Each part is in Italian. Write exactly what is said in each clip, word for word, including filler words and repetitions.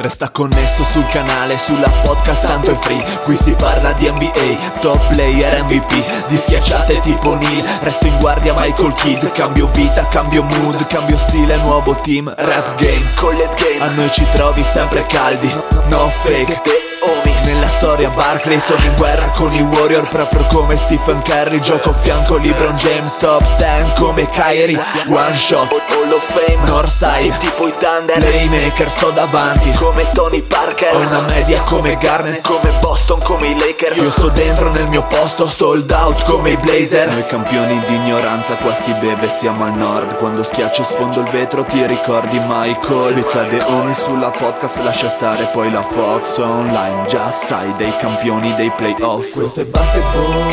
Resta connesso sul canale, sulla podcast tanto è free. Qui si parla di N B A, top player M V P, di schiacciate tipo Neil. Resto in guardia Michael Kidd. Cambio vita, cambio mood, cambio stile, nuovo team. Rap game, collet game, a noi ci trovi sempre caldi. No fake, homies. Nella storia Barkley, sono in guerra con i Warrior, proprio come Stephen Curry. Gioco a fianco LeBron James, top ten come Kyrie. One shot, Hall of Fame, Northside, tipo i Thunder. Playmaker, sto davanti come Tony Parker. Ho una media come Garnett, come Boston, come i Lakers. Io sto dentro nel mio posto, sold out come i Blazer. Noi campioni di ignoranza, qua si beve, siamo al nord. Quando schiaccio sfondo il vetro ti ricordi Michael. Mi cade ogni sulla podcast, lascia stare poi la Fox online. Già sai, dei campioni dei playoff. Questo è basketball,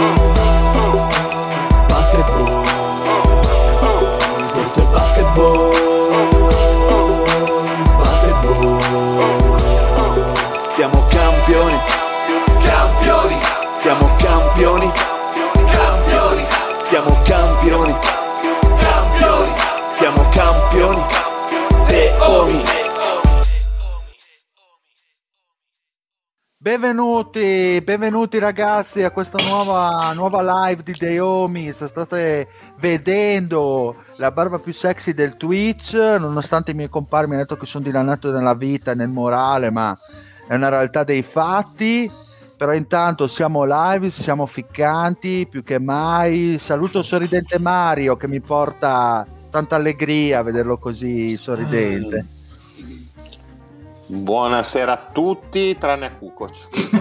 basketball. Questo è basketball, basketball. Siamo campioni, campioni. Siamo campioni, campioni. Siamo campioni, campioni. Siamo campioni, The Homies. Benvenuti, benvenuti ragazzi a questa nuova, nuova live di The Homies. State vedendo la barba più sexy del Twitch, nonostante i miei compari mi hanno detto che sono dilanato nella vita e nel morale, ma è una realtà dei fatti. Però intanto siamo live, siamo ficcanti più che mai. Saluto il sorridente Mario che mi porta tanta allegria a vederlo così sorridente. Mm. Buonasera a tutti, tranne a Kukoc.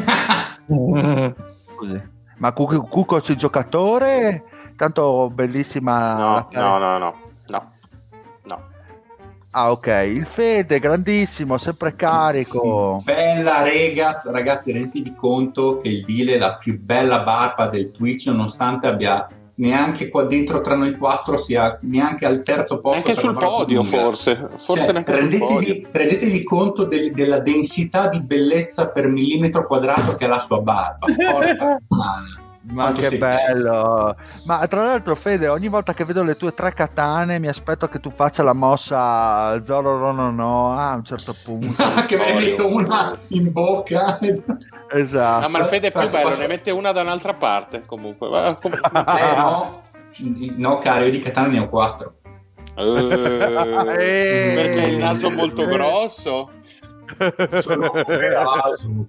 Ma Kukoc il giocatore? Tanto bellissima. No, no, no, no, no, no. Ah, ok. Il Fede, grandissimo, sempre carico. Bella, ragazzi, ragazzi, rendetevi conto che il Dile è la più bella barba del Twitch, nonostante abbia neanche qua dentro tra noi quattro sia neanche al terzo posto, neanche sul podio, forse forse cioè, neanche rendetevi, sul podio. rendetevi conto del, della densità di bellezza per millimetro quadrato che ha la sua barba. Porca ma che bello. Ma tra l'altro Fede, ogni volta che vedo le tue tre katane mi aspetto che tu faccia la mossa Zoro no no a un certo punto. Che me ne metto una in bocca. Esatto. No, ma il Fede è più bello, ne mette una da un'altra parte comunque. Eh, no. no caro, io di katana ne ho quattro. Uh, eh, perché il naso è molto eh. grosso. Sono come naso.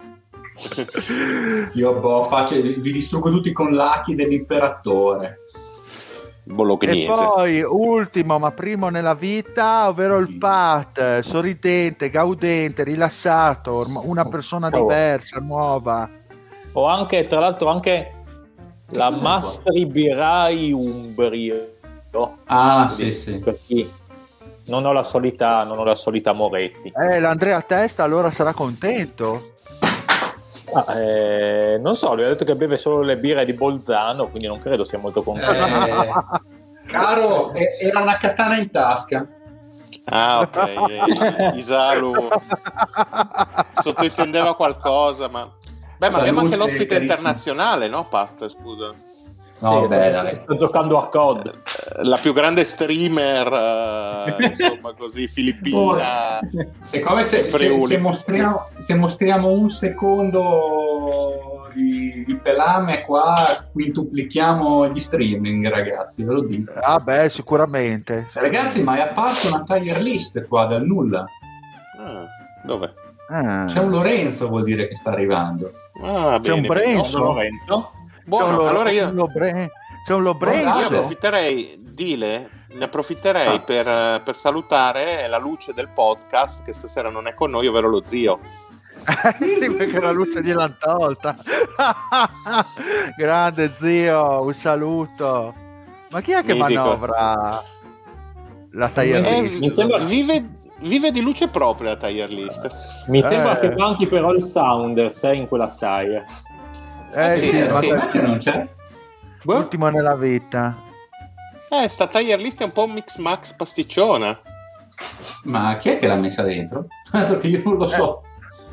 Io boh, faccio, vi distruggo tutti con l'Aki dell'imperatore bolognese. E poi ultimo ma primo nella vita, ovvero il Pat, sorridente, gaudente, rilassato, una persona oh. diversa, nuova. Ho anche, tra l'altro, anche la Mastri Birai Umbrio. Ah, sì, sì. Per chi non ho la solita, non ho la solita Moretti. Eh, l'Andrea Testa allora sarà contento. Ah, eh, non so, lui ha detto che beve solo le birre di Bolzano, quindi non credo sia molto contento. Eh, caro, era una katana in tasca. Ah, ok. Eh, Isalu sottointendeva qualcosa, ma beh, ma abbiamo anche l'ospite internazionale, no, Pat? Scusa. No, sì, beh, sto, dai. sto giocando a C O D. La più grande streamer, uh, insomma, così filippina. Siccome se, se, se, mostriamo, se mostriamo un secondo di, di pelame qua, quintuplichiamo gli streaming, ragazzi, ve lo dico. Ah, beh, sicuramente. Ragazzi, ma è apparso una tier list qua dal nulla. Ah, dove? Ah. C'è un Lorenzo, vuol dire che sta arrivando. Ah, C'è bene, un Brenzo. No, Lorenzo. Buono, C'è un allora io... un Lobre... C'è un Lobrenzo. Io approfitterei, Dile, ne approfitterei Ah. per, per salutare la luce del podcast che stasera non è con noi, ovvero lo zio. Sì, perché la luce gliel'hanno tolta. Grande zio, un saluto. Ma chi è che Mitico. manovra la tier Eh, list? mi sembra- vive, vive di luce propria la tier list. Mi sembra Eh. che manchi però il Sounders eh, in quella tire. Eh sì, sì, sì, ma sì. Ma che non c'è? ultimo nella vita. Eh, sta tier list è un po' un mix max pasticciona. Ma chi è che l'ha messa dentro? Perché io non lo so.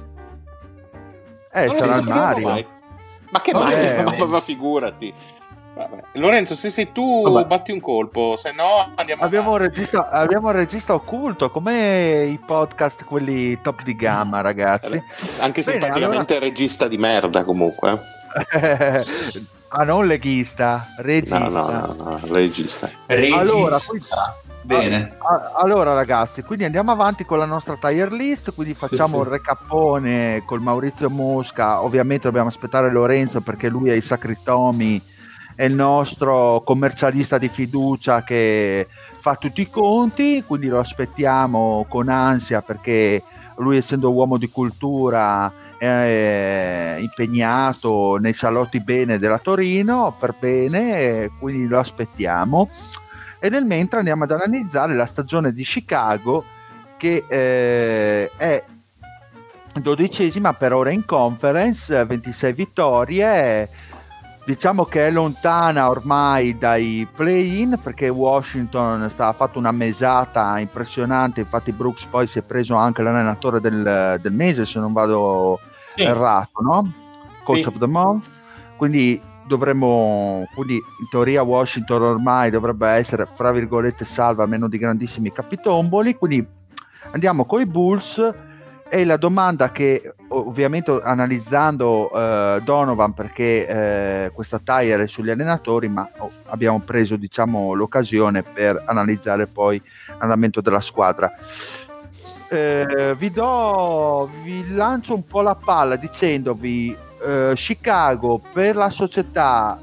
Eh, Non la sarà il scopriamo Mario. mai. Ma che Oh, mai? eh, ma, ma figurati. Vabbè. Lorenzo, se sei tu, Vabbè. batti un colpo, se no andiamo abbiamo un regista, abbiamo un regista occulto, come i podcast quelli top di gamma, ragazzi. Anche se Bene, praticamente allora... è regista di merda comunque. Ah, non leghista, regista. No, no, no, no regista. Regista. Allora, quindi... Bene. Allora ragazzi, quindi andiamo avanti con la nostra tier list, quindi facciamo sì, sì. il recappone col Maurizio Mosca. Ovviamente dobbiamo aspettare Lorenzo perché lui è i sacri tomi, è il nostro commercialista di fiducia che fa tutti i conti, quindi lo aspettiamo con ansia perché lui, essendo uomo di cultura, è impegnato nei salotti bene della Torino per bene, quindi lo aspettiamo. E nel mentre andiamo ad analizzare la stagione di Chicago, che eh, è dodicesima per ora in conference, ventisei vittorie. Diciamo che è lontana ormai dai play-in perché Washington sta, ha fatto una mesata impressionante. Infatti Brooks poi si è preso anche l'allenatore del, del mese, se non vado sì. errato, no? Coach sì. of the month. Quindi dovremmo, quindi in teoria Washington ormai dovrebbe essere fra virgolette salva, a meno di grandissimi capitomboli. Quindi andiamo coi Bulls. E la domanda che ovviamente analizzando eh, Donovan, perché eh, questa tire è sugli allenatori, ma oh, abbiamo preso diciamo l'occasione per analizzare poi l'andamento della squadra. Eh, vi do vi lancio un po' la palla dicendovi eh, Chicago per la società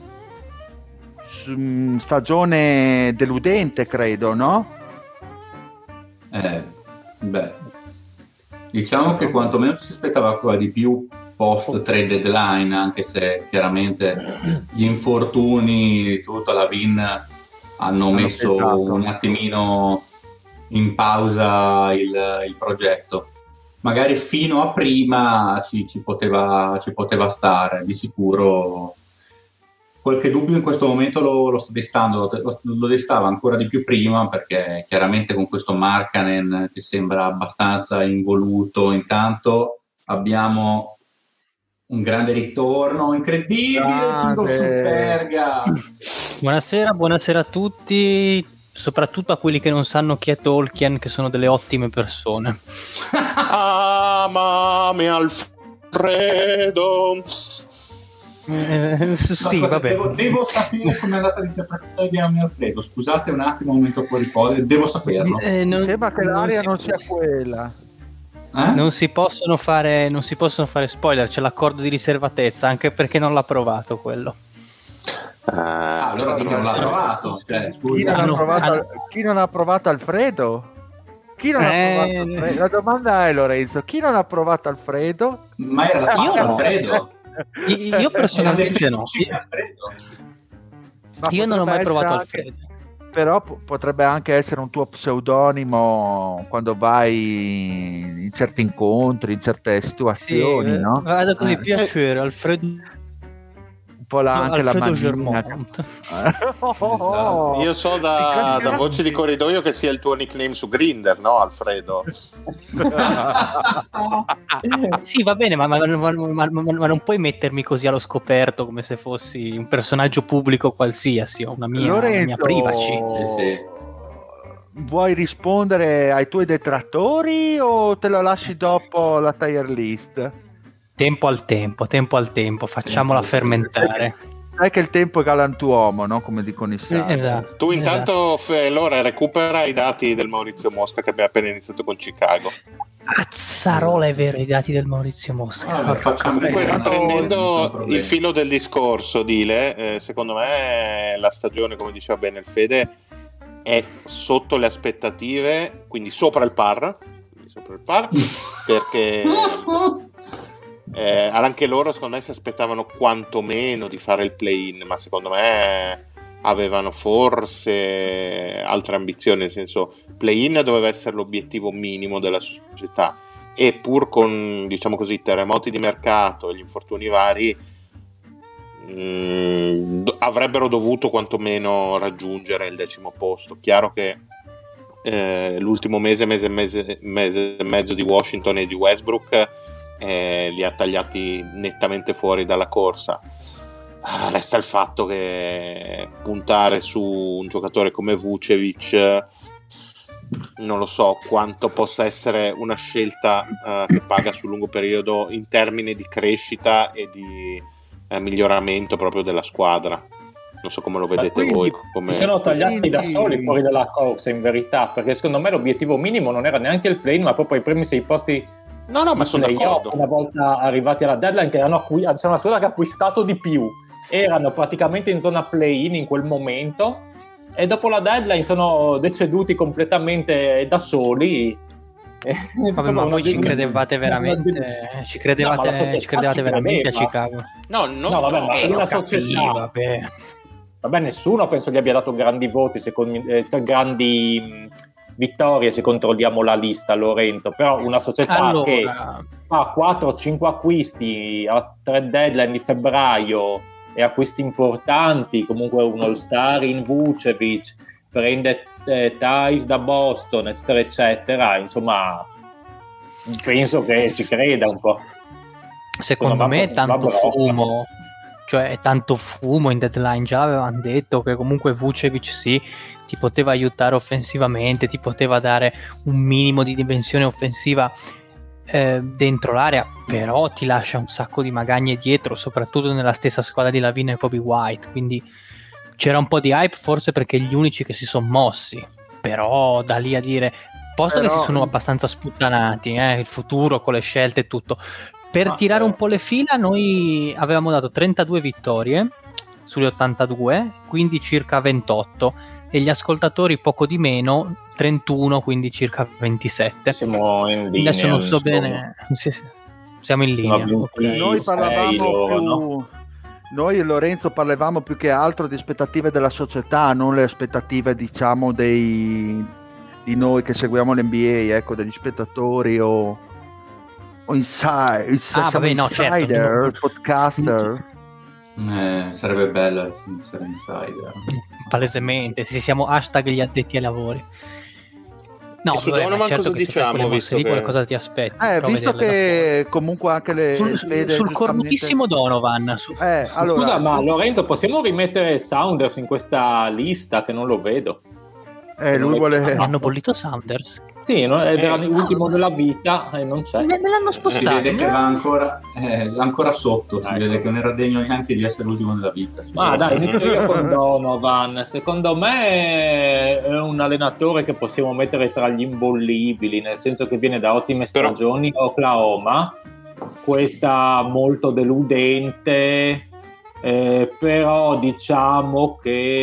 stagione deludente, credo, no? Eh, beh diciamo che quantomeno si aspettava ancora di più post trade deadline, anche se chiaramente gli infortuni, soprattutto alla Vin, hanno messo pensato. un attimino in pausa il, il progetto. Magari fino a prima ci, ci, poteva, ci poteva stare, di sicuro. Qualche dubbio in questo momento lo, lo sta destando, lo, lo destava ancora di più prima, perché chiaramente con questo Markkanen che sembra abbastanza involuto, intanto abbiamo un grande ritorno incredibile, Kingo Superga. Buonasera, buonasera a tutti, soprattutto a quelli che non sanno chi è Tolkien, che sono delle ottime persone. Amami Alfredo. Eh, sì, no, vabbè. Devo, devo sapere come è andata l'interpretazione di Ammi Alfredo. Scusate un attimo, un momento fuori cose, devo saperlo. Eh, non, sembra che l'aria non, non sia quella. Eh? Non si possono fare, non si possono fare spoiler. C'è l'accordo di riservatezza, anche perché non l'ha provato quello. Ah, allora chi non l'ha provato? Cioè, scusa. Chi, non ha provato chi non ha provato Alfredo? Chi non eh... ha provato Alfredo? La domanda è, Lorenzo, chi non ha provato Alfredo? Ma era la io Alfredo. Io personalmente no. Io non ho mai provato anche, Alfredo. Però p- potrebbe anche essere un tuo pseudonimo quando vai in certi incontri, in certe situazioni, sì, no? Vado così, eh. piacere, Alfredo. Un po' la, anche Alfredo la Germont. oh, oh. Io so da, da voce di corridoio che sia il tuo nickname su Grindr, no, Alfredo? Sì, va bene, ma, ma, ma, ma, ma non puoi mettermi così allo scoperto come se fossi un personaggio pubblico qualsiasi. Ho una mia, Lorenzo, una mia privacy. Sì, sì. Vuoi rispondere ai tuoi detrattori o te lo lasci dopo la tier list? Tempo al tempo, tempo al tempo, facciamola tempo, fermentare. Sai che il tempo è galantuomo, no? Come dicono i saggi. Esatto, tu intanto, esatto. Allora, recupera i dati del Maurizio Mosca che abbiamo appena iniziato con Chicago. Azzarola, è vero, i dati del Maurizio Mosca. Ah, facciamo Comunque, riprendendo il filo del discorso, Dile, eh, secondo me la stagione, come diceva bene il Fede, è sotto le aspettative, quindi sopra il par, quindi sopra il par perché... Eh, anche loro secondo me si aspettavano quantomeno di fare il play-in, ma secondo me avevano forse altre ambizioni, nel senso play-in doveva essere l'obiettivo minimo della società e pur con, diciamo così, terremoti di mercato e gli infortuni vari mh, do- avrebbero dovuto quantomeno raggiungere il decimo posto. Chiaro che eh, l'ultimo mese, mese, mese, mese e mezzo di Washington e di Westbrook Eh, li ha tagliati nettamente fuori dalla corsa, resta il fatto che puntare su un giocatore come Vucevic non lo so quanto possa essere una scelta uh, che paga sul lungo periodo in termini di crescita e di eh, miglioramento proprio della squadra. Non so come lo vedete quindi, voi. Come... Si sono tagliati quindi... da soli fuori dalla corsa, in verità, perché secondo me l'obiettivo minimo non era neanche il play-in, ma proprio i primi sei posti. No, no, ma sono d'accordo. Una volta arrivati alla deadline, che hanno acqu- sono una squadra che ha acquistato di più, erano praticamente in zona play-in in quel momento, e dopo la deadline sono deceduti completamente da soli. Vabbè, ma voi ci credevate veramente? Ci credevate, no, ci credevate ci veramente credeva. a Chicago? No, no, no vabbè, no, ma eh, la capivo, società. Vabbè. Vabbè, nessuno penso gli abbia dato grandi voti, secondo me, eh, grandi mh, vittorie se controlliamo la lista, Lorenzo. Però una società allora... che fa quattro o cinque acquisti a tre deadline di febbraio e acquisti importanti, comunque un all-star in Vucevic, prende eh, Tives da Boston, eccetera, eccetera. Insomma, penso che ci creda un po'. Secondo Secondo me me tanto va fumo, cioè tanto fumo in deadline. Già avevano detto che comunque Vucevic sì, ti poteva aiutare offensivamente, ti poteva dare un minimo di dimensione offensiva eh, dentro l'area, però ti lascia un sacco di magagne dietro, soprattutto nella stessa squadra di Lavine e Kobe White, quindi c'era un po' di hype forse perché gli unici che si sono mossi, però da lì a dire, posto però... che si sono abbastanza sputtanati eh, il futuro con le scelte e tutto, per ah, tirare eh. un po' le fila noi avevamo dato trentadue vittorie sulle ottantadue, quindi circa ventotto, e gli ascoltatori poco di meno, trentuno, quindi circa ventisette. Siamo in linea. Adesso non so insomma. bene, sì, sì. Siamo in linea. Siamo Okay. Noi parlavamo loro, più... no? Noi e Lorenzo parlavamo più che altro di aspettative della società, non le aspettative, diciamo, dei di noi che seguiamo l'N B A, ecco, degli spettatori o, o inside, Ah, vabbè, no, insider, certo. podcaster. Eh, sarebbe bello essere insider. Palesemente, se siamo hashtag gli addetti ai lavori. No, E su vabbè, Donovan certo cosa che se fai diciamo, quelle mosse visto lì che- qualcosa ti aspetti. Eh, però visto vederle da che comunque anche le fuori. le sul, svede sul giustamente- cornutissimo Donovan su- Eh, allora, Scusa, ma Lorenzo, possiamo rimettere Saunders in questa lista che non lo vedo? eh, lui vuole... hanno bollito Saunders, Sì, no? Ed era Eh, l'ultimo no. della vita e non c'è. me, me l'hanno Si spostato. vede che va ancora, eh, ancora sotto, si Ecco. vede che non era degno neanche di essere l'ultimo nella vita. Ma dai, inizio io con Donovan. Secondo me è un allenatore che possiamo mettere tra gli imbollibili, nel senso che viene da ottime Però- stagioni a Oklahoma, questa molto deludente, eh, però diciamo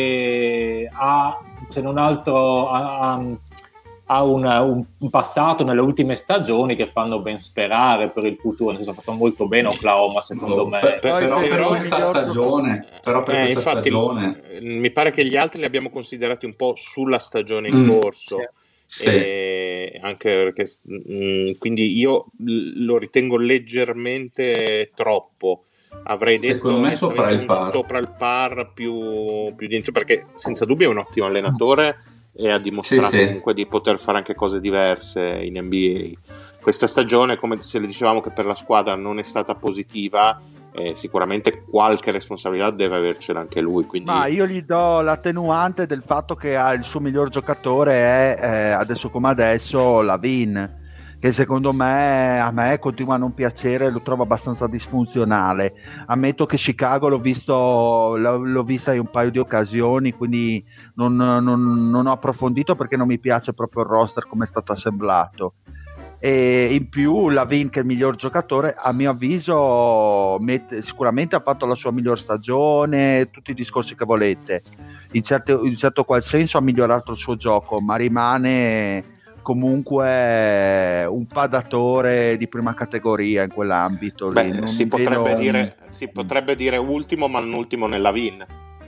che ha, se non altro, ha, ha- ha un, un- un passato nelle ultime stagioni che fanno ben sperare per il futuro. Nel senso, ha fatto molto bene Oklahoma, secondo me. Per- Poi però sei per il questa miglior stagione, però per Eh, questa infatti, stagione, eh, mi pare che gli altri li abbiamo considerati un po' sulla stagione in Mm, corso. sì. sì. E anche perché mm, quindi io l- lo ritengo leggermente troppo. Avrei detto Secondo me sopra il un par. sopra il par più, più dentro, perché senza dubbio è un ottimo allenatore e ha dimostrato Sì, sì. comunque di poter fare anche cose diverse in N B A. Questa stagione, come se le dicevamo che per la squadra non è stata positiva, eh, sicuramente qualche responsabilità deve avercela anche lui. Quindi Ma io gli do l'attenuante del fatto che ha il suo miglior giocatore è eh, adesso come adesso Lavin, che secondo me a me continua a non piacere, lo trovo abbastanza disfunzionale. Ammetto che Chicago l'ho visto l'ho, l'ho vista in un paio di occasioni, quindi non, non- non ho approfondito perché non mi piace proprio il roster come è stato assemblato. E in più Lavin, che è il miglior giocatore, a mio avviso mette- sicuramente ha fatto la sua miglior stagione, tutti i discorsi che volete, in certo, in certo qual senso ha migliorato il suo gioco, ma rimane comunque un padatore di prima categoria in quell'ambito lì. beh, Non si, mi potrebbe vedo- dire, si potrebbe dire ultimo, ma non ultimo nella Vin.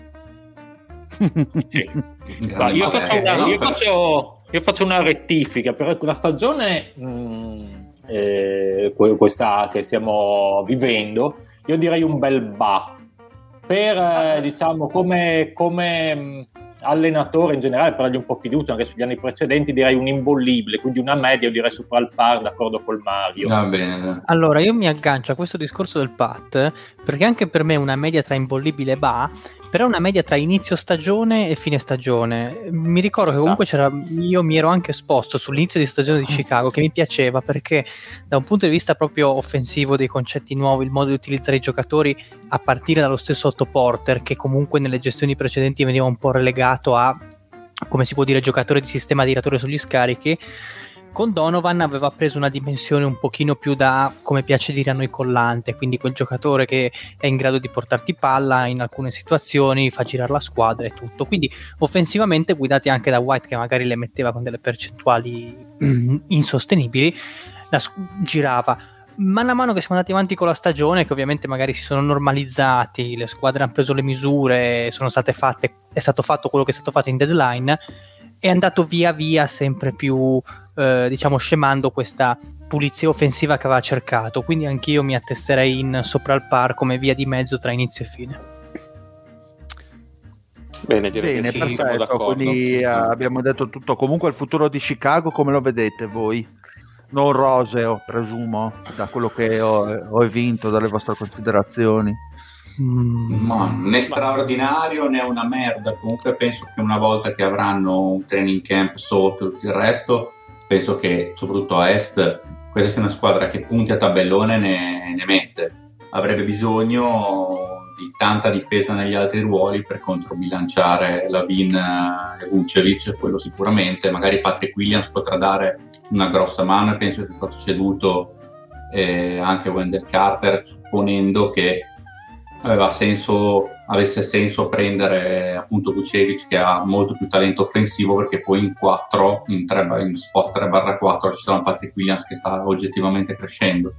Sì. Ma io, Vabbè, faccio una, no, io, però- faccio, io faccio una rettifica per la stagione mh, eh, que- questa che stiamo vivendo. Io direi un bel ba per eh, diciamo come, come mh, allenatore in generale, per dargli un po' fiducia anche sugli anni precedenti, direi un imbollibile, quindi una media, io direi sopra il par, d'accordo col Mario. Va bene. Allora io mi aggancio a questo discorso del Pat, perché anche per me una media tra imbollibile e ba, però una media tra inizio stagione e fine stagione. Mi ricordo che comunque c'era, io mi ero anche esposto sull'inizio di stagione di Chicago, che mi piaceva perché da un punto di vista proprio offensivo, dei concetti nuovi, il modo di utilizzare i giocatori, a partire dallo stesso Otto Porter, che comunque nelle gestioni precedenti veniva un po' relegato a, come si può dire, giocatore di sistema tiratore sugli scarichi, con Donovan aveva preso una dimensione un pochino più da, come piace dire a noi, collante, quindi quel giocatore che è in grado di portarti palla in alcune situazioni, fa girare la squadra e tutto. Quindi offensivamente, guidati anche da White, che magari le metteva con delle percentuali insostenibili, la s- girava. Man a mano che siamo andati avanti con la stagione, che ovviamente magari si sono normalizzati, le squadre hanno preso le misure, sono state fatte, è stato fatto quello che è stato fatto in deadline, è andato via via sempre più eh, diciamo scemando questa pulizia offensiva che aveva cercato, quindi anch'io mi attesterei in sopra il par come via di mezzo tra inizio e fine. Bene, direi Bene, che sì, siamo perfetto, d'accordo. quindi Sì, sì. eh, abbiamo detto tutto. Comunque il futuro di Chicago come lo vedete voi? Non roseo, presumo, da quello che ho, ho vinto dalle vostre considerazioni. Mm. Ma né straordinario né una merda. Comunque penso che una volta che avranno un training camp sotto tutto il resto, penso che soprattutto a est questa sia una squadra che punti a tabellone ne, ne mette. Avrebbe bisogno di tanta difesa negli altri ruoli per controbilanciare Lavin e Vucevic, quello sicuramente. Magari Patrick Williams potrà dare una grossa mano, e penso che sia stato ceduto eh, anche Wendell Carter, supponendo che aveva senso, avesse senso prendere appunto Vucevic, che ha molto più talento offensivo, perché poi in quattro, in, tre, in spot tre barra quattro ci sarà Patrick Williams che sta oggettivamente crescendo.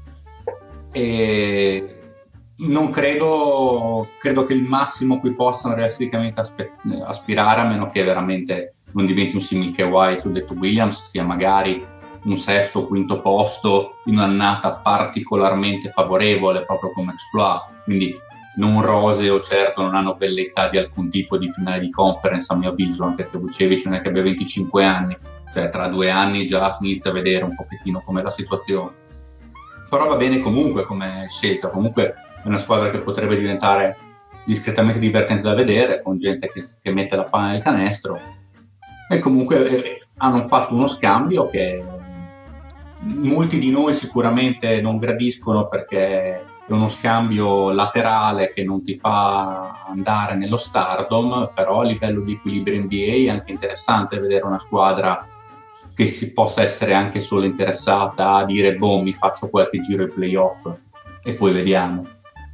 E non credo, credo che il massimo cui possano realisticamente aspe- aspirare, a meno che veramente non diventi un simile Kawhi su detto Williams, sia magari un sesto o quinto posto in un'annata particolarmente favorevole proprio come exploit, quindi non roseo, certo, non hanno velleità di alcun tipo di finale di conference a mio avviso, anche perché Vucevic non è che abbia venticinque anni, cioè tra due anni già si inizia a vedere un pochettino com'è la situazione. Però va bene comunque come scelta, comunque è una squadra che potrebbe diventare discretamente divertente da vedere, con gente che, che mette la palla nel canestro, e comunque eh, hanno fatto uno scambio che molti di noi sicuramente non gradiscono, perché è uno scambio laterale che non ti fa andare nello stardom, però a livello di equilibrio N B A è anche interessante vedere una squadra che si possa essere anche solo interessata a dire boh, mi faccio qualche giro ai playoff e poi vediamo.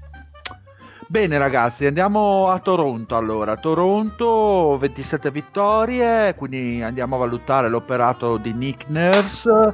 Bene ragazzi, andiamo a Toronto allora. Toronto, ventisette vittorie, quindi andiamo a valutare l'operato di Nick Nurse.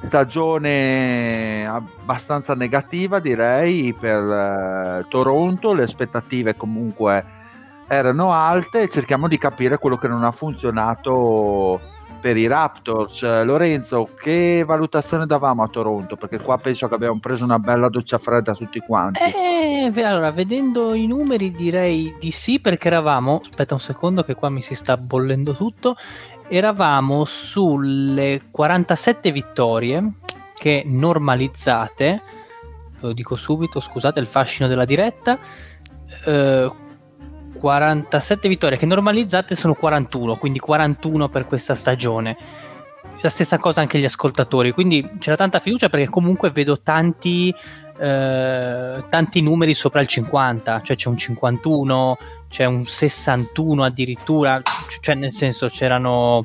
Stagione abbastanza negativa direi per eh, Toronto, le aspettative comunque erano alte, cerchiamo di capire quello che non ha funzionato per i Raptors. Lorenzo, che valutazione davamo a Toronto? Perché qua penso che abbiamo preso una bella doccia fredda tutti quanti. Eh, allora, vedendo i numeri direi di sì, perché eravamo, aspetta un secondo che qua mi si sta bollendo tutto, eravamo sulle quarantasette vittorie che normalizzate, lo dico subito, scusate il fascino della diretta, eh, quarantasette vittorie che normalizzate sono quarantuno, quindi quarantuno per questa stagione. La stessa cosa anche gli ascoltatori, quindi c'era tanta fiducia perché comunque vedo tanti eh, tanti numeri sopra il cinquanta, cioè c'è un cinquantuno, c'è un sessantuno addirittura, cioè nel senso c'erano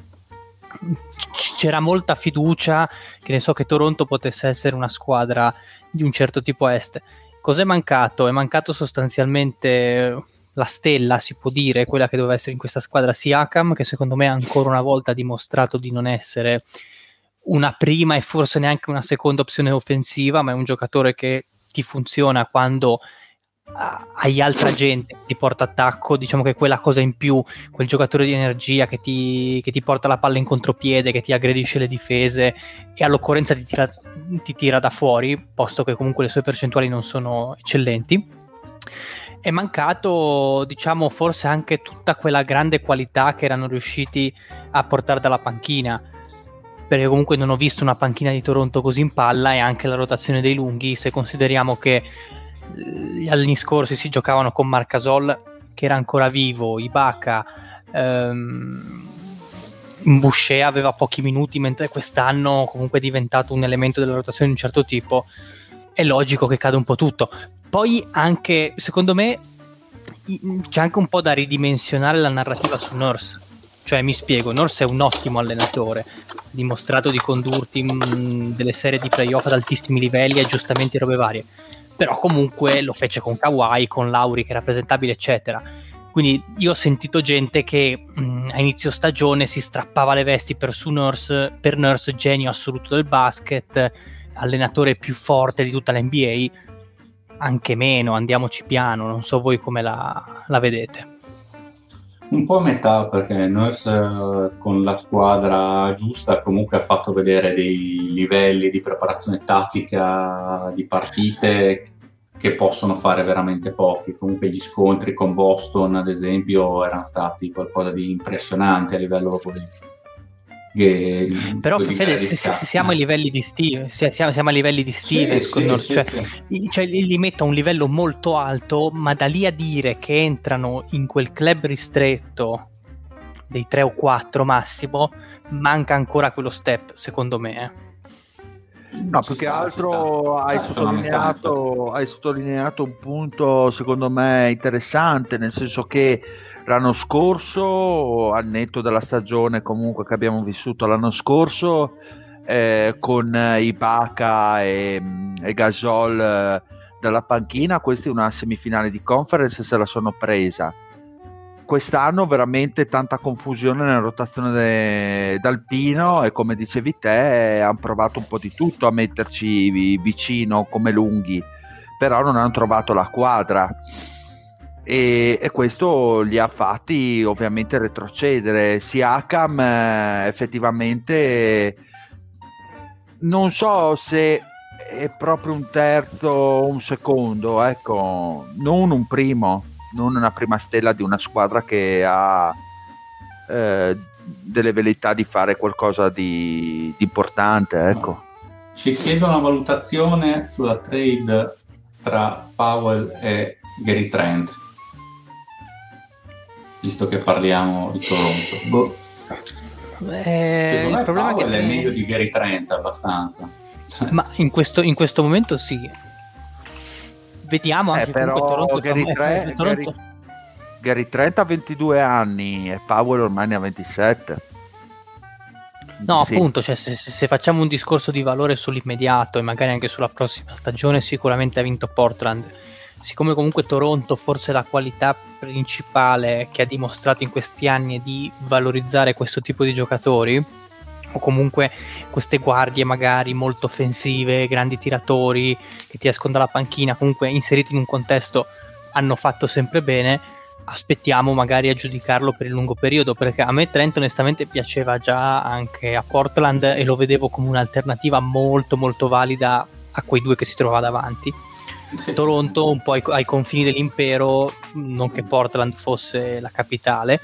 c'era molta fiducia che ne so che Toronto potesse essere una squadra di un certo tipo est. Cos'è mancato? È mancato sostanzialmente la stella, si può dire, quella che doveva essere in questa squadra, Siakam, che secondo me ancora una volta ha dimostrato di non essere una prima e forse neanche una seconda opzione offensiva, ma è un giocatore che ti funziona quando hai altra gente che ti porta attacco, diciamo che è quella cosa in più, quel giocatore di energia che ti, che ti porta la palla in contropiede, che ti aggredisce le difese e all'occorrenza ti tira, ti tira da fuori, posto che comunque le sue percentuali non sono eccellenti. è mancato, diciamo, forse anche tutta quella grande qualità che erano riusciti a portare dalla panchina, perché comunque non ho visto una panchina di Toronto così in palla, e anche la rotazione dei lunghi, se consideriamo che gli anni scorsi si giocavano con Marc Gasol che era ancora vivo, Ibaka, ehm, Boucher aveva pochi minuti, mentre quest'anno comunque è diventato un elemento della rotazione di un certo tipo, è logico che cade un po' tutto. Poi anche, secondo me, c'è anche un po' da ridimensionare la narrativa su Nurse. Cioè, mi spiego, Nurse è un ottimo allenatore, dimostrato di condurti mh, delle serie di playoff ad altissimi livelli e giustamente robe varie, però comunque lo fece con Kawhi, con Lauri che era presentabile, eccetera. Quindi io ho sentito gente che mh, a inizio stagione si strappava le vesti per su Nurse, per Nurse, genio assoluto del basket, allenatore più forte di tutta l'N B A. Anche meno, andiamoci piano, non so voi come la, la vedete. Un po' a metà, perché Nurse eh, con la squadra giusta comunque ha fatto vedere dei livelli di preparazione tattica di partite che possono fare veramente pochi. Comunque gli scontri con Boston, ad esempio, erano stati qualcosa di impressionante a livello di... Che, però Fede, se, se siamo ai livelli di Steve, se siamo, siamo ai livelli di Stevens, sì, con sì, Nurse, sì, cioè, sì. cioè li metto a un livello molto alto, ma da lì a dire che entrano in quel club ristretto dei tre o quattro massimo, manca ancora quello step, secondo me. eh. No, più che altro hai sottolineato, hai sottolineato un punto secondo me interessante, nel senso che l'anno scorso, al netto della stagione comunque che abbiamo vissuto l'anno scorso, eh, con Ibaka e, e Gasol eh, dalla panchina, questi una semifinale di conference se la sono presa. Quest'anno veramente tanta confusione nella rotazione de- d'Alpino, e come dicevi te hanno provato un po' di tutto a metterci vicino come lunghi, però non hanno trovato la quadra. E, e questo li ha fatti ovviamente retrocedere. Siakam eh, effettivamente non so se è proprio un terzo o un secondo, ecco, non un primo, non una prima stella di una squadra che ha eh, delle velleità di fare qualcosa di, di importante, ecco. Ci chiedo una valutazione sulla trade tra Powell e Gary Trent, visto che parliamo di Toronto. Boh. Eh, il problema Powell è che è meglio di Gary Trent abbastanza. Ma in questo, in questo momento sì. Vediamo anche eh, però Toronto, Gary, fa... Tre- eh, Toronto... Gary, Gary Trent ha ventidue anni e Powell ormai ne ha ventisette. No, sì. appunto, cioè, se, se facciamo un discorso di valore sull'immediato e magari anche sulla prossima stagione, sicuramente ha vinto Portland. Siccome comunque Toronto forse la qualità principale che ha dimostrato in questi anni è di valorizzare questo tipo di giocatori, o comunque queste guardie magari molto offensive, grandi tiratori che ti escono dalla panchina, comunque inseriti in un contesto, hanno fatto sempre bene. Aspettiamo magari a giudicarlo per il lungo periodo, perché a me Trent onestamente piaceva già anche a Portland e lo vedevo come un'alternativa molto molto valida a quei due che si trovava davanti. Toronto un po' ai, ai confini dell'impero, non che Portland fosse la capitale,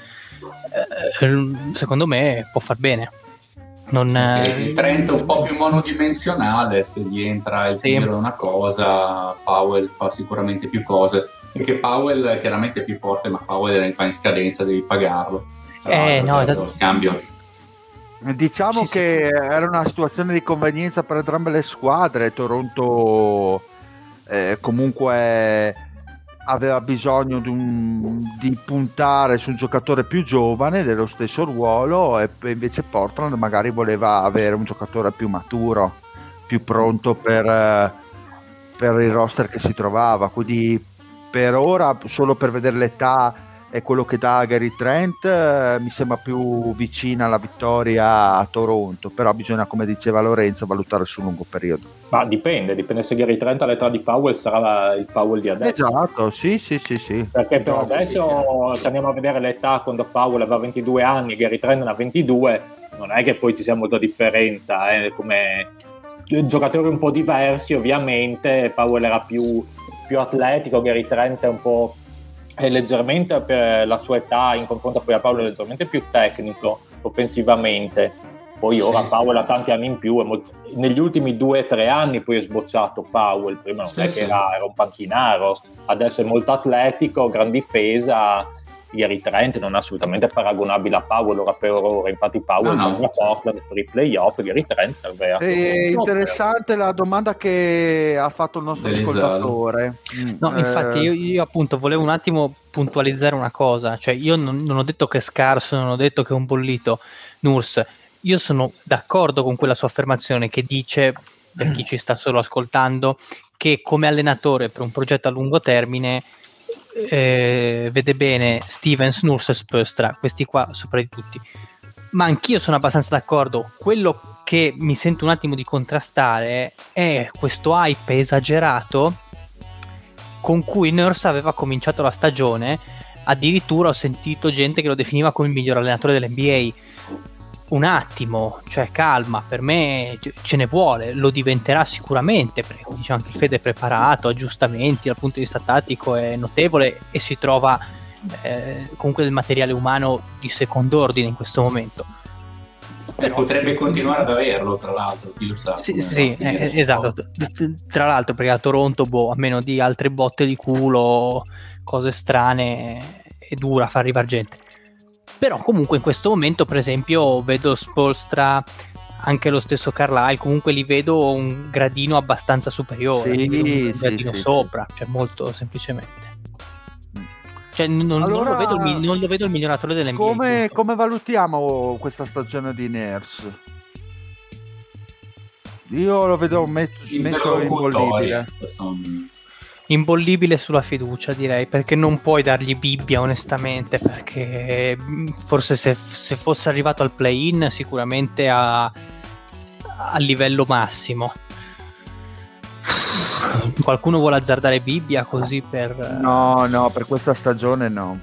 eh, secondo me può far bene. Non, il Trent è un po' più monodimensionale, se gli entra il tiro è una cosa, Powell fa sicuramente più cose, perché Powell è chiaramente più forte, ma Powell fa in scadenza, devi pagarlo. Eh, no, lo scambio. Diciamo sì, che sì. Era una situazione di convenienza per entrambe le squadre. Toronto eh, comunque aveva bisogno di, un, di puntare su un giocatore più giovane dello stesso ruolo, e invece Portland magari voleva avere un giocatore più maturo, più pronto per, per il roster che si trovava. Quindi per ora, solo per vedere l'età e quello che dà Gary Trent, eh, mi sembra più vicina alla vittoria a Toronto, però bisogna, come diceva Lorenzo, valutare sul lungo periodo. Ma dipende, dipende se Gary Trent all'età di Powell sarà il Powell di adesso. Esatto, sì, sì, sì, sì. Perché per no, adesso, se andiamo a vedere l'età quando Powell aveva ventidue anni e Gary Trent ne ha ventidue, non è che poi ci sia molta differenza, eh, come giocatori un po' diversi ovviamente. Powell era più, più atletico, Gary Trent è un po' è leggermente, per la sua età in confronto poi a Powell, è leggermente più tecnico offensivamente. Poi ora sì, Powell sì. ha tanti anni in più, è molto... negli ultimi due o tre anni poi è sbocciato Powell, prima non sì, è che sì. era, era un panchinaro, adesso è molto atletico, gran difesa. Gary Trent non è assolutamente paragonabile a Powell ora per ora, infatti Powell no, serve no. a Portland per i playoff, Gary Trent serve a... È interessante la domanda che ha fatto il nostro esatto. ascoltatore. No, eh... infatti io, io appunto volevo un attimo puntualizzare una cosa, cioè io non, non ho detto che è scarso, non ho detto che è un bollito Nurse, io sono d'accordo con quella sua affermazione che dice, per chi ci sta solo ascoltando, che come allenatore per un progetto a lungo termine Eh, vede bene Stevens, Nurse e Spoelstra, questi qua sopra di tutti, ma anch'io sono abbastanza d'accordo. Quello che mi sento un attimo di contrastare è questo hype esagerato con cui Nurse aveva cominciato la stagione. Addirittura ho sentito gente che lo definiva come il miglior allenatore dell'N B A. Un attimo, cioè calma, per me ce ne vuole, lo diventerà sicuramente, perché come dice anche il Fede è preparato, aggiustamenti dal punto di vista tattico è notevole e si trova eh, comunque del materiale umano di secondo ordine in questo momento. E potrebbe continuare ad averlo, tra l'altro, chi lo sa. Sì, sì, eh, esatto, tra l'altro perché a Toronto, boh, a meno di altre botte di culo, cose strane, è dura far arrivare gente. Però comunque in questo momento, per esempio, vedo Spoelstra, anche lo stesso Carlisle, comunque li vedo un gradino abbastanza superiore, sì, un sì, gradino sì, sopra, cioè molto semplicemente. Cioè non, allora, non, lo, vedo il, non lo vedo il miglioratore dell'N B A. Come, come valutiamo questa stagione di Nurse? Io lo vedo met- messo imbollibile. Imbollibile sulla fiducia, direi, perché non puoi dargli Bibbia onestamente, perché forse se, se fosse arrivato al play-in sicuramente a, a livello massimo. Qualcuno vuole azzardare Bibbia così per... No, no, per questa stagione no.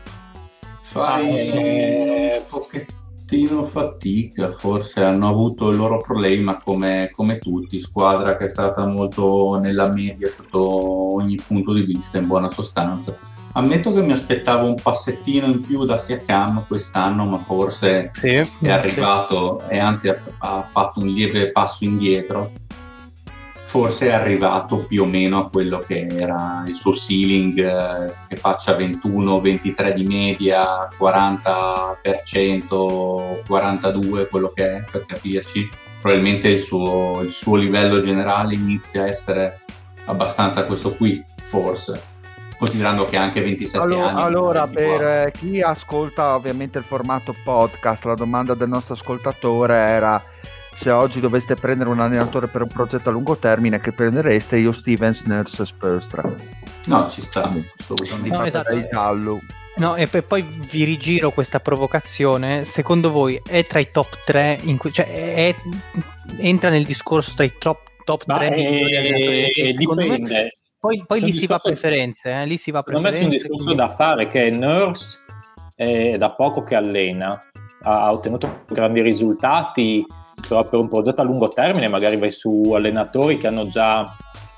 Fai eh, pochettino fatica, forse hanno avuto il loro problema come, come tutti, squadra che è stata molto nella media sotto ogni punto di vista, in buona sostanza. Ammetto che mi aspettavo un passettino in più da Siakam quest'anno, ma forse sì, è arrivato sì. e anzi ha, ha fatto un lieve passo indietro. Forse è arrivato più o meno a quello che era il suo ceiling, eh, che faccia ventuno ventitré di media, quaranta per cento, quarantadue, quello che è, per capirci. Probabilmente il suo, il suo livello generale inizia a essere abbastanza questo qui, forse, considerando che ha anche ventisette allora, anni. Allora, per chi ascolta ovviamente il formato podcast, la domanda del nostro ascoltatore era: se oggi doveste prendere un allenatore per un progetto a lungo termine, che prendereste? Io Stevens, Nurse e Spoelstra. No, ci sta, assolutamente. No, esatto. No, e poi vi rigiro questa provocazione. Secondo voi è tra i top tre, in cui, cioè è, entra nel discorso tra i top, top tre? Eh, eh, dipende. Me, poi poi lì si va a preferenze, eh? Lì si va a preferenze. Secondo me c'è un discorso quindi... da fare, che Nurse è da poco che allena, ha ottenuto grandi risultati, però per un progetto a lungo termine magari vai su allenatori che hanno già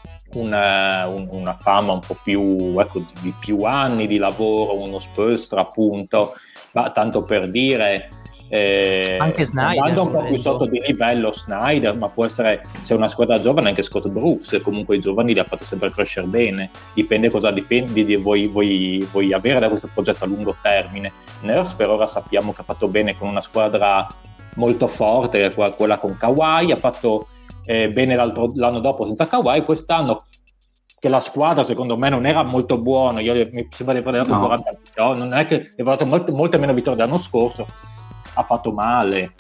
una, un, una fama un po' più, ecco, di più anni di lavoro, uno Spoelstra appunto, ma tanto per dire, eh, anche Snyder andando un po' più sotto di livello Snyder, ma può essere, se è una squadra giovane, anche Scott Brooks, comunque i giovani li ha fatti sempre crescere bene, dipende cosa dipende di voi, voi, voi avere da questo progetto a lungo termine. Nurse per ora sappiamo che ha fatto bene con una squadra molto forte, quella con Kawhi, ha fatto eh, bene l'anno dopo senza Kawhi, quest'anno che la squadra secondo me non era molto buona, io mi sembra di aver dato no. quaranta vittorie, non è che è dato molte, molte meno vittorie dell'anno scorso, ha fatto male,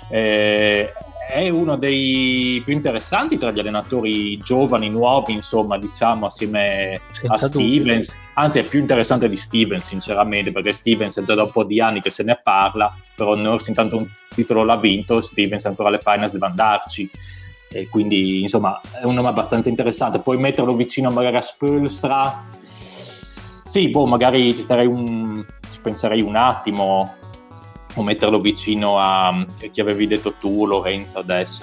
eh, è uno dei più interessanti tra gli allenatori giovani, nuovi, insomma, diciamo, assieme senza a Stevens, dubbio. Anzi è più interessante di Stevens sinceramente, perché Stevens è già da un po' di anni che se ne parla, però Nurse intanto un titolo l'ha vinto, Stevens ancora alle finals deve andarci, e quindi insomma è un nome abbastanza interessante. Puoi metterlo vicino magari a Spoelstra, sì, boh, magari ci starei un ci penserei un attimo, o metterlo vicino a chi avevi detto tu, Lorenzo, adesso.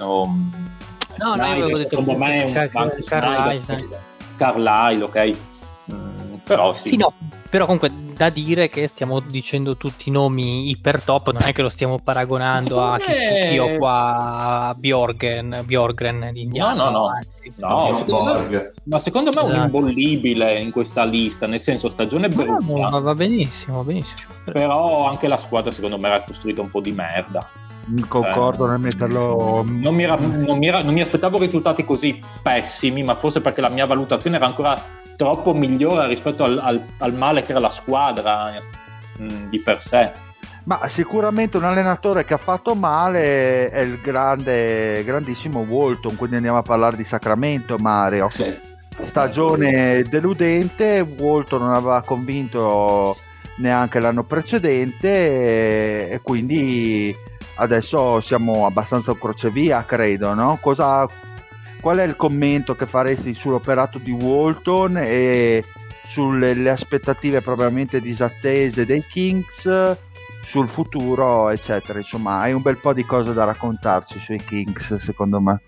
No, Snyder, no, secondo me è un Car- Car- Carlisle, Carlisle, ok, mm, Però sì. Sì, no, però comunque da dire che stiamo dicendo tutti i nomi iper top, non è che lo stiamo paragonando Secondo a me- chi ho qua, a Bjorgen, Bjorgren di Indiana. No, no, no. anzi. No, Bjorn secondo me- Borg. ma secondo me è un Esatto. imbollibile in questa lista, nel senso stagione No, brutta, no, va benissimo, va benissimo. però anche la squadra secondo me era costruita un po' di merda. Concordo Eh, nel metterlo. Non mi, era- non mi era- non mi aspettavo risultati così pessimi, ma forse perché la mia valutazione era ancora troppo migliore rispetto al, al- al male che era la squadra mh, di per sé. Ma sicuramente un allenatore che ha fatto male è il grande, grandissimo Walton, quindi andiamo a parlare di Sacramento, Mario. Sì. Stagione deludente, Walton non aveva convinto neanche l'anno precedente e, e quindi adesso siamo abbastanza un crocevia, credo, no? Cosa, qual è il commento che faresti sull'operato di Walton e sulle le aspettative probabilmente disattese dei Kings, sul futuro, eccetera? Insomma, hai un bel po' di cose da raccontarci sui Kings, secondo me.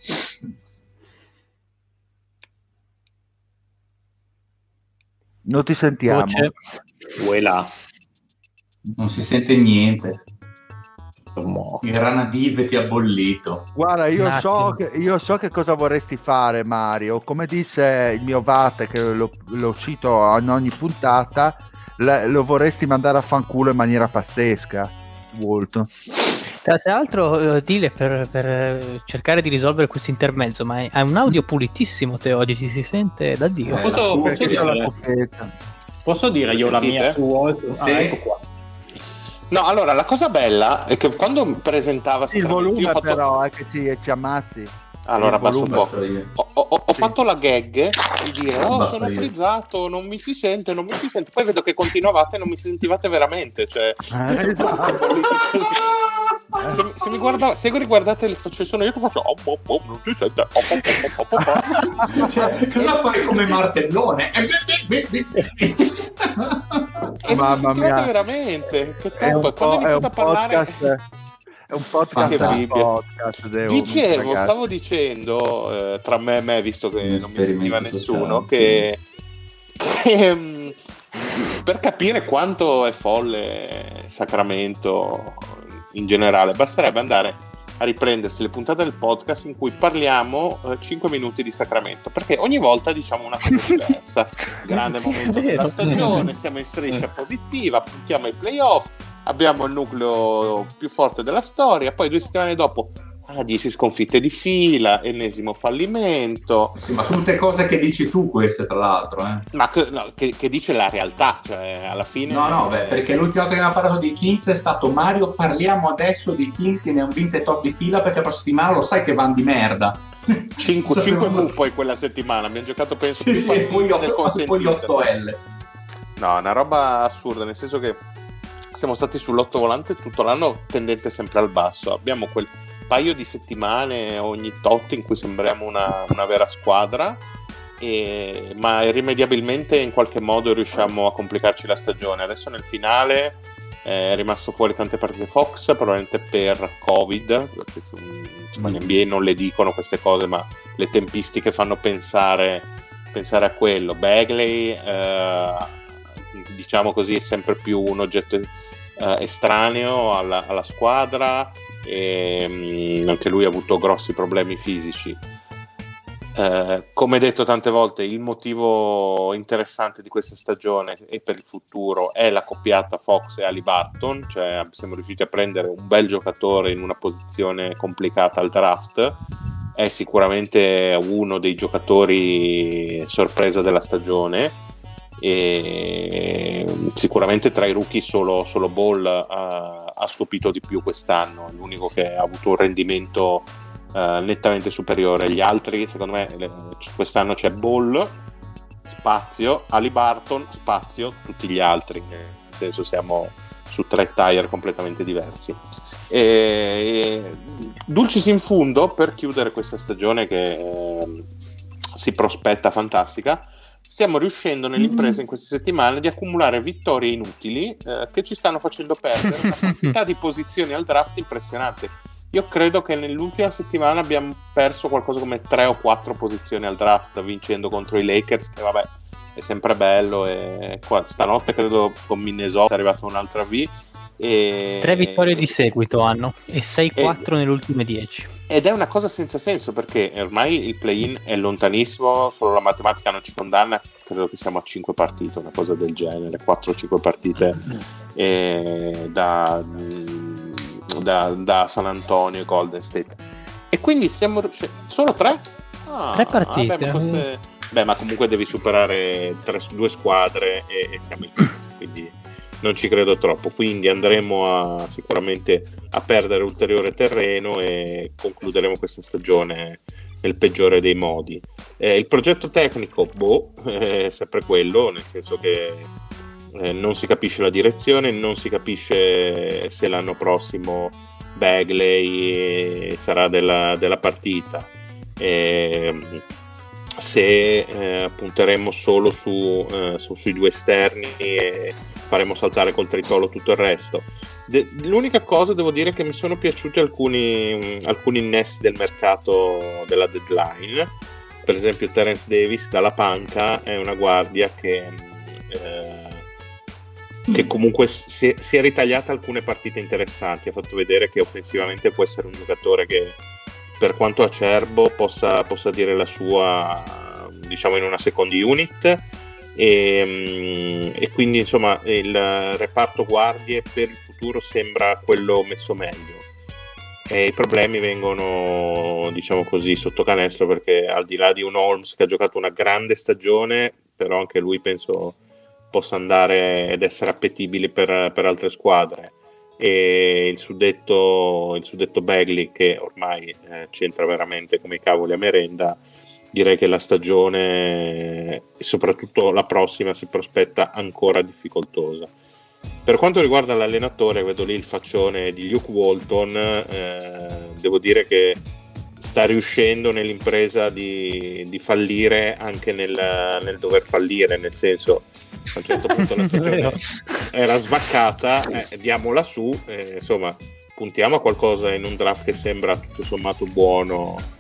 Non ti sentiamo. Voce. Voilà. Non si sente niente. Mo. Il Ranadive ti ha bollito. Guarda, io Un so, attimo. che, io so che cosa vorresti fare, Mario. Come disse il mio Vate, che lo, lo cito in ogni puntata, le- lo vorresti mandare a fanculo in maniera pazzesca, Walton. Tra tra l'altro, eh, Dile, per, per eh, cercare di risolvere questo intermezzo, ma hai un audio pulitissimo te oggi, ci si sente da Dio. Eh, Posso, la posso Perché c'ho la dire, cuffietta. posso dire io la Sentite? mia su Walton? Ah, Sì. ecco qua. No, allora la cosa bella è che quando presentava Sì, il Sacramento, volume io ho fatto... però è che ci, ci ammazzi. Allora il abbasso un volume. po'. Faccio io. Ho, ho- ho Sì. fatto la gag di dire oh Basta sono io. frizzato, non mi si sente, non mi si sente. Poi vedo che continuavate e non mi sentivate veramente. Cioè, Eh, esatto. se, se mi guarda, se riguardate il faccio sono io che faccio oh, oh, oh, non si sente. Oh, oh, oh, oh, oh, oh. Cioè, cosa fai come martellone? E non mi Mamma sentivate mia. veramente. Che È un, top. po', Quando è iniziate un a parlare podcast. È un podcast, Che è un Bibbia. podcast The Homies, Dicevo, ragazzi. stavo dicendo eh, tra me e me, visto che Un non mi sentiva esperimento nessuno, sociale, che, che, mh, per capire quanto è folle Sacramento in generale, basterebbe andare a riprendersi le puntate del podcast in cui parliamo eh, cinque minuti di Sacramento, perché ogni volta diciamo una cosa diversa. Grande momento È vero. della stagione, siamo in striscia positiva, puntiamo ai playoff, abbiamo il nucleo più forte della storia, poi due settimane dopo ah, dieci sconfitte di fila, ennesimo fallimento, Sì, ma sono tutte cose che dici tu queste, tra l'altro, eh. ma che, no, che, che dice la realtà, cioè alla fine No, no, beh, perché l'ultima volta che abbiamo parlato di Kings è stato Mario, parliamo adesso di Kings che ne hanno vinte top di fila perché la prossima settimana lo sai che vanno di merda. cinque Sapevamo- V poi quella settimana abbiamo giocato penso Sì, più sì, e poi partite del otto- poi consentito. otto L. No, è una roba assurda, nel senso che siamo stati sull'otto volante tutto l'anno tendente sempre al basso. Abbiamo quel paio di settimane ogni tot in cui sembriamo una, una vera squadra, e, ma irrimediabilmente in qualche modo riusciamo a complicarci la stagione. Adesso nel finale eh, è rimasto fuori tante partite Fox, probabilmente per Covid, perché insomma, Mm. in N B A non le dicono queste cose, ma le tempistiche fanno pensare, pensare a quello. Bagley, eh, diciamo così, è sempre più un oggetto eh, estraneo alla, alla squadra, e mh, anche lui ha avuto grossi problemi fisici. Eh, come detto tante volte, il motivo interessante di questa stagione e per il futuro è la coppiata Fox e Haliburton, cioè siamo riusciti a prendere un bel giocatore in una posizione complicata al draft. È sicuramente uno dei giocatori sorpresa della stagione, e sicuramente tra i rookie solo, solo Ball ha, ha stupito di più quest'anno, è l'unico che ha avuto un rendimento uh, nettamente superiore. Gli altri, secondo me, le, quest'anno c'è Ball, spazio, Haliburton, spazio, tutti gli altri, nel senso siamo su tre tire completamente diversi. E, e dulcis in fundo, per chiudere questa stagione che eh, si prospetta fantastica, stiamo riuscendo nell'impresa in queste settimane di accumulare vittorie inutili eh, che ci stanno facendo perdere una quantità di posizioni al draft impressionante. Io credo che nell'ultima settimana abbiamo perso qualcosa come tre o quattro posizioni al draft, vincendo contro i Lakers, che vabbè è sempre bello. E qua stanotte credo con Minnesota è arrivata un'altra V. E... Tre vittorie di seguito hanno e sei quattro nelle ultime dieci. Ed è una cosa senza senso, perché ormai il play-in è lontanissimo, solo la matematica non ci condanna. Credo che siamo a cinque partite, una cosa del genere, quattro o cinque partite eh, da, da, da San Antonio e Golden State. E quindi siamo cioè, solo tre? Ah, tre partite. Beh ma, queste, beh, ma comunque devi superare tre, due squadre e, e siamo in Phoenix, quindi non ci credo troppo, quindi andremo a, sicuramente a perdere ulteriore terreno e concluderemo questa stagione nel peggiore dei modi. Eh, il progetto tecnico, boh, è sempre quello, nel senso che eh, non si capisce la direzione, non si capisce se l'anno prossimo Bagley sarà della, della partita, eh, se eh, punteremo solo su, eh, su, sui due esterni e faremo saltare col tritolo tutto il resto. De- l'unica cosa devo dire che mi sono piaciuti alcuni, um, alcuni innesti del mercato della deadline. Per esempio Terence Davis dalla panca è una guardia che, eh, che comunque si è, si è ritagliata alcune partite interessanti, ha fatto vedere che offensivamente può essere un giocatore che per quanto acerbo possa, possa dire la sua, diciamo, in una second unit. E, e quindi insomma il reparto guardie per il futuro sembra quello messo meglio, e i problemi vengono, diciamo così, sotto canestro, perché al di là di un Holmes che ha giocato una grande stagione, però anche lui penso possa andare ed essere appetibile per, per altre squadre, e il suddetto, il suddetto Bagley che ormai eh, c'entra veramente come i cavoli a merenda. Direi che la stagione e soprattutto la prossima si prospetta ancora difficoltosa. Per quanto riguarda l'allenatore, vedo lì il faccione di Luke Walton, eh, devo dire che sta riuscendo nell'impresa di, di fallire anche nel, nel dover fallire, nel senso, a un certo punto la stagione era svaccata, eh, diamola su, eh, insomma puntiamo a qualcosa in un draft che sembra tutto sommato buono,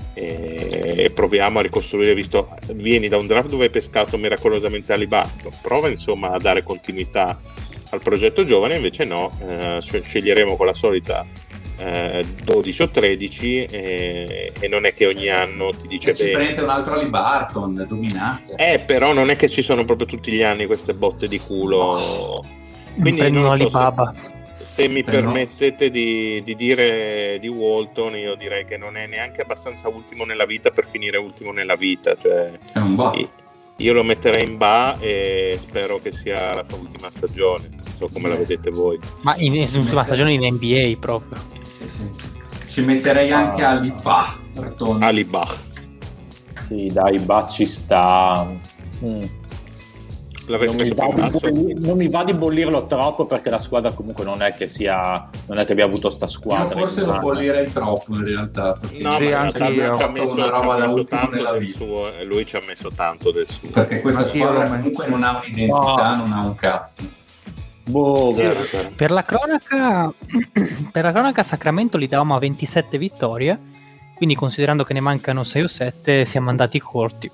e proviamo a ricostruire, visto vieni da un draft dove hai pescato miracolosamente Alibatto, prova insomma a dare continuità al progetto giovane. Invece no, eh, sceglieremo con la solita eh, dodici o tredici e, e non è che ogni anno ti dice e ci bene, prende un altro Haliburton dominante, eh però non è che ci sono proprio tutti gli anni queste botte di culo, oh. Quindi prendono non so Alibaba. se, se mi Però... permettete di, di dire di Walton, io direi che non è neanche abbastanza ultimo nella vita per finire ultimo nella vita, cioè è un ba. io, io lo metterei in ba e spero che sia la sua ultima stagione, non so come la vedete voi. Ma in, in ultima stagione in N B A proprio. Sì, sì. Ci metterei anche ah. Alibaba. Alibaba. Sì, dai, ba ci sta. Mm. Non mi, bollir, non mi va di bollirlo troppo, perché la squadra comunque non è che sia, non è che abbia avuto sta squadra. Io forse lo bollirei troppo in realtà, no, sì, ma anche lui io. ci ha messo, una roba da messo tanto nella del vita. suo, e lui ci ha messo tanto del suo, perché questa ma squadra io, comunque non ha un'identità, no. non ha un cazzo. Boh, zero, zero. Per la cronaca per la cronaca Sacramento li davamo a ventisette vittorie, quindi considerando che ne mancano sei o sette siamo andati corti.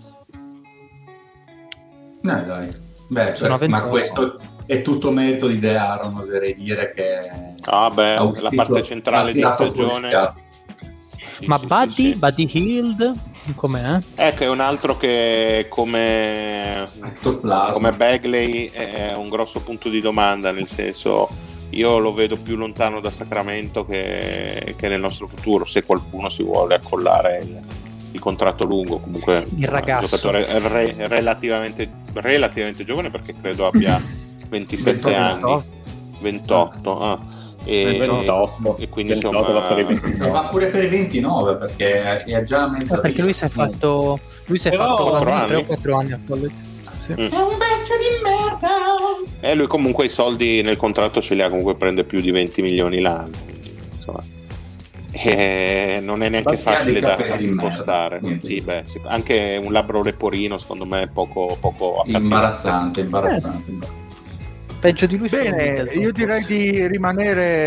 Dai, dai. Beh, per, ma questo è tutto merito di De Aaron, oserei dire, che ah beh, ha uscito, la parte centrale di stagione. Sì, ma sì, Buddy, sì, sì. Buddy Hield com'è? Ecco, è un altro che come come Bagley è un grosso punto di domanda, nel senso, io lo vedo più lontano da Sacramento che, che nel nostro futuro, se qualcuno si vuole accollare il, il contratto lungo. Comunque il ragazzo, un giocatore re, relativamente, relativamente giovane, perché credo abbia ventisette anni, ventotto, ah, e, ventotto, e quindi ventotto, insomma va pure per i ventinove, perché è già mezzo, perché lui si è fatto lui si è Però fatto tre o quattro anni al college. Sì. Mm. è un pezzo di merda. E lui comunque i soldi nel contratto ce li ha, comunque prende più di venti milioni l'anno, quindi, insomma, eh, non è neanche facile da impostare. Sì, beh, sì, anche un labbro leporino secondo me è poco, poco imbarazzante, imbarazzante, imbarazzante. Peggio di lui. Bene, io direi di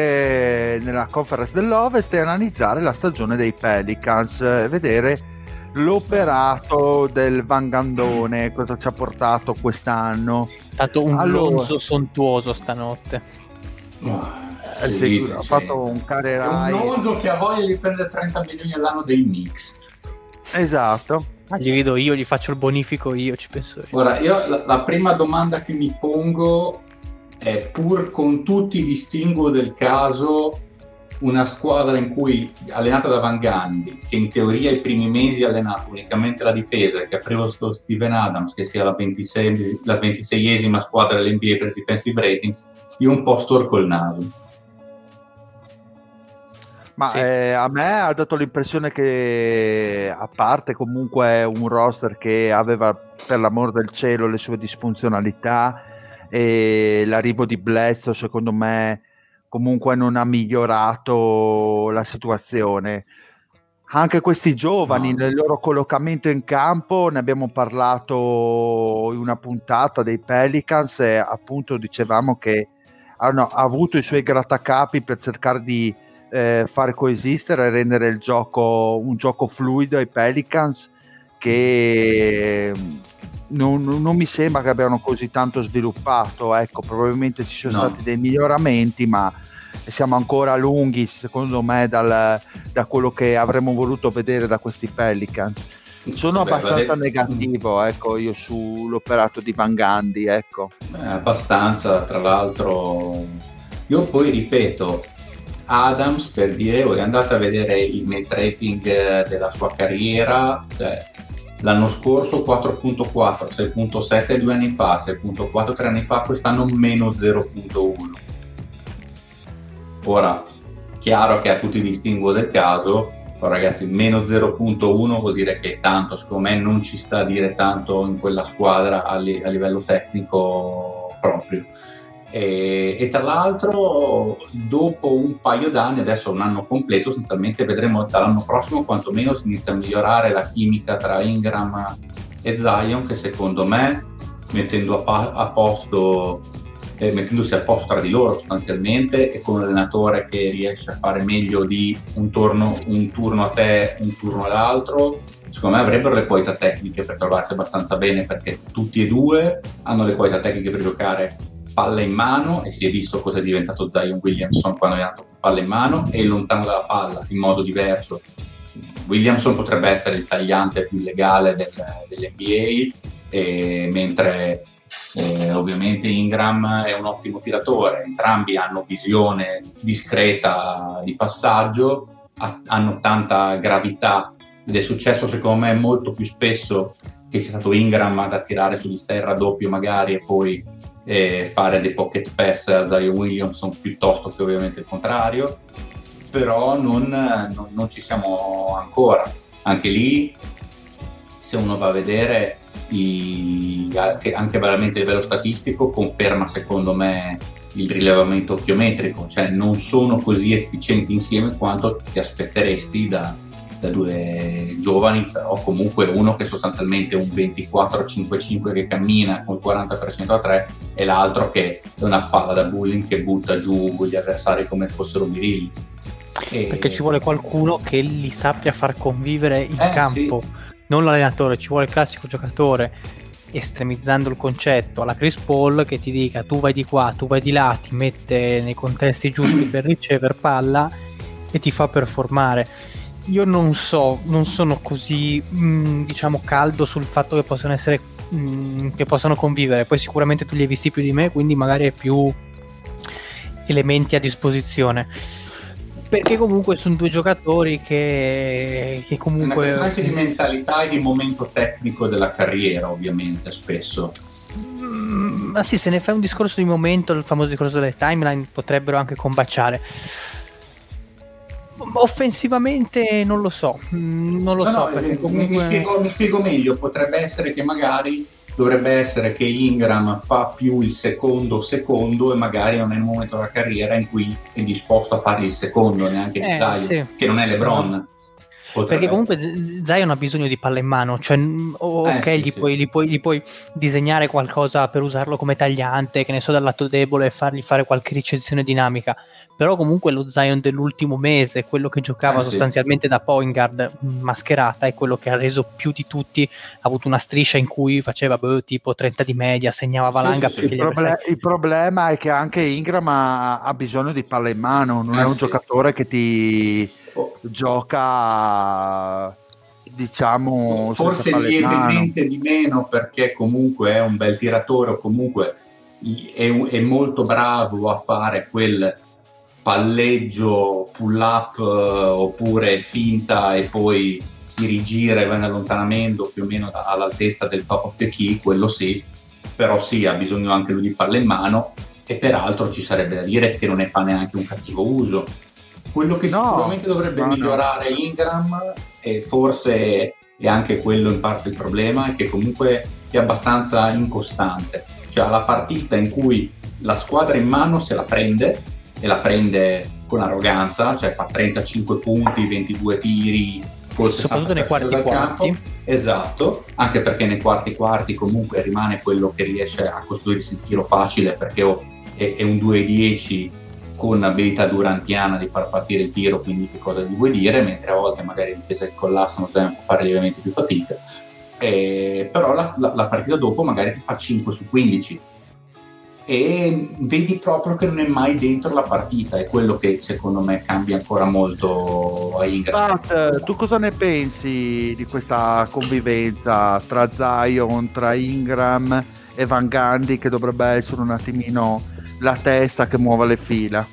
rimanere nella Conference dell'Ovest e analizzare la stagione dei Pelicans, vedere l'operato del Vangandone cosa ci ha portato quest'anno. Tanto un allora, lonzo sontuoso stanotte. Oh, eh, sì, sì, sì. ha fatto un carerai. È un lonzo che ha voglia di prendere trenta milioni all'anno dei Knicks. Esatto. Ma gli vedo io, gli faccio il bonifico io, ci penso io. Ora, io la, la prima domanda che mi pongo è, pur con tutti i distinguo del caso, una squadra in cui allenata da Van Gundy, che in teoria i primi mesi ha allenato unicamente la difesa e che ha preso Steven Adams, che sia la, ventisei, la ventiseiesima squadra dell'N B A per defensive ratings, io un po' storco il naso. Ma sì. eh, a me ha dato l'impressione che, a parte comunque un roster che aveva, per l'amor del cielo, le sue disfunzionalità, e l'arrivo di Bledsoe secondo me comunque non ha migliorato la situazione. Anche questi giovani, No. nel loro collocamento in campo, ne abbiamo parlato in una puntata dei Pelicans e appunto dicevamo che hanno avuto i suoi grattacapi per cercare di eh, far coesistere e rendere il gioco un gioco fluido ai Pelicans, che non, non mi sembra che abbiano così tanto sviluppato. Ecco, probabilmente ci sono No. stati dei miglioramenti, ma siamo ancora lunghi secondo me dal, da quello che avremmo voluto vedere da questi Pelicans. Sono Beh, abbastanza vabbè. negativo, ecco, io sull'operato di Van Gundy, ecco. Eh, abbastanza, tra l'altro. Io poi ripeto, Adams, per dire, voi andate a vedere il net rating eh, della sua carriera, cioè, l'anno scorso quattro virgola quattro, sei virgola sette due anni fa, sei virgola quattro tre anni fa, quest'anno meno zero virgola uno. Ora, chiaro che a tutti i distinguo del caso, però ragazzi, meno zero virgola uno vuol dire che è tanto, secondo me non ci sta a dire tanto in quella squadra a, li- a livello tecnico proprio. E, e tra l'altro dopo un paio d'anni, adesso un anno completo, essenzialmente vedremo dall'anno prossimo quantomeno si inizia a migliorare la chimica tra Ingram e Zion, che secondo me mettendo a, pa- a posto eh, mettendosi a posto tra di loro sostanzialmente, e con un allenatore che riesce a fare meglio di un turno, un turno a te, un turno all'altro, secondo me avrebbero le qualità tecniche per trovarsi abbastanza bene, perché tutti e due hanno le qualità tecniche per giocare palla in mano, e si è visto cosa è diventato Zion Williamson quando è andato con palla in mano e lontano dalla palla in modo diverso. Williamson potrebbe essere il tagliante più legale del, dell'N B A, e, mentre eh, ovviamente Ingram è un ottimo tiratore. Entrambi hanno visione discreta di passaggio, ha, hanno tanta gravità, ed è successo secondo me molto più spesso che sia stato Ingram ad attirare sugli stay raddoppio magari e poi e fare dei pocket pass a Zion Williamson piuttosto che ovviamente il contrario, però non, non, non ci siamo ancora. Anche lì, se uno va a vedere i, anche veramente a livello statistico, conferma secondo me il rilevamento chiometrico, cioè non sono così efficienti insieme quanto ti aspetteresti da, da due giovani, o comunque uno che sostanzialmente è un ventiquattro cinque cinque che cammina con il quaranta per cento a tre, e l'altro che è una palla da bowling che butta giù gli avversari come fossero birilli. E... perché ci vuole qualcuno che li sappia far convivere in eh, campo, sì. Non l'allenatore, ci vuole il classico giocatore, estremizzando il concetto, alla Chris Paul, che ti dica tu vai di qua, tu vai di là, ti mette nei contesti giusti per ricevere palla e ti fa performare. Io non so, non sono così mh, diciamo caldo sul fatto che possano essere mh, che possano convivere. Poi sicuramente tu li hai visti più di me, quindi magari hai più elementi a disposizione, perché comunque sono due giocatori che, che comunque una questione di mentalità e di momento tecnico della carriera, ovviamente spesso. Mm, ma sì, se ne fai un discorso di momento, il famoso discorso delle timeline, potrebbero anche combaciare. Offensivamente non lo so, non lo no, so no, perché mi, comunque... mi, spiego, mi spiego meglio. Potrebbe essere che magari dovrebbe essere che Ingram fa più il secondo secondo e magari non è un momento della carriera in cui è disposto a fare il secondo, neanche eh, il taglio, sì. che non è LeBron. No. Perché comunque Zion ha bisogno di palla in mano, cioè ok, eh, sì, gli, sì. Puoi, gli, puoi, gli puoi disegnare qualcosa per usarlo come tagliante, che ne so, dal lato debole, e fargli fare qualche ricezione dinamica, però comunque lo Zion dell'ultimo mese, quello che giocava eh, sostanzialmente sì. da point guard mascherata, è quello che ha reso più di tutti, ha avuto una striscia in cui faceva boh, tipo trenta di media, segnava valanga. Sì, sì, sì. Il, proble- il problema è che anche Ingram ha, ha bisogno di palla in mano, non eh, è un sì. giocatore che ti oh. gioca, diciamo, forse lievemente di meno, perché comunque è un bel tiratore, o comunque è, è molto bravo a fare quel palleggio pull up eh, oppure finta e poi si rigira e va in allontanamento più o meno all'altezza del top of the key, quello sì, però sì, ha bisogno anche lui di palla in mano, e peraltro ci sarebbe da dire che non ne fa neanche un cattivo uso. Quello che no, sicuramente dovrebbe no, migliorare no. Ingram, e forse è anche quello in parte il problema, è che comunque è abbastanza incostante, cioè la partita in cui la squadra in mano se la prende e la prende con arroganza, cioè fa trentacinque punti, ventidue tiri, soprattutto nei quarti quarti. Esatto, anche perché nei quarti quarti comunque rimane quello che riesce a costruirsi il tiro facile, perché oh, è, è un due dieci con abilità durantiana di far partire il tiro, quindi che cosa gli vuoi dire, mentre a volte magari in difesa che collassano devono fare lievemente più fatica, eh, però la, la, la partita dopo magari ti fa cinque su quindici e vedi proprio che non è mai dentro la partita, è quello che secondo me cambia ancora molto a Ingram. Pat, tu cosa ne pensi di questa convivenza tra Zion, tra Ingram e Van Gundy, che dovrebbe essere un attimino la testa che muove le fila?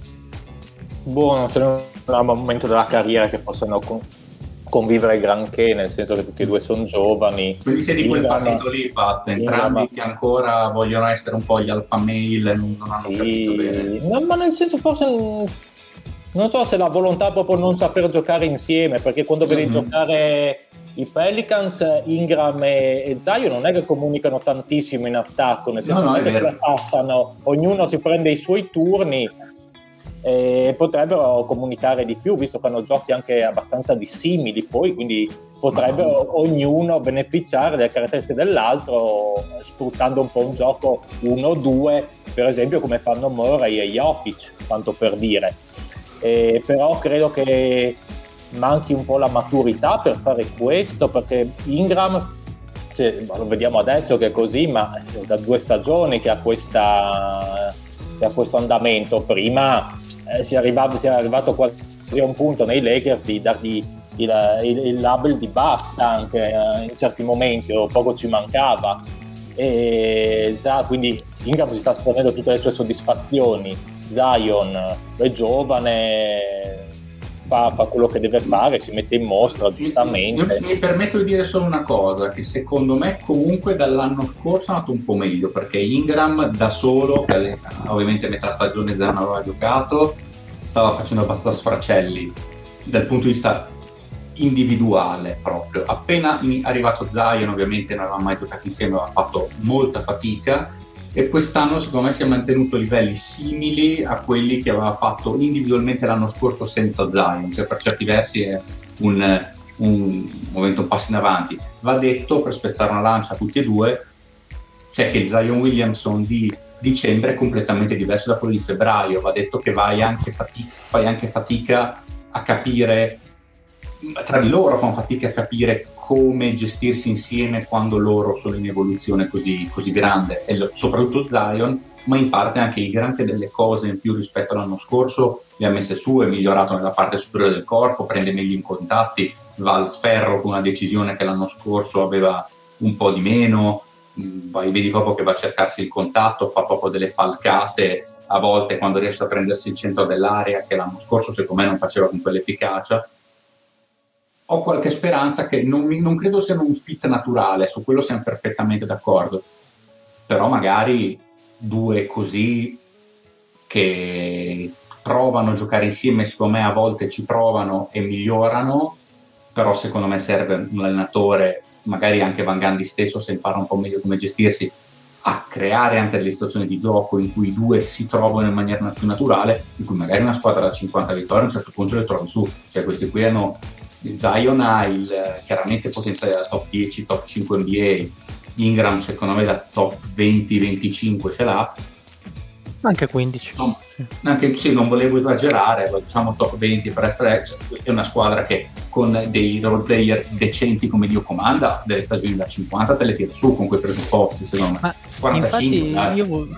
Boh, non sono un momento della carriera che possano con- convivere granché, nel senso che tutti e due sono giovani. Quindi sei di quel partito lì, Pat, entrambi Ingram... che ancora vogliono essere un po' gli alfa male, non, non hanno sì, capito bene. No, ma nel senso forse non so se la volontà proprio non saper giocare insieme, perché quando vedi mm-hmm. giocare i Pelicans, Ingram e, e Zion non è che comunicano tantissimo in attacco, nel senso no, no, che se la passano, ognuno si prende i suoi turni e potrebbero comunicare di più, visto che hanno giochi anche abbastanza dissimili poi, quindi potrebbero no. ognuno beneficiare delle caratteristiche dell'altro, sfruttando un po' un gioco uno due, per esempio come fanno Murray e Jokic, tanto per dire. E però credo che manchi un po' la maturità per fare questo, perché Ingram, se, lo vediamo adesso che è così, ma è da due stagioni che ha questa che ha questo andamento. Prima eh, si, è arrivato, si è arrivato quasi a un punto nei Lakers di dargli il, il, il label di basta anche eh, in certi momenti, o poco ci mancava, e sa, quindi Ingram si sta spendendo tutte le sue soddisfazioni. Zion è giovane, Fa, fa quello che deve fare, si mette in mostra giustamente. Mi, mi permetto di dire solo una cosa, che secondo me comunque dall'anno scorso è andato un po' meglio, perché Ingram da solo, ovviamente metà stagione Zion aveva giocato, stava facendo abbastanza sfracelli dal punto di vista individuale proprio. Appena arrivato Zion, ovviamente non aveva mai giocato insieme, aveva fatto molta fatica, e quest'anno secondo me si è mantenuto a livelli simili a quelli che aveva fatto individualmente l'anno scorso senza Zion, cioè per certi versi è un, un momento un passo in avanti. Va detto, per spezzare una lancia a tutti e due, cioè che il Zion Williamson di dicembre è completamente diverso da quello di febbraio. Va detto che vai anche fatica, fai anche fatica a capire, tra di loro fanno fatica a capire come gestirsi insieme quando loro sono in evoluzione così, così grande, e lo, soprattutto Zion, ma in parte anche Ingram, che delle cose in più rispetto all'anno scorso le ha messe su, è migliorato nella parte superiore del corpo, prende meglio i contatti, va al ferro con una decisione che l'anno scorso aveva un po' di meno, vai, vedi proprio che va a cercarsi il contatto, fa proprio delle falcate a volte quando riesce a prendersi il centro dell'area, che l'anno scorso secondo me non faceva con quell'efficacia. Ho qualche speranza che non, non credo siano un fit naturale, su quello siamo perfettamente d'accordo, però magari due così che provano a giocare insieme, secondo me a volte ci provano e migliorano, però secondo me serve un allenatore, magari anche Van Gundy stesso, se impara un po' meglio come gestirsi, a creare anche delle situazioni di gioco in cui i due si trovano in maniera più naturale, in cui magari una squadra da cinquanta vittorie a un certo punto le trovi su, cioè questi qui hanno Zion ha il chiaramente potenziale da top dieci, top cinque N B A. Ingram secondo me da top venti venticinque ce l'ha, anche quindici, no, anche sì, non volevo esagerare, diciamo top venti per essere, è una squadra che con dei role player decenti come Dio comanda delle stagioni da cinquanta te le tira su con quei presupposti, secondo me. Ma quarantacinque, infatti io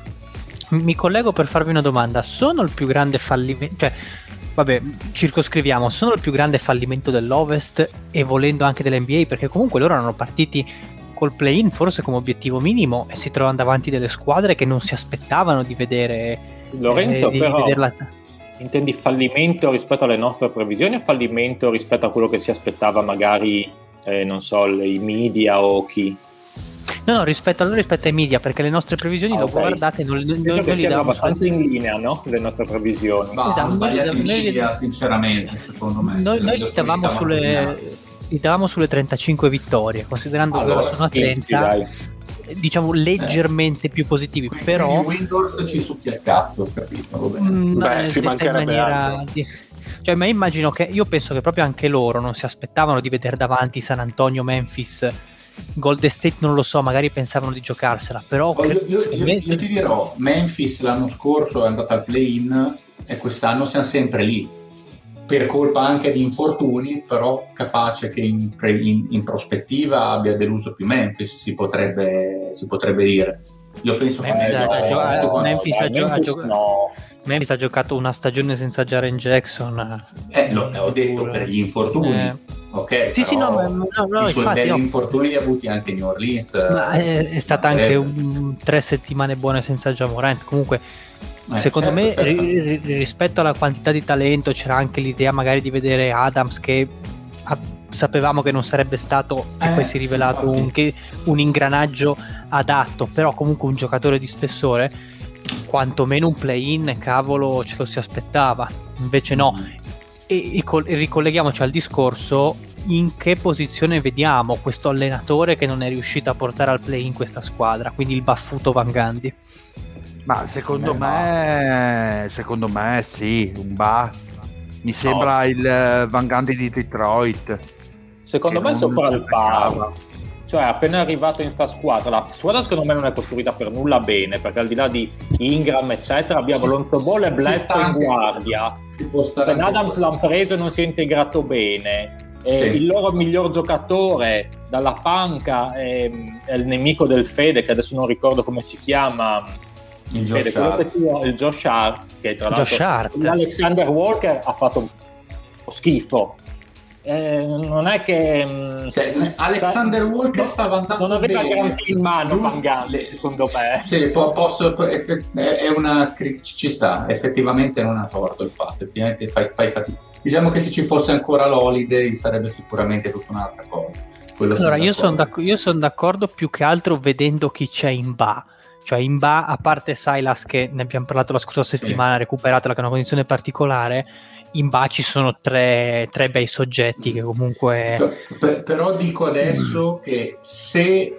mi collego per farvi una domanda: sono il più grande fallimento, cioè vabbè, circoscriviamo, sono il più grande fallimento dell'Ovest e volendo anche dell'N B A, perché comunque loro erano partiti col play-in forse come obiettivo minimo e si trovano davanti delle squadre che non si aspettavano di vedere. Lorenzo, eh, di però vederla... intendi fallimento rispetto alle nostre previsioni o fallimento rispetto a quello che si aspettava magari, eh, non so, i media o chi? No, no, rispetto, allora, rispetto ai media, perché le nostre previsioni ah, le okay. guardate, non, non, penso non che siano abbastanza stati... in linea, no? Le nostre previsioni. Ma esatto, sbagliati noi, media, noi, sinceramente, secondo me. Noi, noi stavamo sulle... davamo sulle trentacinque vittorie, considerando allora, che ora sono a trenta, sì, diciamo leggermente eh. più positivi. Quindi, però Windows ci succhia il cazzo, capito? Mh, Beh, ci mancherebbe altro. Di... Cioè, ma immagino che io penso che proprio anche loro non si aspettavano di vedere davanti San Antonio, Memphis, Golden State, non lo so, magari pensavano di giocarsela, però oh, io, io, io, me... io ti dirò, Memphis l'anno scorso è andata al play-in e quest'anno siamo sempre lì. Per colpa anche di infortuni, però capace che in, pre, in, in prospettiva abbia deluso più Memphis, si potrebbe, si potrebbe dire. Io penso Memphis che ha, giocato, no, Memphis, dai, ha, gio- Memphis, ha, gio- no. Memphis ha giocato una stagione senza Jaren Jackson. Eh, lo ho detto per gli infortuni. Eh. Ok, sì, sì, no, ma, no, no, i suoi infatti, belli no. infortuni li ha avuti anche New Orleans. Ma è, è stata anche un, tre settimane buone senza Ja Morant. Comunque, eh, secondo certo, me, certo. Ri, ri, rispetto alla quantità di talento, c'era anche l'idea magari di vedere Adams, che a, sapevamo che non sarebbe stato, e eh, poi si è rivelato un, che, un ingranaggio adatto, però comunque un giocatore di spessore. Quantomeno un play-in, cavolo, ce lo si aspettava. Invece no. Mm. E, e, col, e ricolleghiamoci al discorso: in che posizione vediamo questo allenatore che non è riuscito a portare al play in questa squadra, quindi il baffuto Van Gundy? Ma secondo me secondo me sì, un ba mi sembra no. il Van Gundy di Detroit, secondo me sopra il par, cioè appena arrivato in sta squadra, la squadra secondo me non è costruita per nulla bene, perché al di là di Ingram eccetera abbiamo Lonzo Ball e Bledsoe in guardia, Ben Adams l'hanno preso e non si è integrato bene. Eh, sì. Il loro miglior giocatore dalla panca è, è il nemico del Fede, che adesso non ricordo come si chiama, il Fede, Josh Hart, tu, il Josh Hart, che tra Josh l'altro Hart. l'Alexander Walker ha fatto schifo. Eh, non è che cioè, Alexander cioè, Walker no, stava andando non aveva bene. Garanti in mano Van Gundy, secondo me. Sì, posso, è una, ci sta, effettivamente non ha torto il fatto, effettivamente fai, fai fatica. Diciamo che se ci fosse ancora l'Holiday sarebbe sicuramente tutta un'altra cosa. Quello allora sono io sono d'accordo, son d'accordo più che altro vedendo chi c'è in ba. Cioè in ba, a parte Silas, che ne abbiamo parlato la scorsa settimana, sì. recuperatela, che è una condizione particolare, in ba ci sono tre, tre bei soggetti che comunque... Per, però dico adesso che se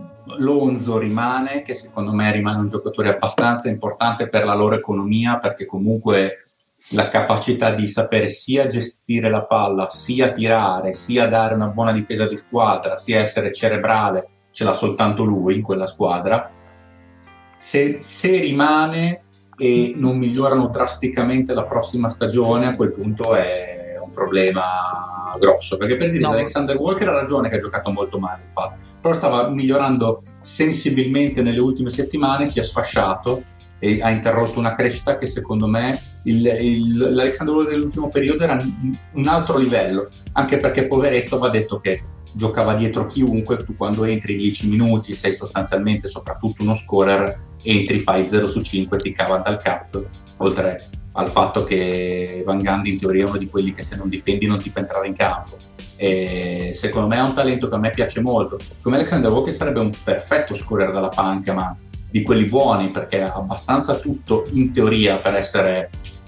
Lonzo rimane, che secondo me rimane un giocatore abbastanza importante per la loro economia, perché comunque la capacità di sapere sia gestire la palla, sia tirare, sia dare una buona difesa di squadra, sia essere cerebrale, ce l'ha soltanto lui in quella squadra. Se, se rimane e non migliorano drasticamente la prossima stagione, a quel punto è un problema grosso, perché per dire no. Alexander Walker ha ragione che ha giocato molto male, però stava migliorando sensibilmente nelle ultime settimane, si è sfasciato e ha interrotto una crescita che secondo me il, il, l'Alexander Walker dell'ultimo periodo era un altro livello, anche perché poveretto va detto che giocava dietro chiunque, tu quando entri dieci minuti sei sostanzialmente soprattutto uno scorer, entri, fai zero su cinque, ti cava dal cazzo, oltre al fatto che Van Gundy in teoria è uno di quelli che se non difendi non ti fa entrare in campo, e secondo me è un talento che a me piace molto. Come Alexander Walker sarebbe un perfetto scorer dalla panca, ma di quelli buoni, perché ha abbastanza tutto in teoria per essere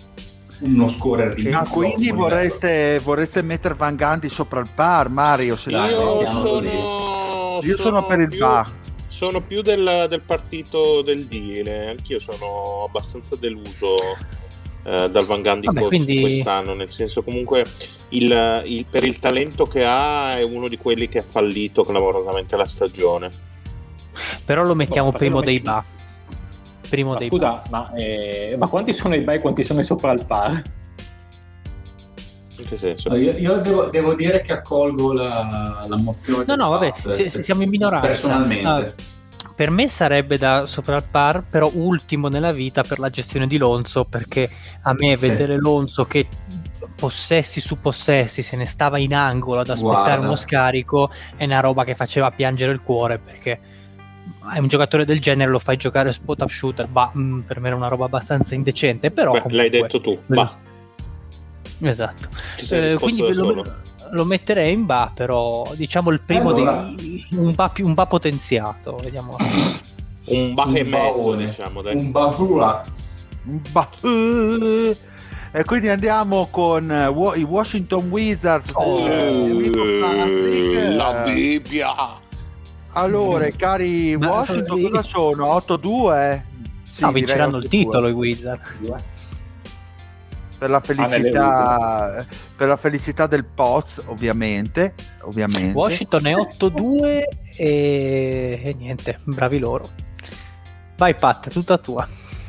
uno scorer di ah, quindi vorreste, vorreste mettere Van Gundy sopra il par, Mario? Se io dai, sono, io sono sono per il più, bar. Sono più del, del partito del Dile, anch'io sono abbastanza deluso eh, dal Van Gundy Vabbè, Coach quindi... quest'anno, nel senso comunque il, il, per il talento che ha è uno di quelli che ha fallito clamorosamente la stagione. Però lo mettiamo Oh, primo lo dei metti... ba. Primo ma dei scusa, ba. ma, eh, ma quanti sono i ba e quanti sono i sopra il par? In che senso? Io, io devo, devo dire che accolgo la, la mozione. No, no, vabbè, se, se siamo in minoranza. Personalmente. Uh, per me sarebbe da sopra il par, però ultimo nella vita per la gestione di Lonzo, perché a me Sì. vedere Lonzo che possessi su possessi se ne stava in angolo ad aspettare Guarda. uno scarico è una roba che faceva piangere il cuore, perché è un giocatore del genere, lo fai giocare spot up shooter, bah, mh, per me era una roba abbastanza indecente, però Beh, comunque, l'hai detto tu, bah. Esatto. Ci sei Eh, risposto quindi da lo, solo. lo metterei in ba, però diciamo il primo Allora. dei, un ba più un ba potenziato, vediamo. Un bah Un e mezzo, baone. diciamo, dai. Un bahua. Bah. E quindi andiamo con eh, Wa- i Washington Wizards Oh, del mio amico Patrick. La Bibbia. Allora, cari Ma- Washington, cosa sono? otto due? Sì, No, direi vinceranno il otto due. titolo i Wizard. Per la Ah, nelle felicità per la felicità del Poz, ovviamente, ovviamente. Washington è otto due e... e niente, bravi loro. Vai Pat, tutta tua.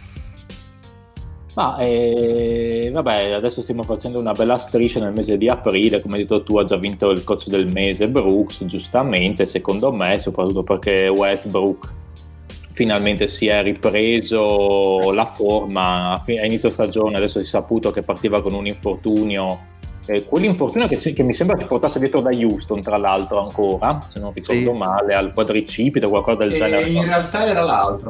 Ma eh, vabbè, adesso stiamo facendo una bella striscia nel mese di aprile, come hai detto tu, ha già vinto il coach del mese Brooks, giustamente, secondo me, soprattutto perché Westbrook finalmente si è ripreso la forma a inizio stagione. Adesso si è saputo che partiva con un infortunio, eh, quell'infortunio che, che mi sembra che portasse dietro da Houston, tra l'altro, ancora, se non ricordo Sì. male, al quadricipite o qualcosa del E genere. in realtà era l'altro.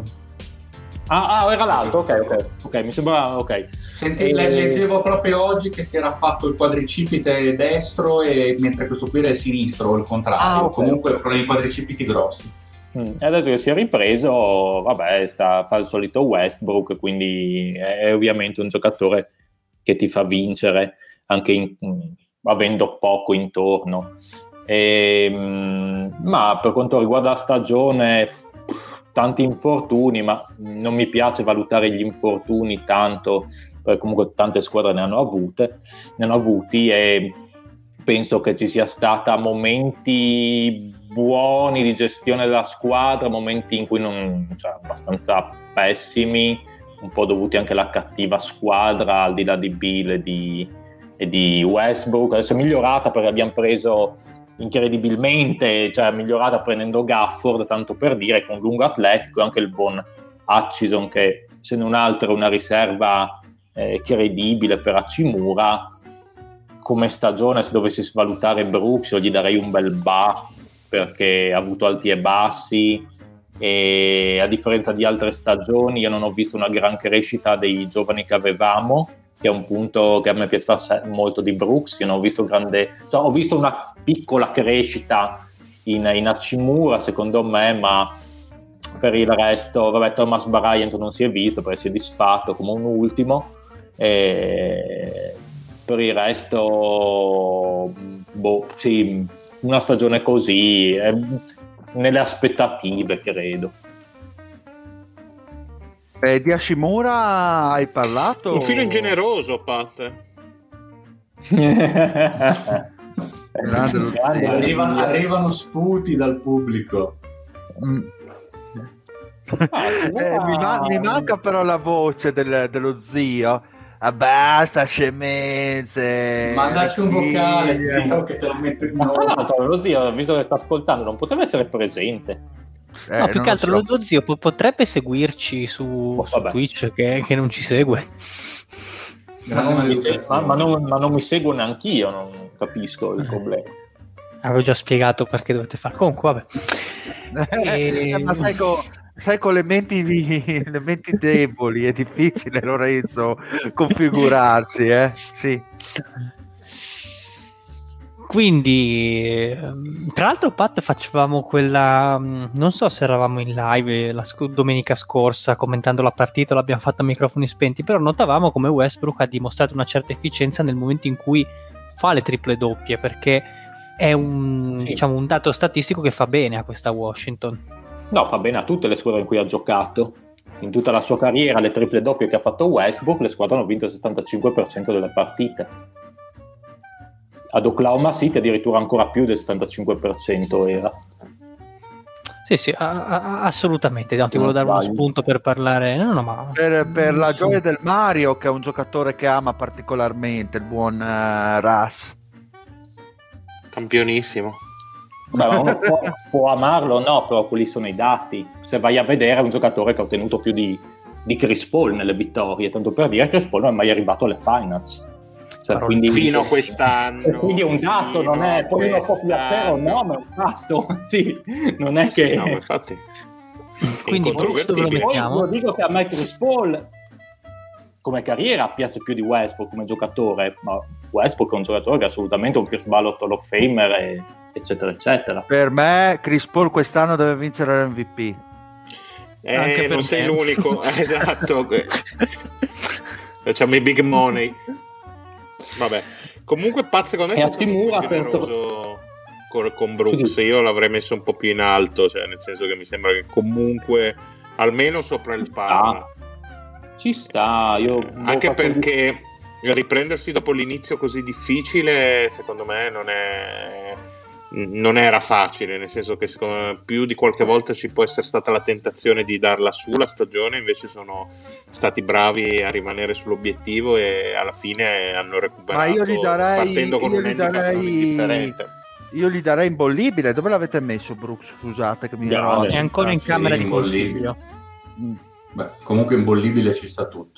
Ah, ah, era l'altro, ok, ok, ok, mi sembra, ok. Senti, E- le- leggevo proprio oggi che si era fatto il quadricipite destro, e mentre questo qui era il sinistro, o il contrario. Ah, ok. Comunque problemi quadricipiti grossi. Mm, E adesso che si è ripreso, vabbè, sta, fa il solito Westbrook, quindi è, è ovviamente un giocatore che ti fa vincere anche in- in- avendo poco intorno. E, mm, ma per quanto riguarda la stagione, tanti infortuni, ma non mi piace valutare gli infortuni tanto, perché comunque tante squadre ne hanno avute, ne hanno avuti, e penso che ci sia stata momenti buoni di gestione della squadra, momenti in cui non, cioè, abbastanza pessimi, un po' dovuti anche alla cattiva squadra, al di là di Bill e di, e di Westbrook. Adesso è migliorata perché abbiamo preso incredibilmente, cioè è migliorata prendendo Gafford, tanto per dire, con lungo atletico, e anche il buon Hutchison, che se non altro è una riserva eh, credibile per Hachimura. Come stagione, se dovessi svalutare Brooks, io gli darei un bel ba, perché ha avuto alti e bassi, e a differenza di altre stagioni io non ho visto una gran crescita dei giovani che avevamo, che è un punto che a me piace molto di Brooks. Io non ho visto grande, cioè, ho visto una piccola crescita in, in Hachimura, secondo me, ma per il resto, vabbè, Thomas Bryant non si è visto perché si è disfatto come un ultimo, e per il resto, boh, sì, una stagione così, è nelle aspettative, credo. Eh, di Hashimura hai parlato? Un filo ingeneroso, Pat. Grande lo- Grande, Arrivano, arrivano sputi dal pubblico. Mm. Ah, Eh, mi, ma- mi manca però la voce del- dello zio. Ah, basta scemenze. Mandaci un vocale, Figlia. zio, che te lo metto in Ma tra nome. l'altro lo zio, visto che sta ascoltando, non poteva essere presente. Eh, no, più non che altro lo lo, lo zio po- potrebbe seguirci su, Oh, su vabbè. Twitch che, che non ci segue. Ma non, mi se- maleducazione. ma- ma non- ma non mi seguo neanch'io, non capisco il problema. Avevo già spiegato perché dovete fare. Comunque, vabbè. Eh, E- ma sai, co- sai con le menti, di- le menti deboli è difficile, Lorenzo, configurarsi, eh? Sì. Quindi, ehm, tra l'altro, Pat, facevamo quella. mh, Non so se eravamo in live la sc- domenica scorsa commentando la partita, l'abbiamo fatta a microfoni spenti, però notavamo come Westbrook ha dimostrato una certa efficienza nel momento in cui fa le triple doppie, perché è un, Sì. diciamo, un dato statistico che fa bene a questa Washington. No, fa bene a tutte le squadre in cui ha giocato. in tutta la sua carriera, le triple doppie che ha fatto Westbrook, le squadre hanno vinto il settantacinque per cento delle partite. Ad Oklahoma City addirittura ancora più del settantacinque per cento era. Sì, sì, a- a- assolutamente. No, ti volevo dare uno spunto per parlare. No, no, ma... Per, per la gioia del Mario, che è un giocatore che ama particolarmente, il buon uh, Russ. Campionissimo. Beh, ma uno può, può amarlo o no, però quelli sono i dati. Se vai a vedere, è un giocatore che ha ottenuto più di, di Chris Paul nelle vittorie. Tanto per dire, Chris Paul non è mai arrivato alle finals. Cioè, quindi, fino a quest'anno. Quindi è un dato, non è poi uno può piacere, no, ma è un fatto. Sì, non è che. No, infatti. Quindi Brooks dove lo mettiamo? Io dico che a me Chris Paul come carriera piace più di Westbrook come giocatore, ma Westbrook è un giocatore che è assolutamente un first ballot Hall of Famer, e, eccetera, eccetera. Per me Chris Paul quest'anno deve vincere l'M V P. Eh, Anche non per sei me. l'unico, esatto. Facciamo i big money. Vabbè, comunque Paz secondo me E è a stato Timura molto generoso con, con Brooks. Sì. Io l'avrei messo un po' più in alto, cioè nel senso che mi sembra che comunque almeno sopra il Parma. Ci sta, io Anche ho fatto perché riprendersi dopo l'inizio così difficile, secondo me non è non era facile, nel senso che secondo me più di qualche volta ci può essere stata la tentazione di darla su la stagione, invece sono stati bravi a rimanere sull'obiettivo e alla fine hanno recuperato, Ma io gli darei, partendo con io un gli handicap darei, non indifferente. io gli darei imbollibile. Dove l'avete messo Brooks? Scusate che mi Grande. ero... È ancora in Sì, camera di imbollibile. consiglio. Mm. Beh, comunque imbollibile ci sta tutto.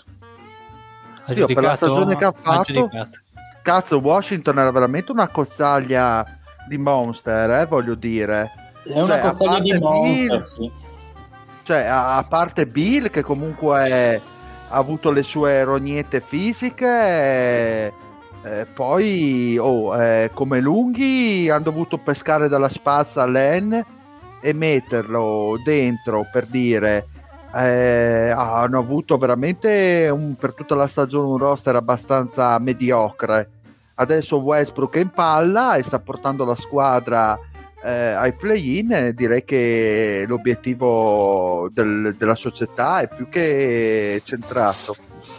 Ha Sì, per la stagione che ha fatto, giudicato. cazzo, Washington era veramente una cozzaglia di monster, eh, voglio dire. È una Cioè, a cozzaglia di parte monster, Bill- sì. Cioè, a, a parte Bill, che comunque è- ha avuto le sue rognette fisiche, eh, eh, poi oh, eh, come lunghi hanno dovuto pescare dalla spazza Len e metterlo dentro, per dire. Eh, hanno avuto veramente un, per tutta la stagione un roster abbastanza mediocre. Adesso Westbrook è in palla e sta portando la squadra eh, ai play-in, e direi che l'obiettivo del- della società è più che centrato.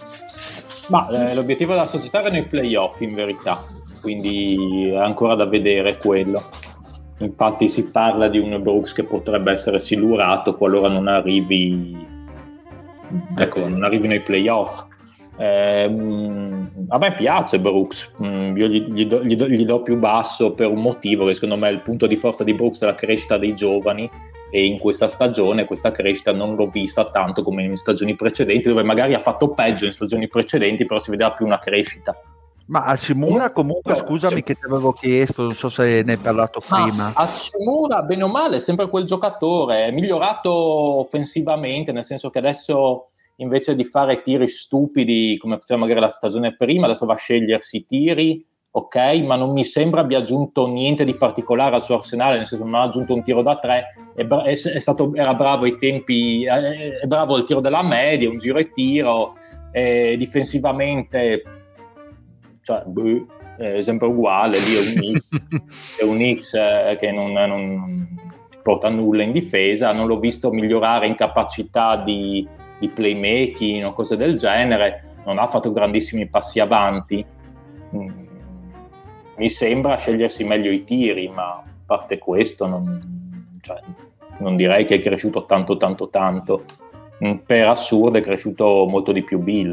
Ma eh, l'obiettivo della società erano i playoff in verità, quindi è ancora da vedere quello. Infatti si parla di un Brooks che potrebbe essere silurato qualora non arrivi, ecco, non arrivino i playoff. Eh, mh, a me piace Brooks, mh, io gli, gli, do, gli, do, gli do più basso per un motivo, che secondo me il punto di forza di Brooks è la crescita dei giovani, e in questa stagione questa crescita non l'ho vista tanto come in stagioni precedenti, dove magari ha fatto peggio in stagioni precedenti, però si vedeva più una crescita. Ma a Shimura comunque, Però, scusami sì. che ti avevo chiesto, non so se ne hai parlato prima. Ma Hachimura, bene o male, è sempre quel giocatore, è migliorato offensivamente, nel senso che adesso invece di fare tiri stupidi come faceva magari la stagione prima, adesso va a scegliersi i tiri, ok, ma non mi sembra abbia aggiunto niente di particolare al suo arsenale, nel senso non ha aggiunto un tiro da tre, è, bra- è, è stato, era bravo ai tempi, è, è bravo al tiro della media, un giro e tiro, eh, difensivamente, cioè, boh, è sempre uguale, lì è un X, è un X eh, che non, non porta nulla in difesa, non l'ho visto migliorare in capacità di, di playmaking o cose del genere, non ha fatto grandissimi passi avanti. Mm. Mi sembra scegliersi meglio i tiri, ma a parte questo non, cioè, non direi che è cresciuto tanto tanto tanto. Mm, per assurdo è cresciuto molto di più Bill.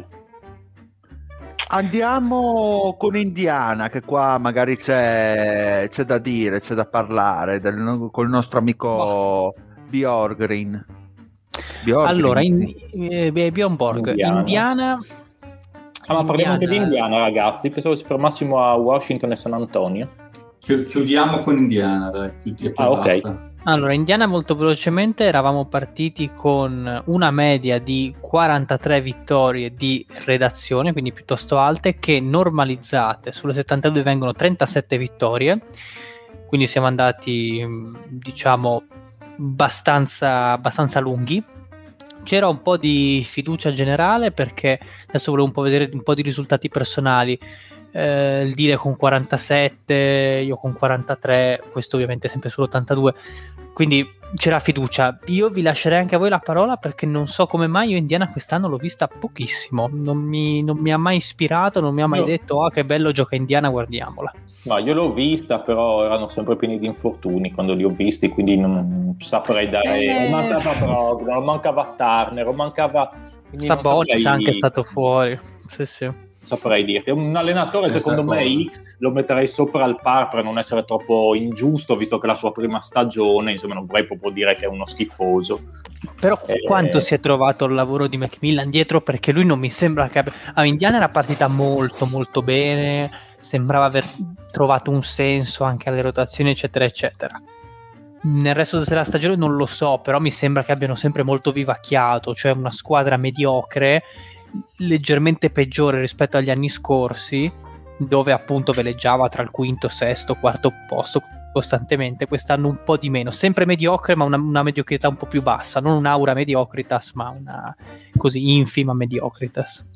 Andiamo con Indiana, che qua magari c'è, c'è da dire, c'è da parlare del, col nostro amico Bjorgren. Bjorgren. Allora, in, eh, Bjorn Borg, Indiana. Indiana. Ah, ma parliamo anche di Indiana, ragazzi. Pensavo ci fermassimo a Washington e San Antonio. Chi- Chiudiamo con Indiana, dai. Chiudi e poi Ah, ok. basta. Allora, Indiana molto velocemente eravamo partiti con una media di quarantatré vittorie di redazione, quindi piuttosto alte, che normalizzate sulle settantadue vengono trentasette vittorie, quindi siamo andati, diciamo, abbastanza, abbastanza lunghi. C'era un po' di fiducia generale perché adesso volevo un po' vedere un po' di risultati personali. eh, il Dile con quarantasette, io con quarantatré, questo ovviamente sempre sull'ottantadue, quindi c'era fiducia. Io vi lascerei anche a voi la parola, perché non so come mai io Indiana quest'anno l'ho vista pochissimo, non mi, non mi ha mai ispirato, non mi ha mai io... detto ah che bello gioca Indiana, guardiamola. Ma io l'ho vista, però erano sempre pieni di infortuni quando li ho visti, quindi non saprei dare. Eh... mancava Brogdon, mancava Turner, mancava Sabonis saprei... anche è stato fuori. Sì, sì. Saprei dirti. Un allenatore, secondo me, X lo metterei sopra al par per non essere troppo ingiusto, visto che è la sua prima stagione, insomma, non vorrei proprio dire che è uno schifoso. Però eh... quanto si è trovato il lavoro di McMillan dietro, perché lui non mi sembra che abbia... a Indiana era partita molto molto bene, sembrava aver trovato un senso anche alle rotazioni eccetera eccetera. Nel resto della stagione non lo so, però mi sembra che abbiano sempre molto vivacchiato, cioè una squadra mediocre, leggermente peggiore rispetto agli anni scorsi, dove appunto veleggiava tra il quinto, sesto, quarto posto costantemente. Quest'anno un po' di meno, sempre mediocre, ma una, una mediocrità un po' più bassa, non un'aura mediocritas, ma una così infima mediocritas.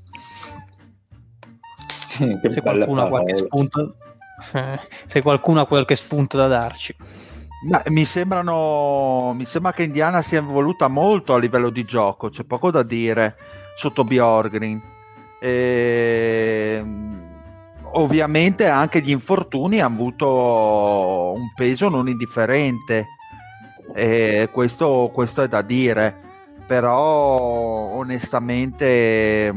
Se qualcuno ha qualche spunto eh, se qualcuno ha qualche spunto da darci. Ma mi sembrano mi sembra che Indiana sia evoluta molto a livello di gioco, c'è poco da dire sotto Bjorkgren. E... ovviamente anche gli infortuni hanno avuto un peso non indifferente, e questo, questo è da dire, però onestamente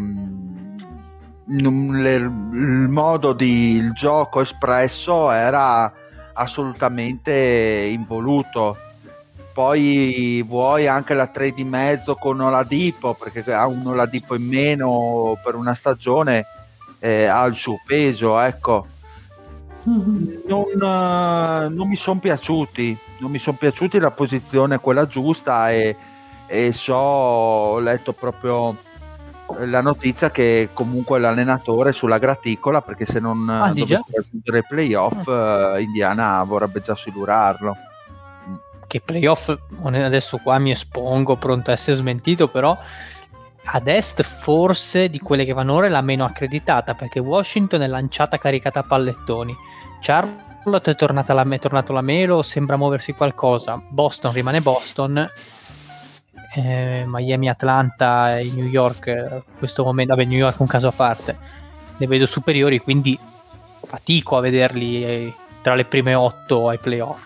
il modo di il gioco espresso era assolutamente involuto. Poi vuoi anche la tre di mezzo con Oladipo, perché ha un Oladipo in meno per una stagione, eh, ha il suo peso, ecco. Non, non mi sono piaciuti non mi sono piaciuti la posizione quella giusta, e, e so ho letto proprio la notizia che comunque l'allenatore sulla graticola, perché se non ah, dovesse raggiungere i playoff eh. Indiana vorrebbe già silurarlo. Che playoff, adesso qua mi espongo pronto a essere smentito, però ad est forse di quelle che vanno ora è la meno accreditata, perché Washington è lanciata caricata a pallettoni, Charlotte è tornata la, è tornato la Melo, sembra muoversi qualcosa, Boston rimane Boston, eh, Miami, Atlanta e New York in questo momento, vabbè, New York è un caso a parte, ne vedo superiori, quindi fatico a vederli eh, tra le prime otto ai playoff.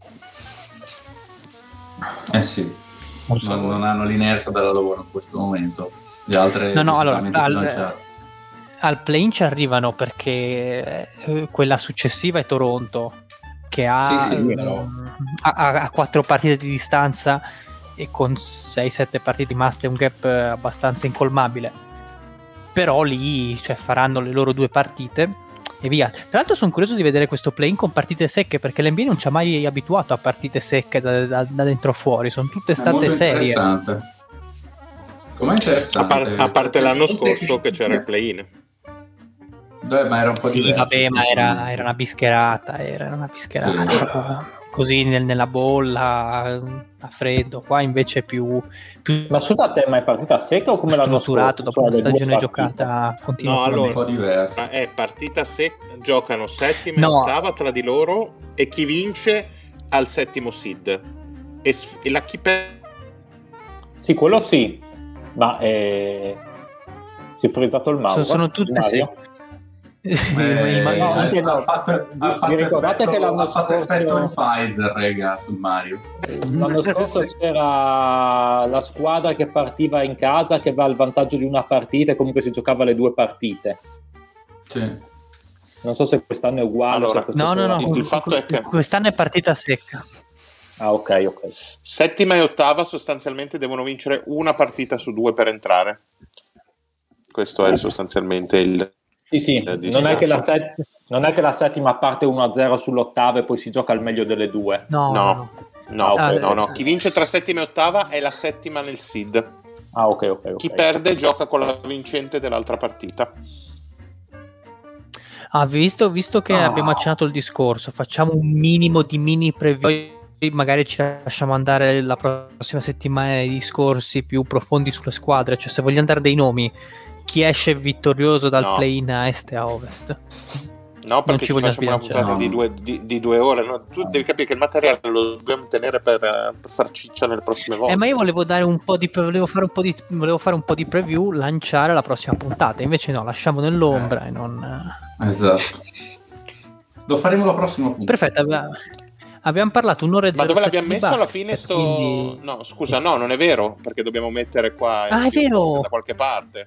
Eh sì, non, non hanno l'inerzia della lavoro in questo momento. Le altre no, no, allora al, al play-in ci arrivano perché eh, quella successiva è Toronto, che ha, sì, sì, eh, ha, ha quattro partite di distanza e con sei sette partite rimaste un gap abbastanza incolmabile. Però lì, cioè, faranno le loro due partite e via. Tra l'altro sono curioso di vedere questo play-in con partite secche, perché l'N B A non ci ha mai abituato a partite secche da, da, da dentro fuori, sono tutte state serie. Interessante. Com'è interessante. A, par- a parte l'anno scorso che c'era il play-in. Beh, ma era un po' sì, diverso. Vabbè, ma era, era una bischerata, era una bischerata. Sì. Così nel, nella bolla a freddo, qua invece è più, più ma scusate, ma è partita secca o come l'anno strutturato dopo cioè una stagione giocata continua? No, allora, un po' diverso. È partita secca, giocano settima no. e ottava tra di loro, e chi vince al settimo seed e, e la chi per... sì, quello sì, ma è... si è frizzato il mouse. Sono, sono tutte sì. Eh, il ma- no, anche no. Ha fatto, ha fatto ricordate effetto, che l'anno ha fatto scorso effetto il Pfizer, rega, sul Mario. L'anno scorso c'era la squadra che partiva in casa che aveva il vantaggio di una partita e comunque si giocava le due partite. Sì. Non so se quest'anno è uguale. Allora, no, no, no, il, il fatto è che quest'anno è partita secca. Ah, ok, ok. Settima e ottava sostanzialmente devono vincere una partita su due per entrare. Questo è sostanzialmente il... Sì, sì, eh, non, è che la set... non è che la settima parte uno a zero sull'ottava e poi si gioca al meglio delle due. No, no, no, ah, okay. no, no. Chi vince tra settima e ottava è la settima nel seed. Ah, ok, ok. okay. Chi perde gioca con la vincente dell'altra partita. Ah, visto, visto che oh. abbiamo accennato il discorso, facciamo un minimo di mini preview, magari ci lasciamo andare la prossima settimana nei discorsi più profondi sulle squadre, cioè se vogliamo dare dei nomi, chi esce vittorioso dal no. play-in a est e a ovest? No, perché ci ci voglio facciamo una sbilanciare. puntata di due, di, di due ore. No? Tu devi capire che il materiale lo dobbiamo tenere per, per far ciccia nelle prossime volte. Eh, ma io volevo dare un po' di volevo fare un po' di volevo fare un po' di preview, lanciare la prossima puntata. Invece no, lasciamo nell'ombra eh. e non. Esatto. Lo faremo la prossima puntata. Perfetto. Abbiamo, abbiamo parlato un'ora e Ma dove l'abbiamo di messo alla basket, fine sto... quindi... No, scusa, no, non è vero, perché dobbiamo mettere qua Ah, è vero! da qualche parte.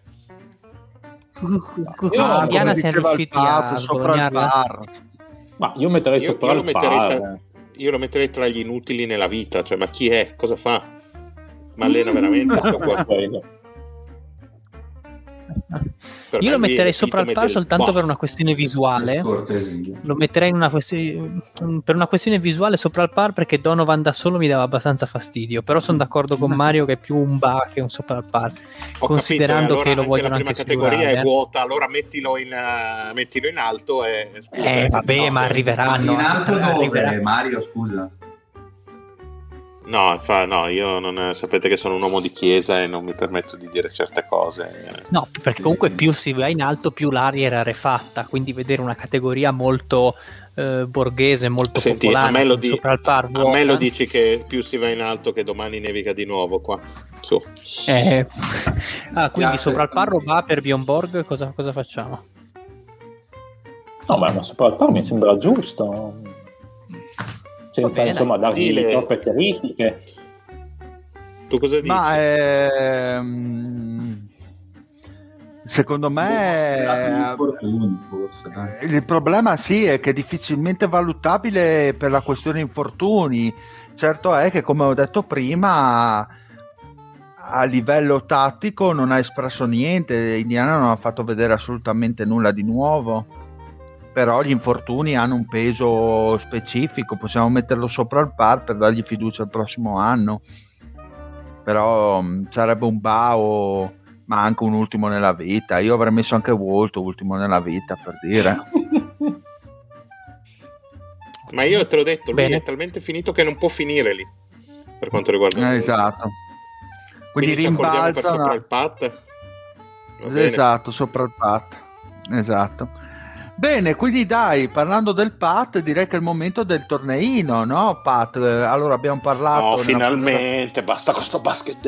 Ah, Diana, come siamo diceva il riusciti Pat, a sopra il sbolognarla? bar. Ma io metterei Io, sopra io lo il metterei par. tra, io lo metterei tra gli inutili nella vita, cioè, ma chi è? Cosa fa? Ma allena veramente? sto qua. Per Io me lo lui metterei è sopra il epitome par del soltanto boh. per una questione visuale. Scortesia. Lo metterei in una questione per una questione visuale sopra il par, perché Donovan da solo mi dava abbastanza fastidio. Però sono d'accordo con Mario che è più un ba che un sopra il par. Ho Considerando capito, e allora che lo anche vogliono la prima anche categoria sfigurare, è eh. vuota, allora mettilo in, uh, mettilo in alto e scusa, Eh vabbè, no, ma arriveranno. In alto dove, arriveranno. Mario, scusa? no, fa, no, io non sapete che sono un uomo di chiesa e non mi permetto di dire certe cose. No, perché comunque più si va in alto più l'aria era rarefatta, quindi vedere una categoria molto eh, borghese, molto Senti, popolare, a me, lo di- sopra il par, a me vuota. lo dici che più si va in alto che domani nevica di nuovo qua. Su. Eh, ah, quindi Grazie. sopra il par va per Bjorn Borg, cosa, cosa facciamo? No, ma sopra il par mi sembra giusto. Senza bene, insomma dargli dile. troppe critiche. Tu cosa dici? Ma ehm, secondo me Infortuni, forse, dai. il problema sì è che è difficilmente valutabile per la questione infortuni. Certo è che, come ho detto prima, a livello tattico non ha espresso niente. Indiana non ha fatto vedere assolutamente nulla di nuovo. Però gli infortuni hanno un peso specifico, possiamo metterlo sopra il par per dargli fiducia il prossimo anno. Però mh, sarebbe un bao, ma anche un ultimo nella vita. Io avrei messo anche Walt ultimo nella vita, per dire. Ma io te l'ho detto, lui Bene. è talmente finito che non può finire lì, per quanto riguarda Eh, esatto. Quindi, Quindi ci accordiamo per rimbalza sopra una- il pat. Va bene. esatto, sopra il pat. Esatto. Bene, quindi dai, parlando del Pat, direi che è il momento del torneino, no Pat? Allora abbiamo parlato... No, nella finalmente, basta con sto basket.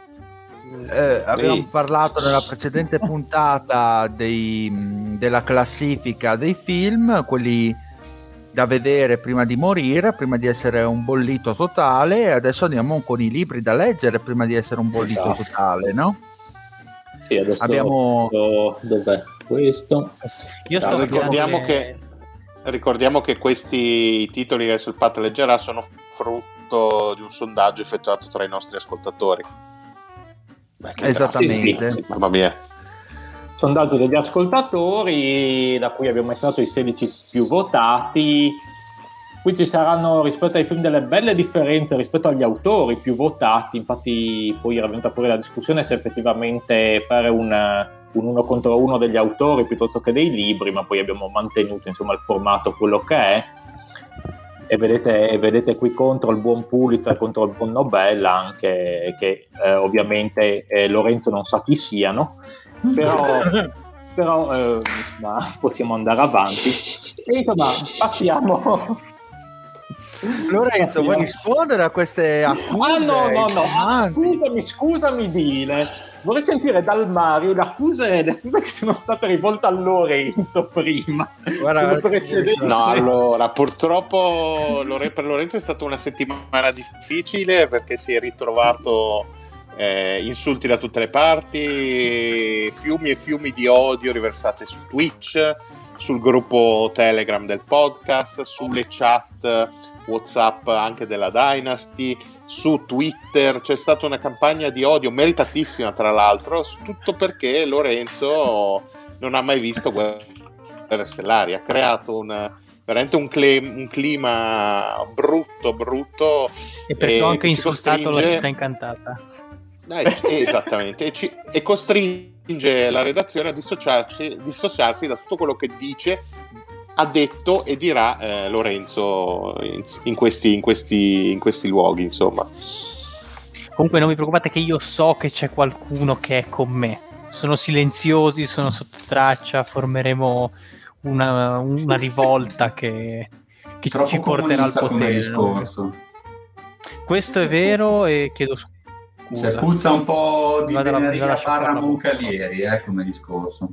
Eh, abbiamo Sì. parlato nella precedente puntata dei, mh, della classifica dei film, quelli da vedere prima di morire, prima di essere un bollito totale, e adesso andiamo con i libri da leggere prima di essere un bollito Esatto. totale, no? Sì, adesso Abbiamo... do- dov'è questo? Io sto Ah, ricordiamo vedendo che ricordiamo che questi titoli che sul Pat leggerà sono frutto di un sondaggio effettuato tra i nostri ascoltatori. Beh, che Esattamente. grafici, sì, mamma mia. Sondaggio degli ascoltatori, da cui abbiamo estratto i sedici più votati. Qui ci saranno, rispetto ai film, delle belle differenze rispetto agli autori più votati. Infatti poi era venuta fuori la discussione se effettivamente fare un, un uno contro uno degli autori piuttosto che dei libri, ma poi abbiamo mantenuto insomma il formato quello che è. E vedete, e vedete qui contro il buon Pulitzer, contro il buon Nobel, anche che eh, ovviamente eh, Lorenzo non sa chi siano, però, però eh, insomma, possiamo andare avanti. E insomma, passiamo. Lorenzo, vuoi rispondere a queste accuse? Ah no, no, no, Ah, scusami, scusami Dile, vorrei sentire dal Mario le accuse, le accuse che sono state rivolte a Lorenzo prima. Guarda, Come precedente. No, allora, purtroppo Lore- per Lorenzo è stata una settimana difficile perché si è ritrovato eh, insulti da tutte le parti, fiumi e fiumi di odio riversate su Twitch, sul gruppo Telegram del podcast, sulle chat WhatsApp anche della Dynasty, su Twitter. C'è stata una campagna di odio meritatissima, tra l'altro, tutto perché Lorenzo non ha mai visto Guerre Stellari, ha creato un, veramente un, cle- un clima brutto brutto e perché ho anche che ci insultato la costringe- città incantata. Eh, esattamente, e, ci- e costringe la redazione a dissociarci, dissociarsi da tutto quello che dice, ha detto e dirà eh, Lorenzo in, in, questi, in, questi, in questi luoghi, insomma. Comunque non vi preoccupate che io so che c'è qualcuno che è con me. Sono silenziosi, sono sotto traccia, formeremo una, una rivolta che, che ci porterà al potere. Questo è vero e chiedo scusa. Cioè, puzza un po' di Veneria barra Moncalieri, eh, come discorso.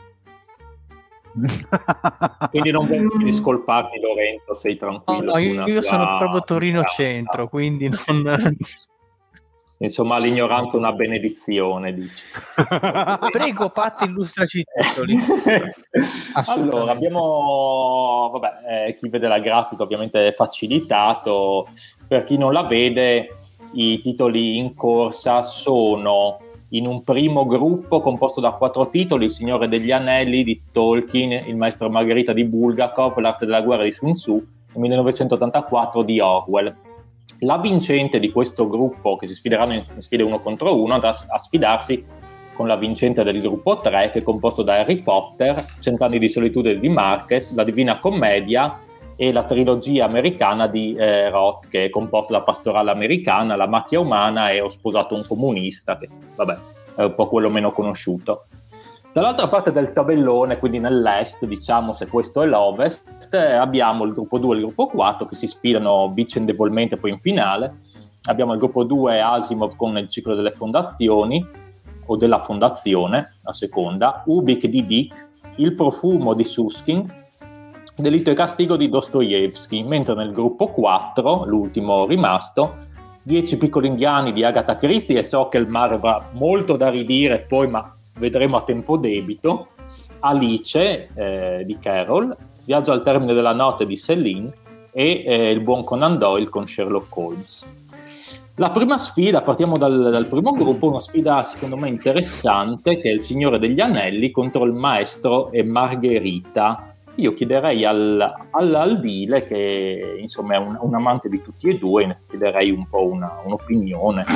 Quindi non devi discolparti, Lorenzo, sei tranquillo. No, no, io, io sono proprio Torino centro, quindi non... Insomma, l'ignoranza è una benedizione, dici. Prego, Patti, illustraci i titoli. Allora, abbiamo, vabbè, eh, chi vede la grafica ovviamente è facilitato. Per chi non la vede, i titoli in corsa sono in un primo gruppo composto da quattro titoli: Il Signore degli Anelli di Tolkien, Il Maestro Margherita di Bulgakov, L'Arte della guerra di Sun Tzu e millenovecentottantaquattro di Orwell. La vincente di questo gruppo, che si sfideranno in sfide uno contro uno, andrà a sfidarsi con la vincente del gruppo tre, che è composto da Harry Potter, Cent'anni di solitudine di Marquez, La Divina Commedia e la trilogia americana di eh, Roth, che è composta da Pastorale americana, La macchia umana e Ho sposato un comunista, che vabbè è un po' quello meno conosciuto. Dall'altra parte del tabellone, quindi nell'est, diciamo, se questo è l'ovest, abbiamo il gruppo due e il gruppo quattro che si sfidano vicendevolmente poi in finale. Abbiamo il gruppo due Asimov con Il ciclo delle fondazioni, o della fondazione, a seconda, Ubik di Dick, Il profumo di Susskind, Delitto e castigo di Dostoevsky, mentre nel gruppo quattro, l'ultimo rimasto, Dieci piccoli indiani di Agatha Christie, e so che il mare avrà molto da ridire poi, ma vedremo a tempo debito, Alice eh, di Carroll, Viaggio al termine della notte di Céline e eh, Il buon Conan Doyle con Sherlock Holmes. La prima sfida, partiamo dal, dal primo gruppo, una sfida secondo me interessante, che è Il Signore degli Anelli contro Il Maestro e Margherita. Io chiederei al, al, al Bile, che insomma è un, un amante di tutti e due, ne chiederei un po' una, un'opinione.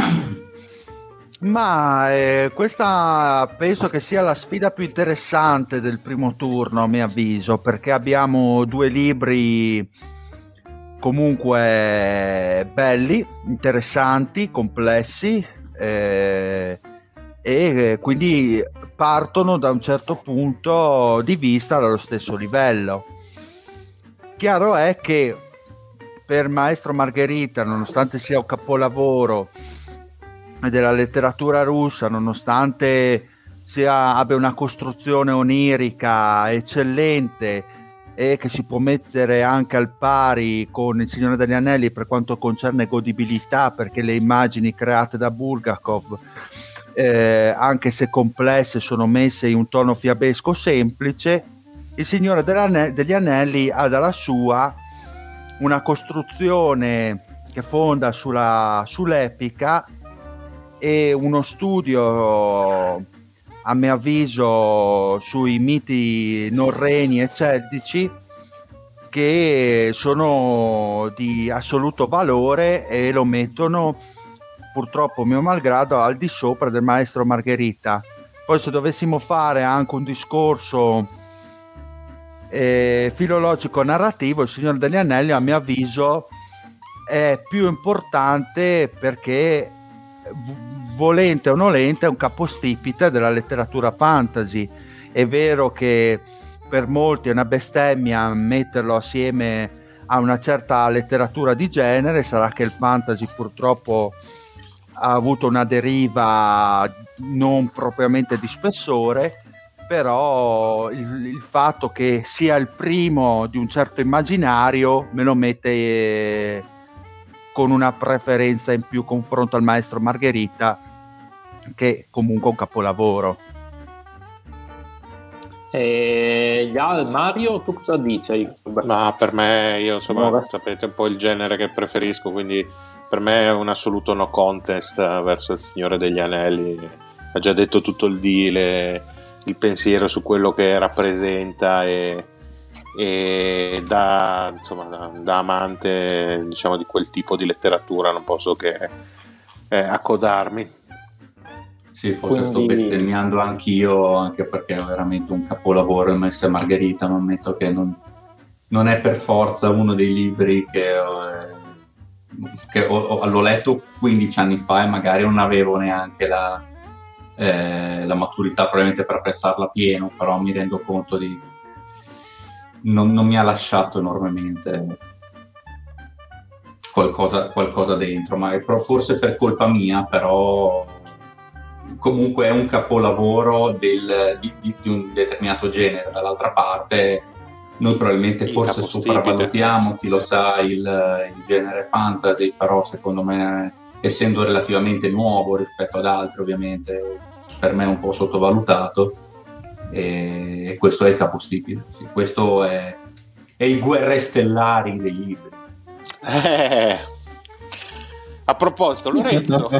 Ma eh, questa penso che sia la sfida più interessante del primo turno, a mio avviso, perché abbiamo due libri comunque belli, interessanti, complessi eh, e quindi partono da un certo punto di vista dallo stesso livello. Chiaro è che per Maestro Margherita, nonostante sia un capolavoro della letteratura russa, nonostante sia, abbia una costruzione onirica eccellente e che si può mettere anche al pari con Il Signore degli Anelli per quanto concerne godibilità, perché le immagini create da Bulgakov, eh, anche se complesse, sono messe in un tono fiabesco semplice. Il Signore degli Anelli ha dalla sua una costruzione che fonda sulla, sull'epica e uno studio, a mio avviso, sui miti norreni e celtici che sono di assoluto valore e lo mettono, purtroppo mio malgrado, al di sopra del Maestro Margherita. Poi se dovessimo fare anche un discorso eh, filologico narrativo, Il Signore degli Anelli a mio avviso è più importante perché, volente o nolente, è un capostipite della letteratura fantasy. È vero che per molti è una bestemmia metterlo assieme a una certa letteratura di genere, sarà che il fantasy purtroppo ha avuto una deriva non propriamente di spessore, però il, il fatto che sia il primo di un certo immaginario me lo mette eh, con una preferenza in più confronto al Maestro Margherita, che comunque è un capolavoro. E Mario, tu cosa dici? Ma per me, io insomma, no, sapete un po' il genere che preferisco, quindi per me è un assoluto no contest verso Il Signore degli Anelli. Ha già detto tutto il Dile, il pensiero su quello che rappresenta, e e da, insomma, da, da amante, diciamo, di quel tipo di letteratura non posso che eh, accodarmi. Sì, forse Quindi... sto bestemmiando anch'io, anche perché è veramente un capolavoro Il Maestro e Margherita. Ma ammetto che non, non è per forza uno dei libri che, eh, che ho, ho, l'ho letto quindici anni fa e magari non avevo neanche la, eh, la maturità probabilmente per apprezzarla pieno, però mi rendo conto di non, non mi ha lasciato enormemente qualcosa, qualcosa dentro, ma è forse per colpa mia, però comunque è un capolavoro del, di, di, di un determinato genere. Dall'altra parte noi probabilmente il forse sopravvalutiamo, chi lo sa, il, il genere fantasy, però secondo me, essendo relativamente nuovo rispetto ad altri, ovviamente per me è un po' sottovalutato, e questo è il capostipite, sì, questo è, è il Guerre Stellari dei libri. Eh, a proposito, Lorenzo,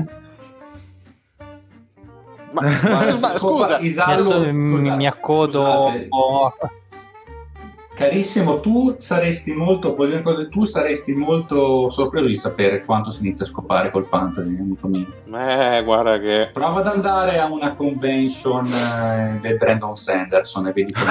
ma, ma, ma scusa, Isallo, mi, mi accodo. Carissimo, tu saresti molto, voglio cose, tu saresti molto sorpreso di sapere quanto si inizia a scopare col fantasy, amico mio. Eh, guarda che... Prova ad andare a una convention eh, del Brandon Sanderson e vedi come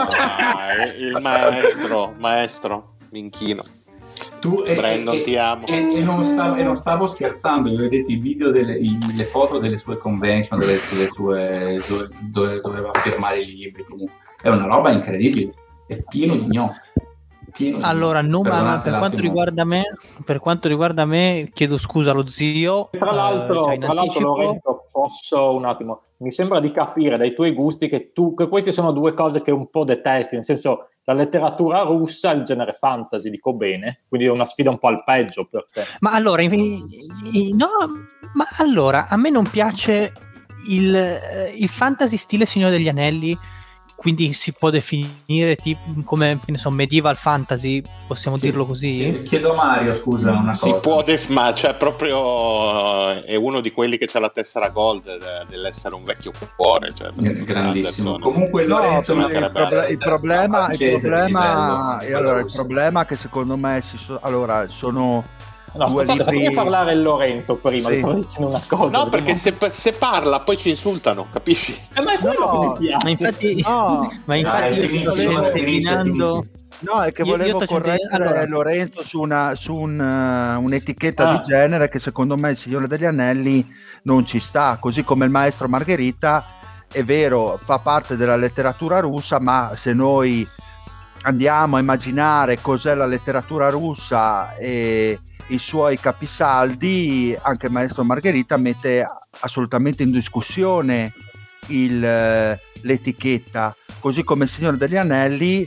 ah, il maestro, maestro, mi inchino. Tu e, Brandon, e, ti amo. E, e, non stavo, e non stavo scherzando, vedete i video, delle, i, le foto delle sue convention, delle, delle sue, dove, dove doveva firmare i libri, comunque. È una roba incredibile. È pieno di gnocchi. Pieno di allora, gnocchi. Non, ma per quanto riguarda me, per quanto riguarda me, chiedo scusa allo zio. Tra l'altro, uh, tra l'altro Lorenzo, posso un attimo. Mi sembra di capire dai tuoi gusti che tu che queste sono due cose che un po' detesti, nel senso la letteratura russa e il genere fantasy, dico bene, quindi è una sfida un po' al peggio per te. Ma allora, i, i, no, ma allora a me non piace il, il fantasy stile Signore degli Anelli. Quindi si può definire tipo come, ne so, medieval fantasy, possiamo sì, dirlo così? Chiedo a Mario, scusa, una si cosa. Può def- ma cioè proprio è uno di quelli che c'ha la tessera gold de- dell'essere un vecchio cuore, cioè, grandissimo. Comunque no, Lorenzo, il, il, proble- il problema, il problema, di e allora il problema è che secondo me si so- allora sono No, due aspetta, libri... fammi parlare il Lorenzo prima, sì. stavo dicendo una cosa. No, perché se, se parla poi ci insultano, capisci? Eh, ma è quello no, che mi piace. Ma infatti, no, ma infatti no, io sto centellinando... No, è che io, volevo io correggere allora... Lorenzo su, una, su un, uh, un'etichetta ah. di genere che secondo me il Signore degli Anelli non ci sta, così come il Maestro Margherita, è vero, fa parte della letteratura russa, ma se noi andiamo a immaginare cos'è la letteratura russa e i suoi capisaldi, anche il Maestro Margherita mette assolutamente in discussione il, l'etichetta, così come il Signore degli Anelli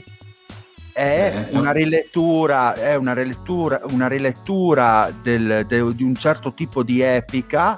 è una rilettura, è una rilettura, una rilettura del, de, di un certo tipo di epica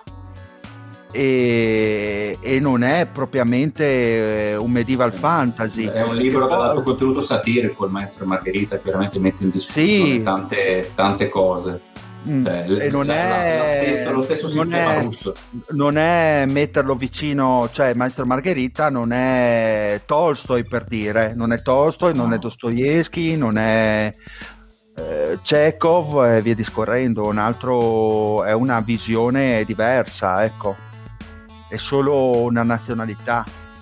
e, e non è propriamente un medieval fantasy. È un libro dal lato contenuto satirico, il Maestro Margherita chiaramente mette in discussione sì. tante, tante cose. Mm. Cioè, e non la, è la stessa, lo stesso non sistema è, russo. Non è metterlo vicino, cioè il Maestro Margherita non è Tolstoi, per dire, non è Tolstoi, no. non è Dostoevskij, non è eh, Chekhov e via discorrendo, un altro, è una visione diversa, ecco, è solo una nazionalità.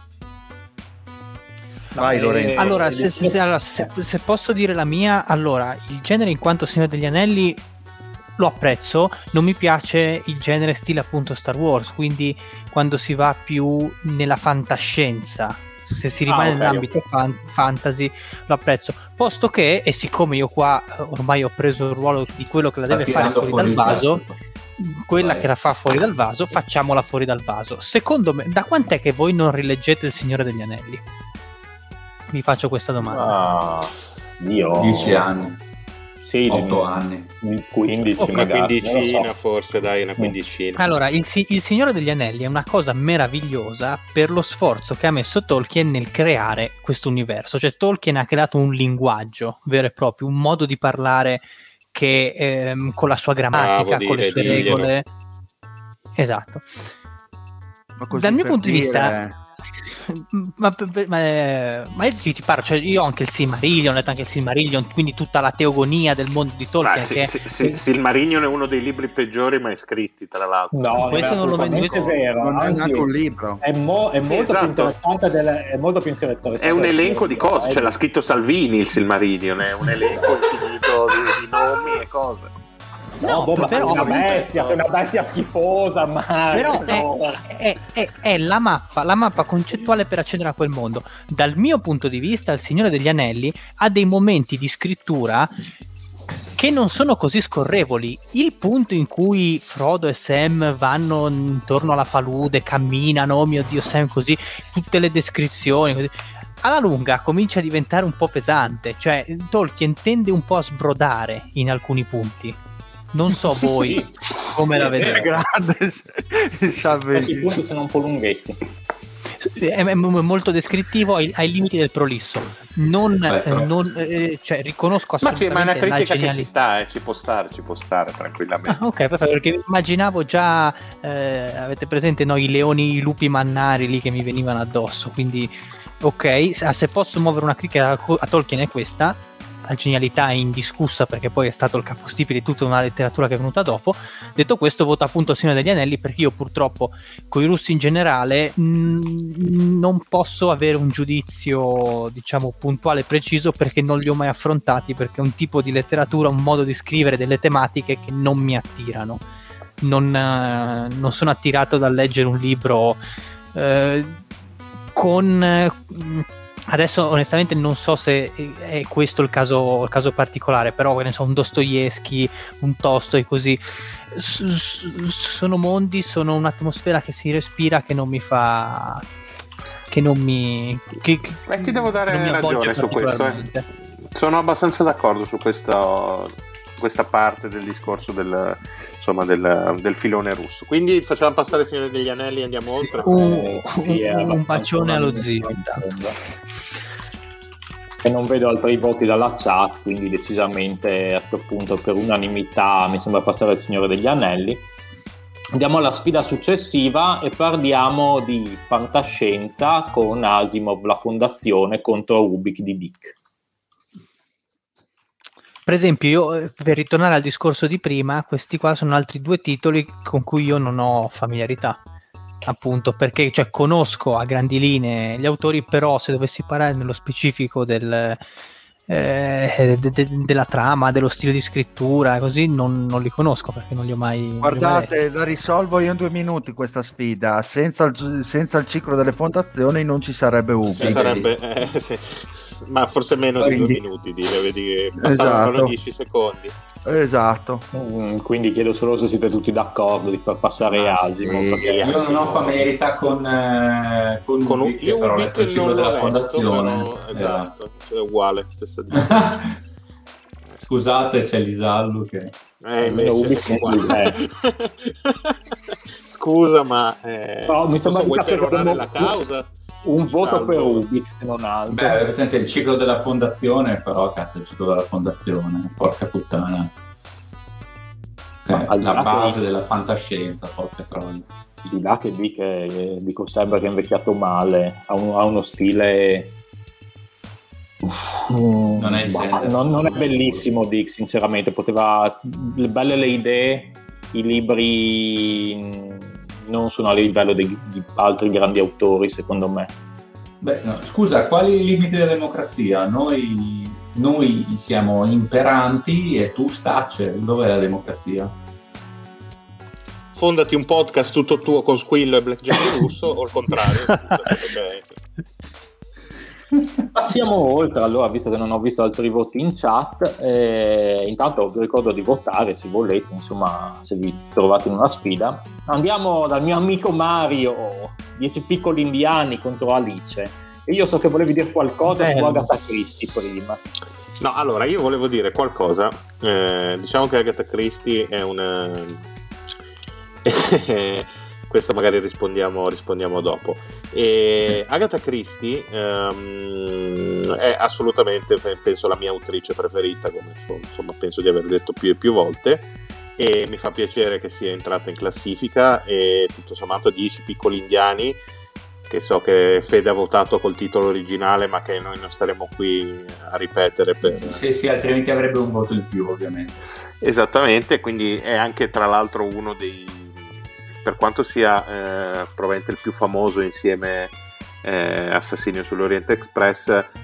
Vai Lorenzo. Allora, se, se, se, allora se, se posso dire la mia, allora il genere in quanto Signore degli Anelli lo apprezzo, non mi piace il genere stile appunto Star Wars, quindi quando si va più nella fantascienza, se si rimane ah, okay, nell'ambito okay. Fan- fantasy lo apprezzo, posto che, e siccome io qua ormai ho preso il ruolo di quello che la Sta deve fare fuori, fuori dal vaso, quella Vai. che la fa fuori dal vaso, facciamola fuori dal vaso. Secondo me, da quant'è che voi non rileggete Il Signore degli Anelli? Vi faccio questa domanda. Ah, io dieci anni. Sì, otto anni, quindici, okay, magari, una quindicina so. forse, dai, una quindicina. Allora, il, il Signore degli Anelli è una cosa meravigliosa per lo sforzo che ha messo Tolkien nel creare questo universo. Cioè Tolkien ha creato un linguaggio vero e proprio, un modo di parlare che ehm, con la sua grammatica, Bravo, con dire, le sue diglielo. regole. Esatto. Dal mio punto dire... di vista ma, ma, ma io ti parlo, cioè io ho anche il Silmarillion, ho letto anche il Silmarillion, quindi tutta la teogonia del mondo di Tolkien. Beh, che sì, sì, sì, Silmarillion è uno dei libri peggiori mai scritti, tra l'altro. No, questo non lo vedo, è vero, non è anzi, neanche un libro. È, mo, è sì, molto esatto. più interessante, delle, è molto più interessante. È un elenco di cose, cioè l'ha scritto Salvini il Silmarillion, è un elenco infinito di, di nomi e cose. No, No, boh, ma però- sei una bestia, sei una bestia schifosa, ma... Però no. è, è- è- è la mappa, la mappa concettuale per accedere a quel mondo. Dal mio punto di vista, il Signore degli Anelli ha dei momenti di scrittura che non sono così scorrevoli. Il punto in cui Frodo e Sam vanno intorno alla palude, camminano, oh mio Dio, Sam così, tutte le descrizioni, così. Alla lunga comincia a diventare un po' pesante, cioè Tolkien tende un po' a sbrodare in alcuni punti. Non so voi come la È vedete. grande, sa Questi benissimo. punti sono un po' lunghetti. È, è molto descrittivo ai, ai limiti del prolisso. Non, Beh, però- non eh, cioè, riconosco Ma, c'è, ma è una assolutamente la critica che ci genialità. sta, eh, ci può stare, ci può stare tranquillamente. Ah, ok, perfetto, perché immaginavo già, eh, avete presente no, i leoni, i lupi mannari lì che mi venivano addosso, quindi ok, se, se posso muovere una critica a, a Tolkien è questa, la genialità è indiscussa perché poi è stato il capostipite di tutta una letteratura che è venuta dopo. Detto questo, voto appunto il Signore degli Anelli perché io purtroppo con i russi in generale mh, non posso avere un giudizio diciamo puntuale e preciso perché non li ho mai affrontati, perché è un tipo di letteratura, un modo di scrivere delle tematiche che non mi attirano. Non, eh, non sono attirato dal leggere un libro eh, con eh, adesso onestamente non so se è questo il caso, il caso particolare, però che ne so, un Dostoevsky, un Tolstoi così s- s- sono mondi, sono un'atmosfera che si respira che non mi fa che non mi che, che Beh, ti devo dare non mi avvolge ragione su questo, eh. particolarmente. Sono abbastanza d'accordo su questa, questa parte del discorso del, insomma, del, del filone russo. Quindi facciamo passare il Signore degli Anelli e andiamo oltre. un, Sì, è un, un abbastanza bacione allo unanime. zio intanto. E non vedo altri voti dalla chat, quindi decisamente a questo punto per unanimità mi sembra passare il Signore degli Anelli. Andiamo alla sfida successiva e parliamo di fantascienza con Asimov, la fondazione contro Ubik di Dick. Per esempio, io eh, per ritornare al discorso di prima, questi qua sono altri due titoli con cui io non ho familiarità, appunto perché cioè, conosco a grandi linee gli autori, però se dovessi parlare nello specifico del, eh, de- de- della trama, dello stile di scrittura, così non, non li conosco perché non li ho mai non li ho mai letti. Guardate, la risolvo io in due minuti questa sfida. Senza il, senza il ciclo delle fondazioni non ci sarebbe Ci Ubi. sarebbe, eh, sì. Ma forse meno di Quindi- due minuti, dire, vedi, bastavano Esatto. dieci secondi. Esatto. Mm, quindi chiedo solo se siete tutti d'accordo di far passare Asimov. sì. perché- Io non ho familiarità con, eh, con, Con un, Ubik, io però ho Ubik letto il ciclo non l'ho della letto, fondazione. però, Eh. esatto, è uguale, stessa Scusate, c'è Lisallo che... Eh, Almeno invece, Ubik è uguale. Scusa, ma eh, No, mi non sembra so, vuoi di capire perorare che la abbiamo- causa? Un voto Salvo. per Ubik, se non altro. Beh, avete presente il ciclo della fondazione, però cazzo, il ciclo della fondazione, porca puttana. Ma Eh, al di la là base che- della fantascienza, porca troia. Di là che Dick è, dico sempre che è invecchiato male, ha, un- ha uno stile... Mm, Non è il bah, Sanders. non, non è bellissimo Dick, sinceramente. Poteva... Le belle le idee, i libri mm, non sono a livello dei- di altri grandi autori, secondo me. Beh, no, scusa, quali limiti della democrazia? Noi, noi siamo imperanti e tu stacce. Dov'è la democrazia? Fondati un podcast tutto tuo con Squillo e Blackjack Russo o il contrario. Potrebbe essere. Passiamo oltre allora, visto che non ho visto altri voti in chat. Eh, intanto vi ricordo di votare se volete, insomma, se vi trovate in una sfida. Andiamo dal mio amico Mario, dieci piccoli indiani contro Alice. E io so che volevi dire qualcosa Bello. su Agatha Christie prima. No, allora io volevo dire qualcosa. Eh, diciamo che Agatha Christie è una. Questo magari rispondiamo, rispondiamo dopo. E Agatha Christie ehm, è assolutamente, penso, la mia autrice preferita, come insomma penso di aver detto più e più volte, e mi fa piacere che sia entrata in classifica. E tutto sommato dieci piccoli indiani, che so che Fede ha votato col titolo originale, ma che noi non staremo qui a ripetere per... Sì, sì, altrimenti avrebbe un voto in più, ovviamente. Esattamente, quindi è anche tra l'altro uno dei, per quanto sia eh, probabilmente il più famoso insieme eh, Assassinio sull'Oriente Express,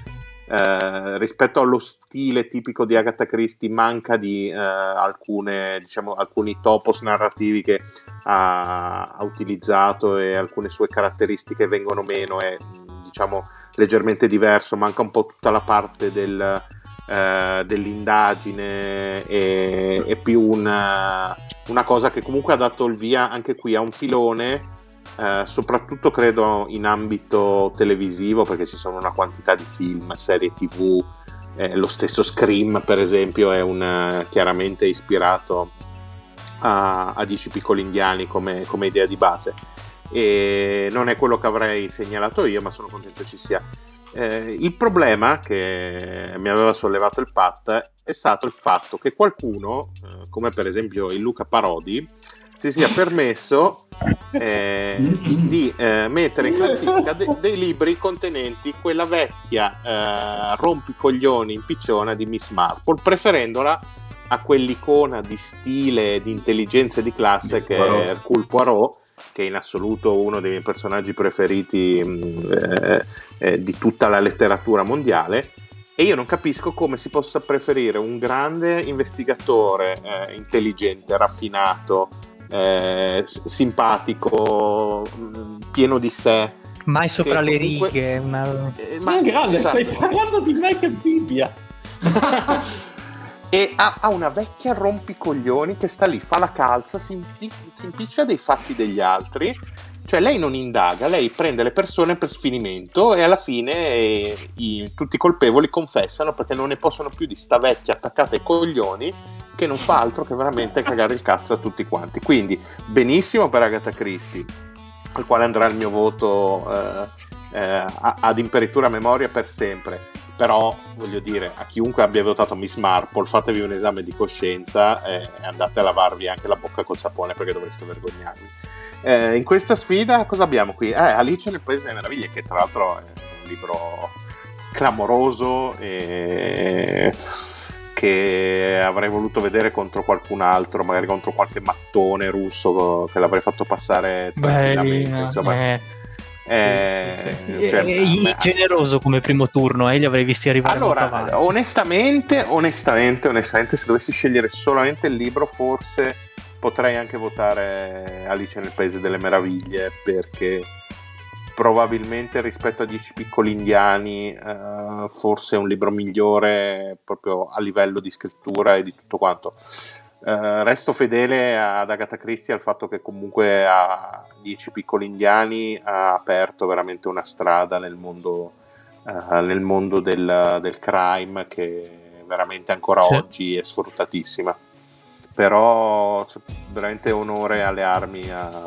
eh, rispetto allo stile tipico di Agatha Christie manca di eh, alcune, diciamo, alcuni topos narrativi che ha, ha utilizzato, e alcune sue caratteristiche vengono meno, è diciamo leggermente diverso, manca un po' tutta la parte del, eh, dell'indagine, e, e più una, una cosa che comunque ha dato il via anche qui a un filone. Uh, soprattutto credo in ambito televisivo, perché ci sono una quantità di film, serie tv, eh, lo stesso Scream per esempio è un, chiaramente ispirato a, a Dieci piccoli indiani come, come idea di base, e non è quello che avrei segnalato io, ma sono contento ci sia. Eh, il problema che mi aveva sollevato il Pat è stato il fatto che qualcuno, eh, come per esempio il Luca Parodi, si sia permesso eh, di eh, mettere in classifica de- dei libri contenenti quella vecchia eh, rompicoglioni impicciona di Miss Marple, preferendola a quell'icona di stile, di intelligenza e di classe che è Hercule Poirot, che è in assoluto uno dei miei personaggi preferiti eh, eh, di tutta la letteratura mondiale. E io non capisco come si possa preferire un grande investigatore eh, intelligente, raffinato, Eh, simpatico, pieno di sé, mai sopra le comunque, righe, una... eh, ma è grande, esatto. Stai parlando di me che Bibbia. E ha, ha una vecchia rompicoglioni che sta lì, fa la calza, si, impi- si impiccia dei fatti degli altri, cioè lei non indaga, lei prende le persone per sfinimento, e alla fine eh, i, tutti i colpevoli confessano, perché non ne possono più di sta vecchia attaccata ai coglioni che non fa altro che veramente cagare il cazzo a tutti quanti. Quindi benissimo per Agatha Christie, al quale andrà il mio voto eh, eh, ad imperitura memoria per sempre. Però voglio dire, a chiunque abbia votato Miss Marple, fatevi un esame di coscienza e andate a lavarvi anche la bocca col sapone, perché dovreste vergognarvi. Eh, in questa sfida cosa abbiamo qui? Eh, Alice nel Paese delle Meraviglie, che tra l'altro è un libro clamoroso e che avrei voluto vedere contro qualcun altro, magari contro qualche mattone russo che l'avrei fatto passare tranquillamente. Beh, insomma, eh. Eh, sì, sì. Cioè, è, è generoso come primo turno, e eh, li avrei visti arrivare. Allora, onestamente, onestamente, onestamente, se dovessi scegliere solamente il libro, forse potrei anche votare Alice nel Paese delle Meraviglie, perché probabilmente rispetto a Dieci piccoli indiani eh, forse è un libro migliore proprio a livello di scrittura e di tutto quanto. Uh, resto fedele ad Agatha Christie, al fatto che comunque a Dieci piccoli indiani ha aperto veramente una strada nel mondo, uh, nel mondo del, del crime, che veramente ancora sì. oggi è sfruttatissima. Però veramente onore alle armi a,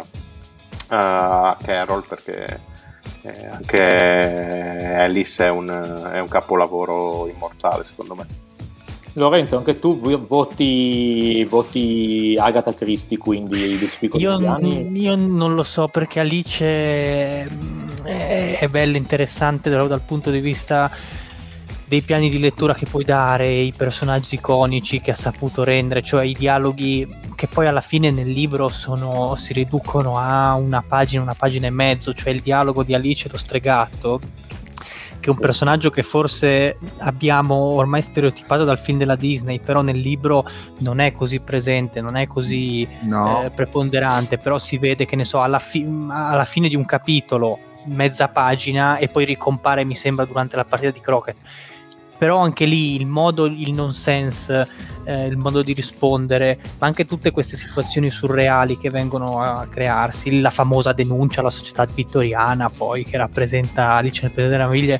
a Carol, perché eh, anche Alice è un, è un capolavoro immortale secondo me. Lorenzo, anche tu voti, voti Agatha Christie, quindi Dieci piccoli io, indiani? Io non lo so, perché Alice è, è bella, interessante dal, dal punto di vista dei piani di lettura che puoi dare, i personaggi iconici che ha saputo rendere, cioè i dialoghi che poi alla fine nel libro sono, si riducono a una pagina, una pagina e mezzo, cioè il dialogo di Alice e lo stregatto, che è un personaggio che forse abbiamo ormai stereotipato dal film della Disney, però nel libro non è così presente, non è così no. eh, preponderante, però si vede, che ne so, alla, fi- alla fine di un capitolo, mezza pagina, e poi ricompare, mi sembra, durante la partita di croquet. Però anche lì il modo, il nonsense, eh, il modo di rispondere, ma anche tutte queste situazioni surreali che vengono a crearsi, la famosa denuncia alla società vittoriana poi, che rappresenta Alice nel Paese delle Meraviglie,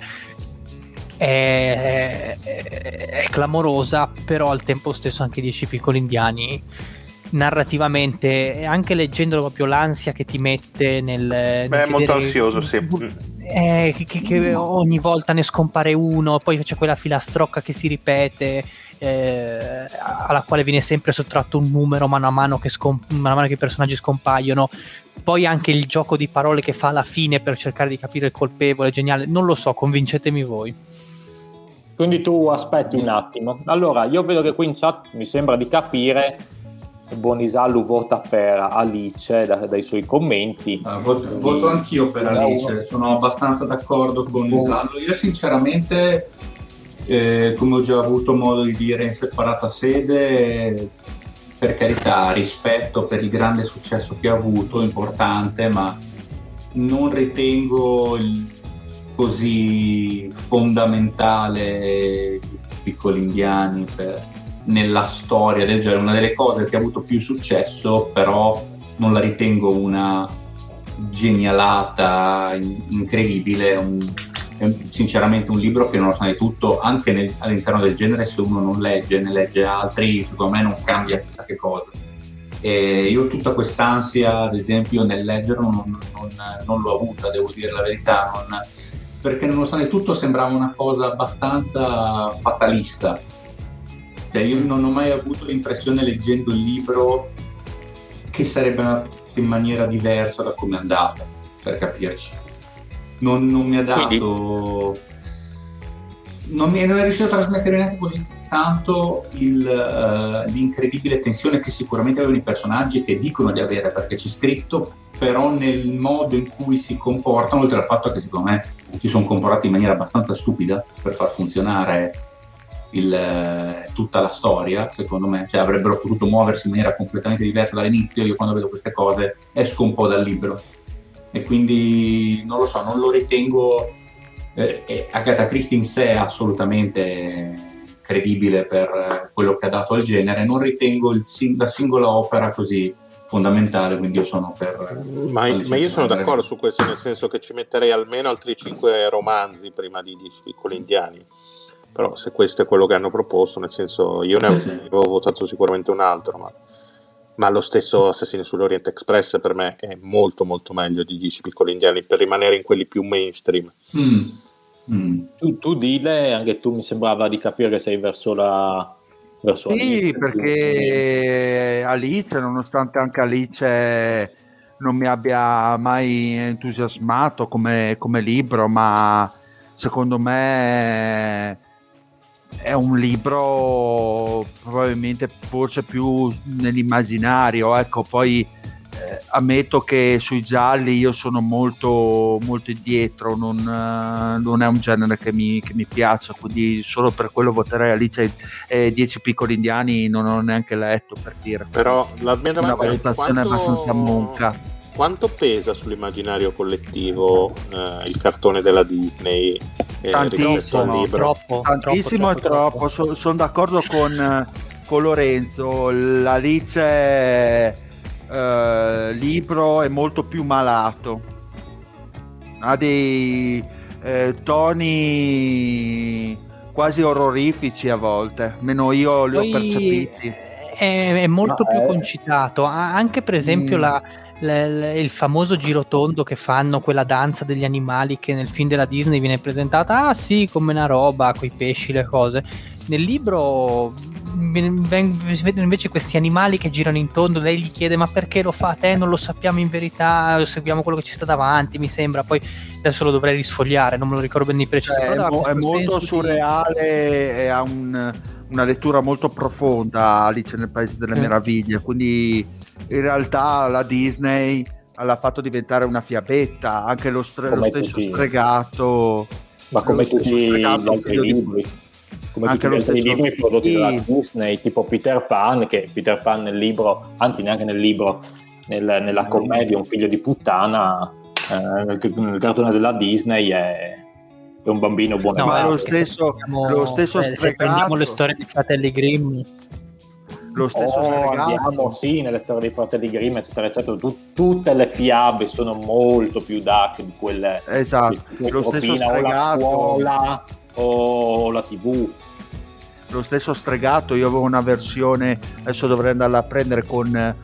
è, è, è clamorosa, però al tempo stesso anche Dieci piccoli indiani narrativamente, anche leggendolo, proprio l'ansia che ti mette nel, nel beh, è molto ansioso, sì. Eh, che, che ogni volta ne scompare uno, poi c'è quella filastrocca che si ripete, eh, alla quale viene sempre sottratto un numero mano a mano che, scomp- mano a mano che i personaggi scompaiono, poi anche il gioco di parole che fa alla fine per cercare di capire il colpevole, geniale. Non lo so, convincetemi voi. Quindi tu aspetti un attimo. Allora, io vedo che qui in chat mi sembra di capire Bonisallu vota per Alice da, dai suoi commenti. Ah, voto, voto anch'io per Alice, sono abbastanza d'accordo con Bonisallu. Io sinceramente eh, come ho già avuto modo di dire in separata sede, per carità, rispetto per il grande successo che ha avuto, importante, ma non ritengo il, così fondamentale Piccoli Indiani per, nella storia del genere. Una delle cose che ha avuto più successo, però non la ritengo una genialata incredibile, un, è sinceramente un libro che, nonostante tutto, anche nel, all'interno del genere, se uno non legge, ne legge altri, secondo me non cambia chissà che cosa. E io tutta quest'ansia, ad esempio, nel leggere non, non, non l'ho avuta, devo dire la verità, non, perché nonostante tutto sembrava una cosa abbastanza fatalista. Cioè, io non ho mai avuto l'impressione, leggendo il libro, che sarebbe andata in maniera diversa da come è andata, per capirci. Non, non mi ha dato, non, mi, non è riuscito a trasmettere neanche così tanto il, uh, l'incredibile tensione che sicuramente avevano i personaggi, che dicono di avere perché c'è scritto, però nel modo in cui si comportano, oltre al fatto che secondo me si sono comportati in maniera abbastanza stupida per far funzionare il, tutta la storia, secondo me, cioè avrebbero potuto muoversi in maniera completamente diversa dall'inizio. Io quando vedo queste cose esco un po' dal libro, e quindi non lo so, non lo ritengo eh, eh, Agatha Christie in sé assolutamente credibile per quello che ha dato al genere. Non ritengo il, la singola opera così fondamentale, quindi io sono per... Ma, ma io sono d'accordo su questo, nel senso che ci metterei almeno altri cinque romanzi prima di Dieci Piccoli Indiani, però se questo è quello che hanno proposto, nel senso, io ne avevo, avevo votato sicuramente un altro, ma ma lo stesso Assassini sull'Orient Express per me è molto molto meglio di Dieci Piccoli Indiani, per rimanere in quelli più mainstream. Mm. Mm. Tu, tu dile, anche tu mi sembrava di capire che sei verso la... Verso sì, Alice, perché Alice, nonostante anche Alice non mi abbia mai entusiasmato come, come libro, ma secondo me è un libro probabilmente forse più nell'immaginario, ecco. Poi eh, ammetto che sui gialli io sono molto molto indietro, non, eh, non è un genere che mi, che mi piace, quindi solo per quello voterei Alice e Dieci Piccoli Indiani non ho neanche letto, per dire. Però la mia domanda una valutazione è quanto... abbastanza monca. Quanto pesa sull'immaginario collettivo eh, il cartone della Disney eh, rispetto al libro? Troppo, Tantissimo e troppo, troppo. So, sono d'accordo con, con Lorenzo. L'Alice eh, libro è molto più malato, ha dei eh, toni quasi orrorifici a volte, meno io li ho Poi percepiti. È, è molto No, più è- concitato, ha anche per esempio Mm. la, la- la- il famoso girotondo che fanno, quella danza degli animali che nel film della Disney viene presentata, ah sì, come una roba, coi pesci, le cose. Nel libro ven- ven- si vedono invece questi animali che girano in tondo, lei gli chiede ma perché lo fate? Eh, non lo sappiamo in verità, seguiamo quello che ci sta davanti, mi sembra. Poi adesso lo dovrei risfogliare, non me lo ricordo bene di preciso, Cioè, però è, dava mo- è questo molto senso di- surreale e ha un- una lettura molto profonda Alice nel Paese delle Mm. Meraviglie, quindi in realtà la Disney l'ha fatto diventare una fiabetta, anche lo, stre- lo Come stesso tutti- stregato, Ma come lo stesso tutti gli stregato altri figlio di- libri, come anche tutti gli lo altri stesso- libri prodotti sì. dalla Disney, tipo Peter Pan, che Peter Pan nel libro, anzi neanche nel libro, nel- nella commedia Un figlio di puttana, eh, nel, nel cartone della Disney è, è un bambino buono. No, ma eh, lo se stesso, prendiamo- lo stesso eh, se stregato, prendiamo le storie dei fratelli Grimm, lo stesso Oh, stregato andiamo sì nelle storie dei fratelli Grimm, eccetera eccetera. Tu- tutte le fiabe sono molto più dark di quelle esatto, di lo stesso Tropina, o la stregato scuola o la tivù. lo stesso stregato io avevo una versione, adesso dovrei andarla a prendere con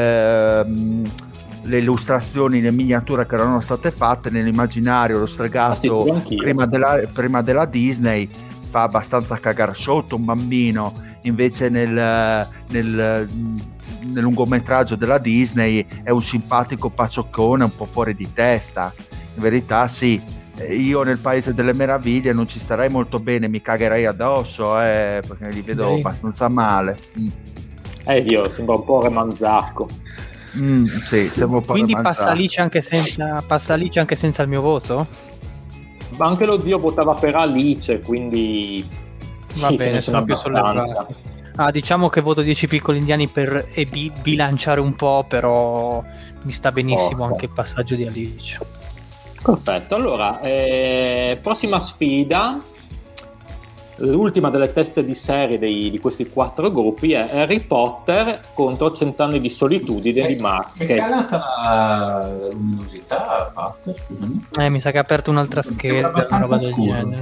ehm, le illustrazioni, le miniature che erano state fatte nell'immaginario. Lo stregato Ah, sì, anch'io. prima della, prima della Disney fa abbastanza cagare sotto un bambino, invece nel, nel, nel lungometraggio della Disney è un simpatico pacioccone un po' fuori di testa. In verità sì, io nel Paese delle Meraviglie non ci starei molto bene, mi cagherei addosso eh, perché li vedo Dai. abbastanza male. Mm. Eh Dio, sembra un po' Remanzacco. Mm, sì, siamo un po' quindi romanzati. passa Alice anche senza, passa Alice anche senza il mio voto? Ma anche lo zio votava per Alice, quindi Va Sì, bene, sono più sollevato. Ah, diciamo che voto dieci piccoli indiani per e bi- bilanciare un po', però mi sta benissimo Forza. anche il passaggio di Alice. Perfetto, allora, eh, prossima sfida, l'ultima delle teste di serie dei- di questi quattro gruppi è Harry Potter contro Cent'anni di solitudine È, di è Marquez. calata la luminosità, Pat, scusami. Eh, mi sa che ha aperto un'altra Sembra scheda, una abbastanza roba del scuro. genere.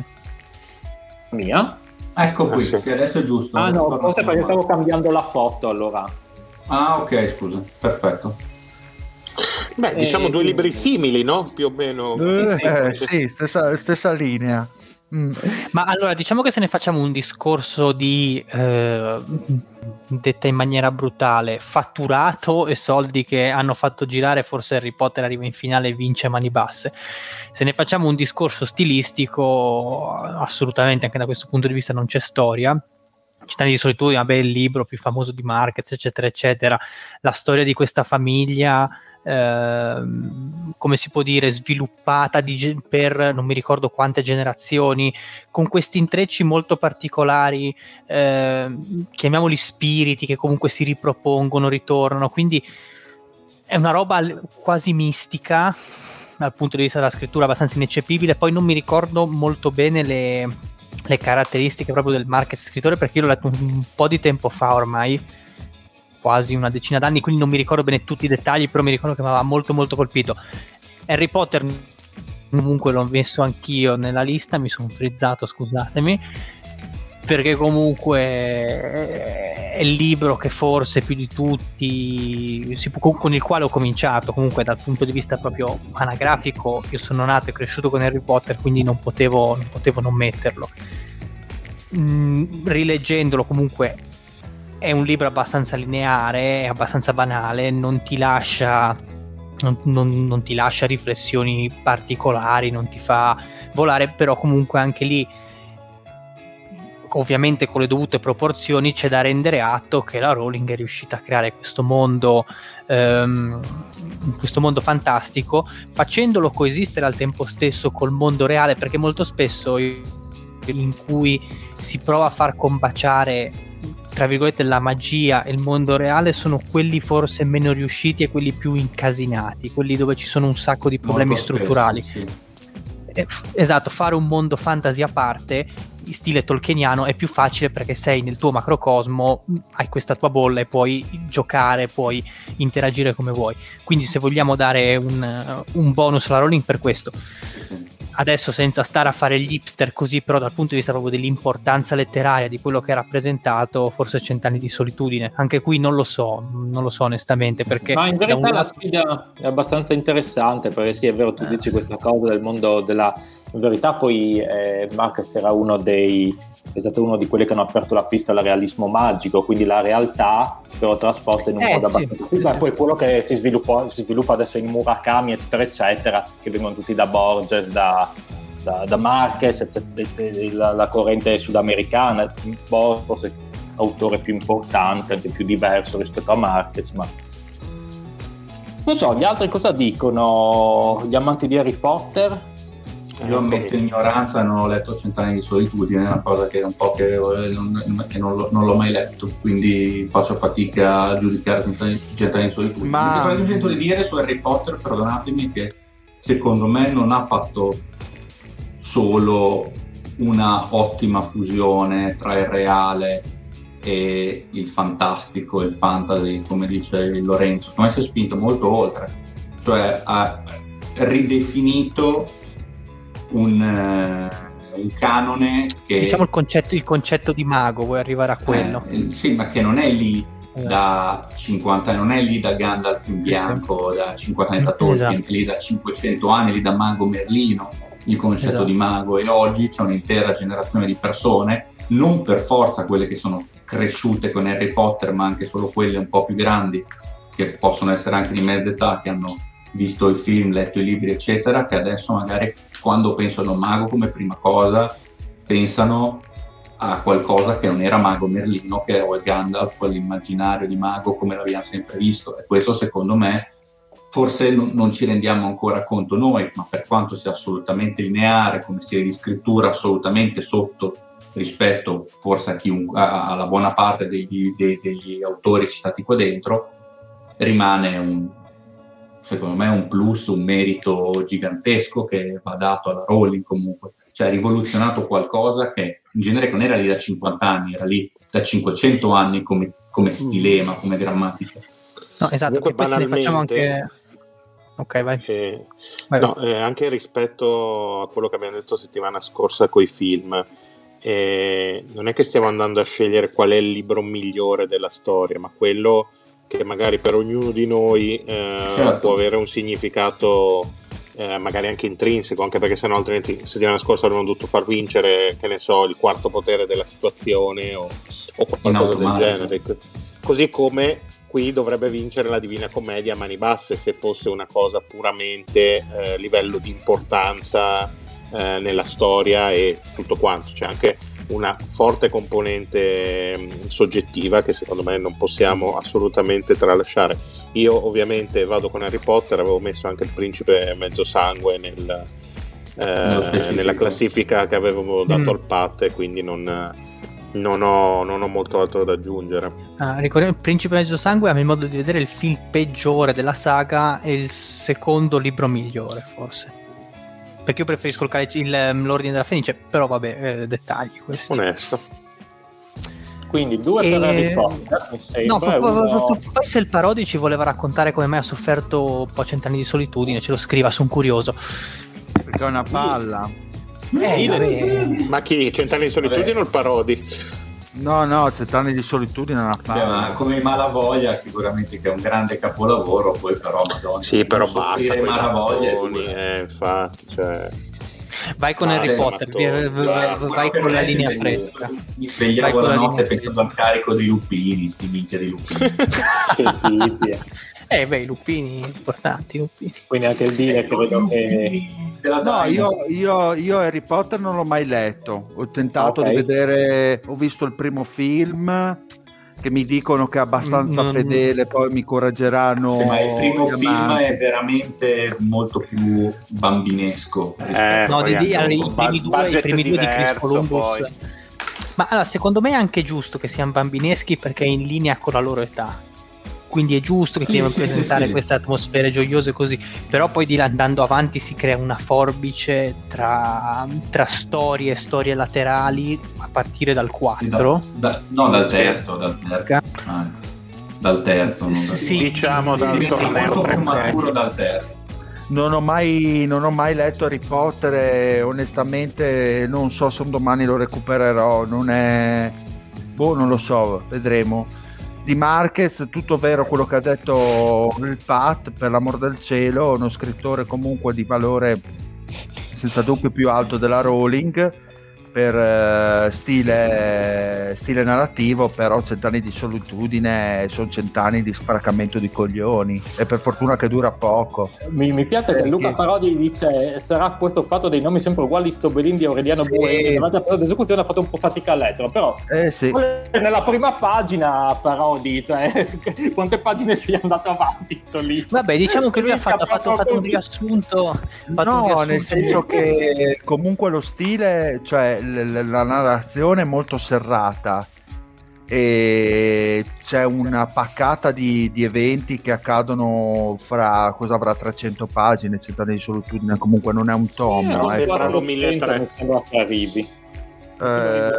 Mia? Ecco qui, Ah, sì. sì, adesso è giusto. Ah no, Torna forse perché normale. stavo cambiando la foto allora. Ah, ok, scusa, perfetto. Beh, diciamo Eh, due libri simili, no? Più o meno. Eh, sì, stessa, stessa linea. Mm. Ma allora, diciamo che se ne facciamo un discorso di, eh, detta in maniera brutale, fatturato e soldi che hanno fatto girare, forse Harry Potter arriva in finale e vince a mani basse. Se ne facciamo un discorso stilistico, assolutamente anche da questo punto di vista non c'è storia. Cent'anni di solitudine, vabbè, il libro più famoso di Marquez, eccetera, eccetera. La storia di questa famiglia, ehm, come si può dire, sviluppata di ge- per non mi ricordo quante generazioni, con questi intrecci molto particolari, ehm, chiamiamoli spiriti, che comunque si ripropongono, ritornano. Quindi è una roba l- quasi mistica dal punto di vista della scrittura, abbastanza ineccepibile. Poi non mi ricordo molto bene le, le caratteristiche proprio del Marquez scrittore, perché io l'ho letto un, un po' di tempo fa ormai, quasi una decina d'anni, quindi non mi ricordo bene tutti i dettagli, però mi ricordo che mi aveva molto molto colpito. Harry Potter comunque l'ho messo anch'io nella lista, mi sono frizzato, scusatemi, perché comunque è il libro che forse più di tutti si può, con il quale ho cominciato. Comunque dal punto di vista proprio anagrafico io sono nato e cresciuto con Harry Potter, quindi non potevo non, potevo non metterlo. Mm, rileggendolo comunque è un libro abbastanza lineare, è abbastanza banale, non ti lascia non, non, non ti lascia riflessioni particolari, non ti fa volare, però comunque anche lì, ovviamente con le dovute proporzioni, c'è da rendere atto che la Rowling è riuscita a creare questo mondo ehm, questo mondo fantastico, facendolo coesistere al tempo stesso col mondo reale, perché molto spesso in cui si prova a far combaciare tra virgolette la magia e il mondo reale sono quelli forse meno riusciti e quelli più incasinati, quelli dove ci sono un sacco di problemi Molto spesso, strutturali. sì. Eh, esatto, fare un mondo fantasy a parte in stile tolkieniano è più facile perché sei nel tuo macrocosmo, hai questa tua bolla e puoi giocare, puoi interagire come vuoi. Quindi se vogliamo dare un, un bonus alla Rowling per questo, adesso senza stare a fare gli hipster così, però dal punto di vista proprio dell'importanza letteraria di quello che ha rappresentato, forse Cent'anni di solitudine. Anche qui non lo so, non lo so onestamente, perché Ma in da verità un la lato- sfida è abbastanza interessante, perché sì, è vero, tu dici questa cosa del mondo della... In verità poi eh, Marquez era uno dei... è stato uno di quelli che hanno aperto la pista al realismo magico, quindi la realtà però trasposta in un Eh, modo sì, abbastanza... Sì, ma sì. poi quello che si sviluppa, si sviluppa adesso in Murakami, eccetera, eccetera, che vengono tutti da Borges, da, da, da Marquez, eccetera, la, la corrente sudamericana, Borges forse autore più importante, anche più diverso rispetto a Marquez, ma... Non so, gli altri cosa dicono? Gli amanti di Harry Potter? Io ammetto ignoranza, non ho letto Cent'anni di solitudine, è una cosa che è un po' che, eh, non, che non, l'ho, non l'ho mai letto, quindi faccio fatica a giudicare Cent'anni di solitudine. Ma- Ma mi sento di dire su Harry Potter, perdonatemi, che secondo me non ha fatto solo una ottima fusione tra il reale e il fantastico, il fantasy, come dice il Lorenzo, come si è spinto molto oltre, cioè ha ridefinito un, uh, un canone che diciamo il concetto, il concetto di mago, vuoi arrivare a quello? eh, sì, ma che non è lì Esatto. da cinquanta anni, non è lì da Gandalf in bianco, da cinquanta anni da Tolkien, Esatto. è lì da cinquecento anni, è lì da Mago Merlino, il concetto Esatto. di mago, e oggi c'è un'intera generazione di persone, non per forza quelle che sono cresciute con Harry Potter, ma anche solo quelle un po' più grandi, che possono essere anche di mezza età, che hanno visto i film, letto i libri, eccetera, che adesso magari quando pensano a mago come prima cosa pensano a qualcosa che non era Mago Merlino, che è Gandalf, l'immaginario di mago come l'abbiamo sempre visto, e questo secondo me forse non, non ci rendiamo ancora conto noi, ma per quanto sia assolutamente lineare come stile di scrittura, assolutamente sotto rispetto forse a chi, a, alla buona parte degli, dei, degli autori citati qua dentro, rimane un, secondo me un plus, un merito gigantesco che va dato alla Rowling comunque, cioè ha rivoluzionato qualcosa che in genere non era lì da cinquanta anni, era lì da cinquecento anni come, come stilema, come grammatica. No, esatto, che poi se ne facciamo anche... Ok, vai. Eh, vai, no, vai. Eh, anche rispetto a quello che abbiamo detto settimana scorsa coi film, eh, non è che stiamo andando a scegliere qual è il libro migliore della storia, ma quello che magari per ognuno di noi eh, certo. può avere un significato eh, magari anche intrinseco, anche perché sennò altrimenti settimana scorsa avremmo dovuto far vincere, che ne so, il quarto potere della situazione o, o qualcosa del genere. Così come qui dovrebbe vincere la Divina Commedia a mani basse se fosse una cosa puramente a eh, livello di importanza eh, nella storia e tutto quanto. C'è anche una forte componente mh, soggettiva che secondo me non possiamo assolutamente tralasciare. Io ovviamente vado con Harry Potter, avevo messo anche il Principe Mezzosangue nel, eh, nella classifica che avevo dato mm. al Pat, quindi non... Non ho, non ho molto altro da aggiungere. Ah, ricordiamo, il Principe Mezzosangue, a mio modo di vedere, il film peggiore della saga e il secondo libro migliore, forse. Perché io preferisco il calice, il, l'Ordine della Fenice, però vabbè, eh, dettagli questi. Onesto. Quindi due e... per Harry Potter, mi sembra. No, uno... poi, poi se il Parodi ci voleva raccontare come mai ha sofferto un po' cent'anni di solitudine, ce lo scriva, sono curioso. Perché è una palla. Eh, ma chi? Cent'anni di solitudine o il Parodi? No, no, Cent'anni di solitudine è una palla. Cioè, ma come Malavoglia sicuramente che è un grande capolavoro, poi però madonna. Sì, però basta Malavoglia, eh, infatti, cioè... Vai con ah, Harry Potter, vai, vai, vai con la linea fresca. Mi svegliavo la notte pensando al carico dei lupini, sti minchia di lupini. Eh beh, i lupini importanti, lupini. Quindi anche il dire che vedo che... No, io, io, io Harry Potter non l'ho mai letto. Ho tentato okay. di vedere, ho visto il primo film che mi dicono che è abbastanza mm, fedele, poi mi correggeranno. Sì, ma il primo film amanti. È veramente molto più bambinesco. Eh, no, di, di, i primi due, i primi due di Chris Columbus. Poi. Ma allora, secondo me è anche giusto che siano bambineschi perché è in linea con la loro età. Quindi è giusto che sì, devono sì, presentare sì, sì. queste atmosfere gioiose così, però poi di là, andando avanti si crea una forbice tra, tra storie e storie laterali a partire dal quattro. Da, da, no, dal terzo, dal terzo. Ah, dal terzo, non dal sì, diciamo dal molto più maturo dal terzo. Non ho mai, non ho mai letto Harry Potter e onestamente non so se un domani lo recupererò, non è... boh, non lo so, vedremo. Di Marquez, tutto vero quello che ha detto il Pat, per l'amor del cielo, uno scrittore comunque di valore senza dubbio più alto della Rowling per uh, stile, stile narrativo, però Cent'anni di solitudine sono cent'anni di sparacamento di coglioni e per fortuna che dura poco. Mi, mi piace perché... che Luca Parodi dice sarà questo fatto dei nomi sempre uguali Stobelin di Aureliano sì. Buemi, davanti a l'esecuzione ha fatto un po' fatica a leggerlo, però eh, sì. nella prima pagina Parodi, cioè quante pagine sei andato avanti sto lì. Vabbè, diciamo che lui ha fatto, fatto, fatto un riassunto fatto no, un riassunto nel senso che comunque lo stile, cioè la narrazione è molto serrata e c'è una paccata di, di eventi che accadono fra, cosa avrà, trecento pagine, Cent'anni di solitudine, comunque non è un tomo, eh, eh, però milletrecento mi sembra che arrivi. Eh,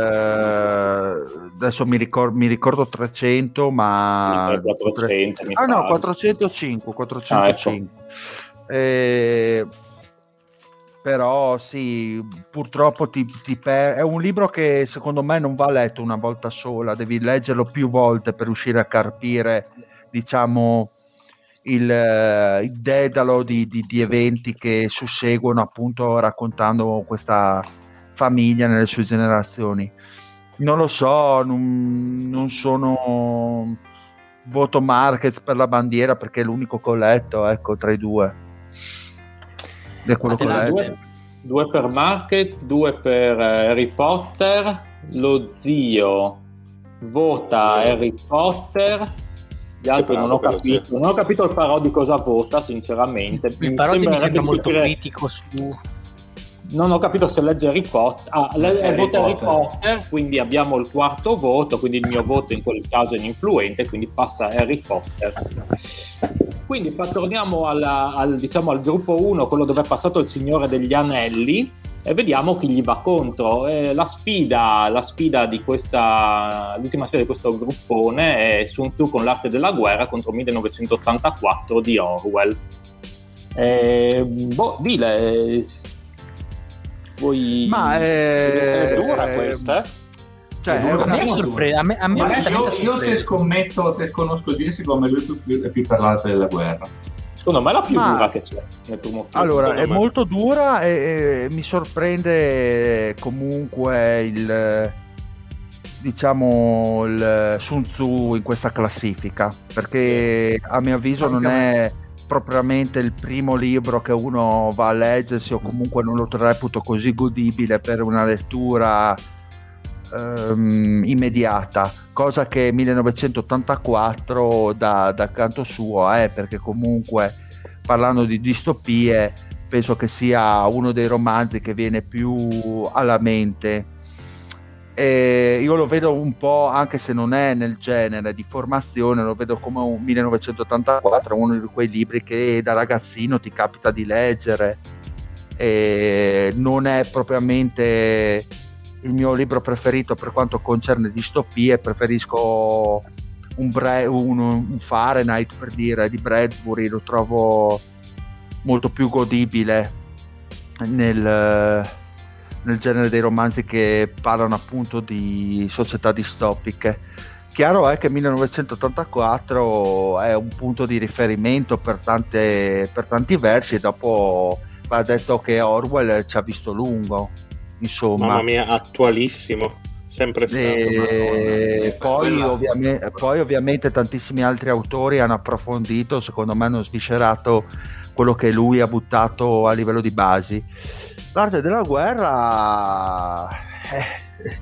adesso mi ricordo, mi ricordo trecento, ma quattrocento, ah no, quattrocentocinque quattrocentocinque ah, ecco. eh, però sì, purtroppo ti, ti per... è un libro che secondo me non va letto una volta sola, devi leggerlo più volte per riuscire a carpire, diciamo, il, il dedalo di, di, di eventi che susseguono, appunto raccontando questa famiglia nelle sue generazioni. Non lo so, non, non sono voto Marquez per la bandiera perché è l'unico che ho letto, ecco, tra i due. Quello due, due per Marquez, due per Harry Potter. Lo zio vota Harry Potter, gli altri non ho capito non ho capito il Parodi cosa vota sinceramente. Il Parodi mi sembra molto critico su non ho capito se legge Harry Potter. Ah, le- Harry vota Harry Potter. Potter, quindi abbiamo il quarto voto, quindi il mio voto in quel caso è ininfluente, quindi passa Harry Potter. Quindi pa- torniamo alla- al, diciamo, al gruppo uno, quello dove è passato il Signore degli Anelli, e vediamo chi gli va contro. Eh, la sfida, la sfida di questa, l'ultima sfida di questo gruppone è Sun Tzu con l'arte della guerra contro millenovecentottantaquattro di Orwell. Eh, boh, Dile, vuoi... Ma È è, dura questa? Cioè, È è dura. A me una... è sorpresa, a me, a me Ma io, onestamente io se sorpresa. scommetto, se conosco il dire, secondo me lui è più, è più per l'arte della guerra. Secondo me è la più Ma- dura che c'è nel primo film. Allora, secondo è me. molto dura e, e mi sorprende comunque il, diciamo, il Sun Tzu in questa classifica, perché a mio avviso non è propriamente il primo libro che uno va a leggersi, o comunque non lo reputo così godibile per una lettura ehm, immediata, cosa che millenovecentottantaquattro da, da canto suo è, perché comunque, parlando di distopie, penso che sia uno dei romanzi che viene più alla mente. E io lo vedo un po', anche se non è nel genere di formazione, lo vedo come un millenovecentottantaquattro, uno di quei libri che da ragazzino ti capita di leggere, e non è propriamente il mio libro preferito per quanto concerne distopie. Preferisco un, Bre- un, un Fahrenheit, per dire, di Bradbury, lo trovo molto più godibile nel, nel genere dei romanzi che parlano appunto di società distopiche. Chiaro è che millenovecentottantaquattro è un punto di riferimento per, tante, per tanti versi, e dopo va detto che Orwell ci ha visto lungo, insomma. Mamma mia, attualissimo, sempre stato. E poi, Quella- ovviamente, poi ovviamente tantissimi altri autori hanno approfondito, secondo me hanno sviscerato quello che lui ha buttato a livello di basi. L'arte della guerra, eh,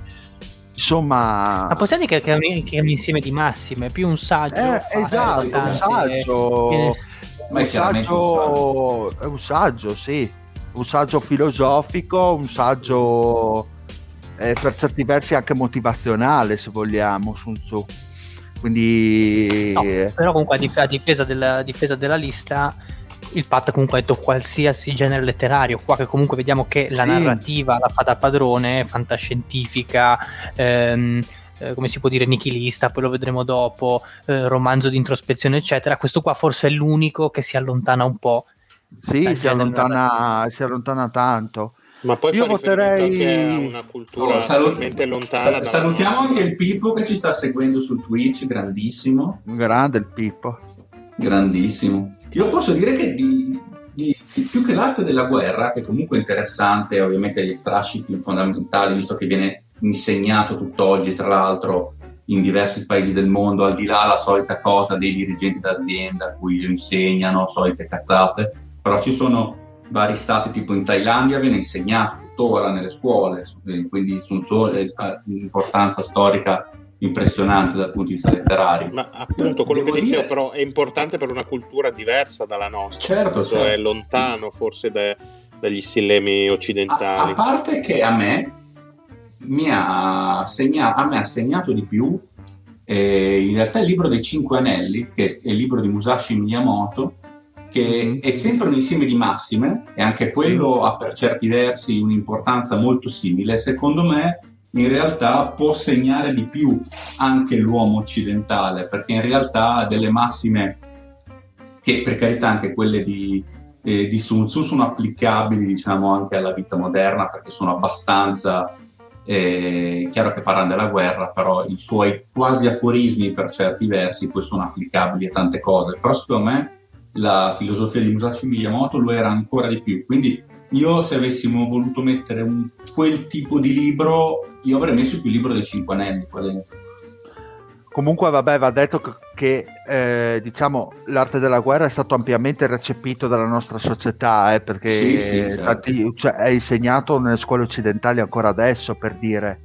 insomma, Ma possiamo dire che è, un, che è un insieme di massime, più un saggio. eh, fa- esatto, un tante- saggio, eh, Ma è un chiaramente saggio, è un saggio, sì, un saggio filosofico, un saggio eh, per certi versi anche motivazionale, se vogliamo, Sun Tzu. Quindi no, però comunque a, dif- a difesa, della, a difesa della lista, il Pat comunque ha detto qualsiasi genere letterario. Qua che comunque vediamo che la Sì. narrativa la fa da padrone, fantascientifica, ehm, eh, come si può dire, nichilista, poi lo vedremo dopo, eh, romanzo di introspezione eccetera. Questo qua forse è l'unico che si allontana un po'. sì, dal si genere allontana, si allontana tanto. Ma poi Io fa riferimento voterei- anche a una cultura Oh, salu- talmente lontana sa- dalla salutiamo nostra. anche il Pippo che ci sta seguendo su Twitch, grandissimo, Grande il Pippo. grandissimo. Io posso dire che di, di- di- più che l'arte della guerra, che comunque è interessante, ovviamente gli strascichi fondamentali, visto che viene insegnato tutt'oggi, tra l'altro, in diversi paesi del mondo, al di là la solita cosa dei dirigenti d'azienda a cui lo insegnano, solite cazzate, però ci sono vari stati, tipo in Thailandia viene insegnato tuttora nelle scuole, quindi Sun Tzu ha un'importanza storica impressionante dal punto di vista letterario. Ma appunto quello Devo che dicevo, dire- però è importante per una cultura diversa dalla nostra. Certo, Questo certo. è lontano forse da- dagli stilemi A, occidentali. a parte che a me mi ha, segna- a me ha segnato di più eh, in realtà il libro dei Cinque Anelli, che è il libro di Musashi Miyamoto, che Mhm. è sempre un insieme di massime, e anche quello ha per certi versi un'importanza molto simile. Secondo me in realtà può segnare di più anche l'uomo occidentale, perché in realtà ha delle massime che, per carità, anche quelle di, eh, di Sun Tzu sono applicabili, diciamo, anche alla vita moderna, perché sono abbastanza eh, chiaro che parlano della guerra, però i suoi quasi aforismi per certi versi poi sono applicabili a tante cose. Però secondo me la filosofia di Musashi Miyamoto lo era ancora di più, quindi io, se avessimo voluto mettere un, quel tipo di libro, io avrei messo più il libro dei Cinque Anelli qua dentro. Comunque, vabbè, va detto che, che, eh, diciamo, l'arte della guerra è stato ampiamente recepito dalla nostra società, eh, perché Sì, sì, certo. tanti- cioè, è insegnato nelle scuole occidentali ancora adesso, per dire.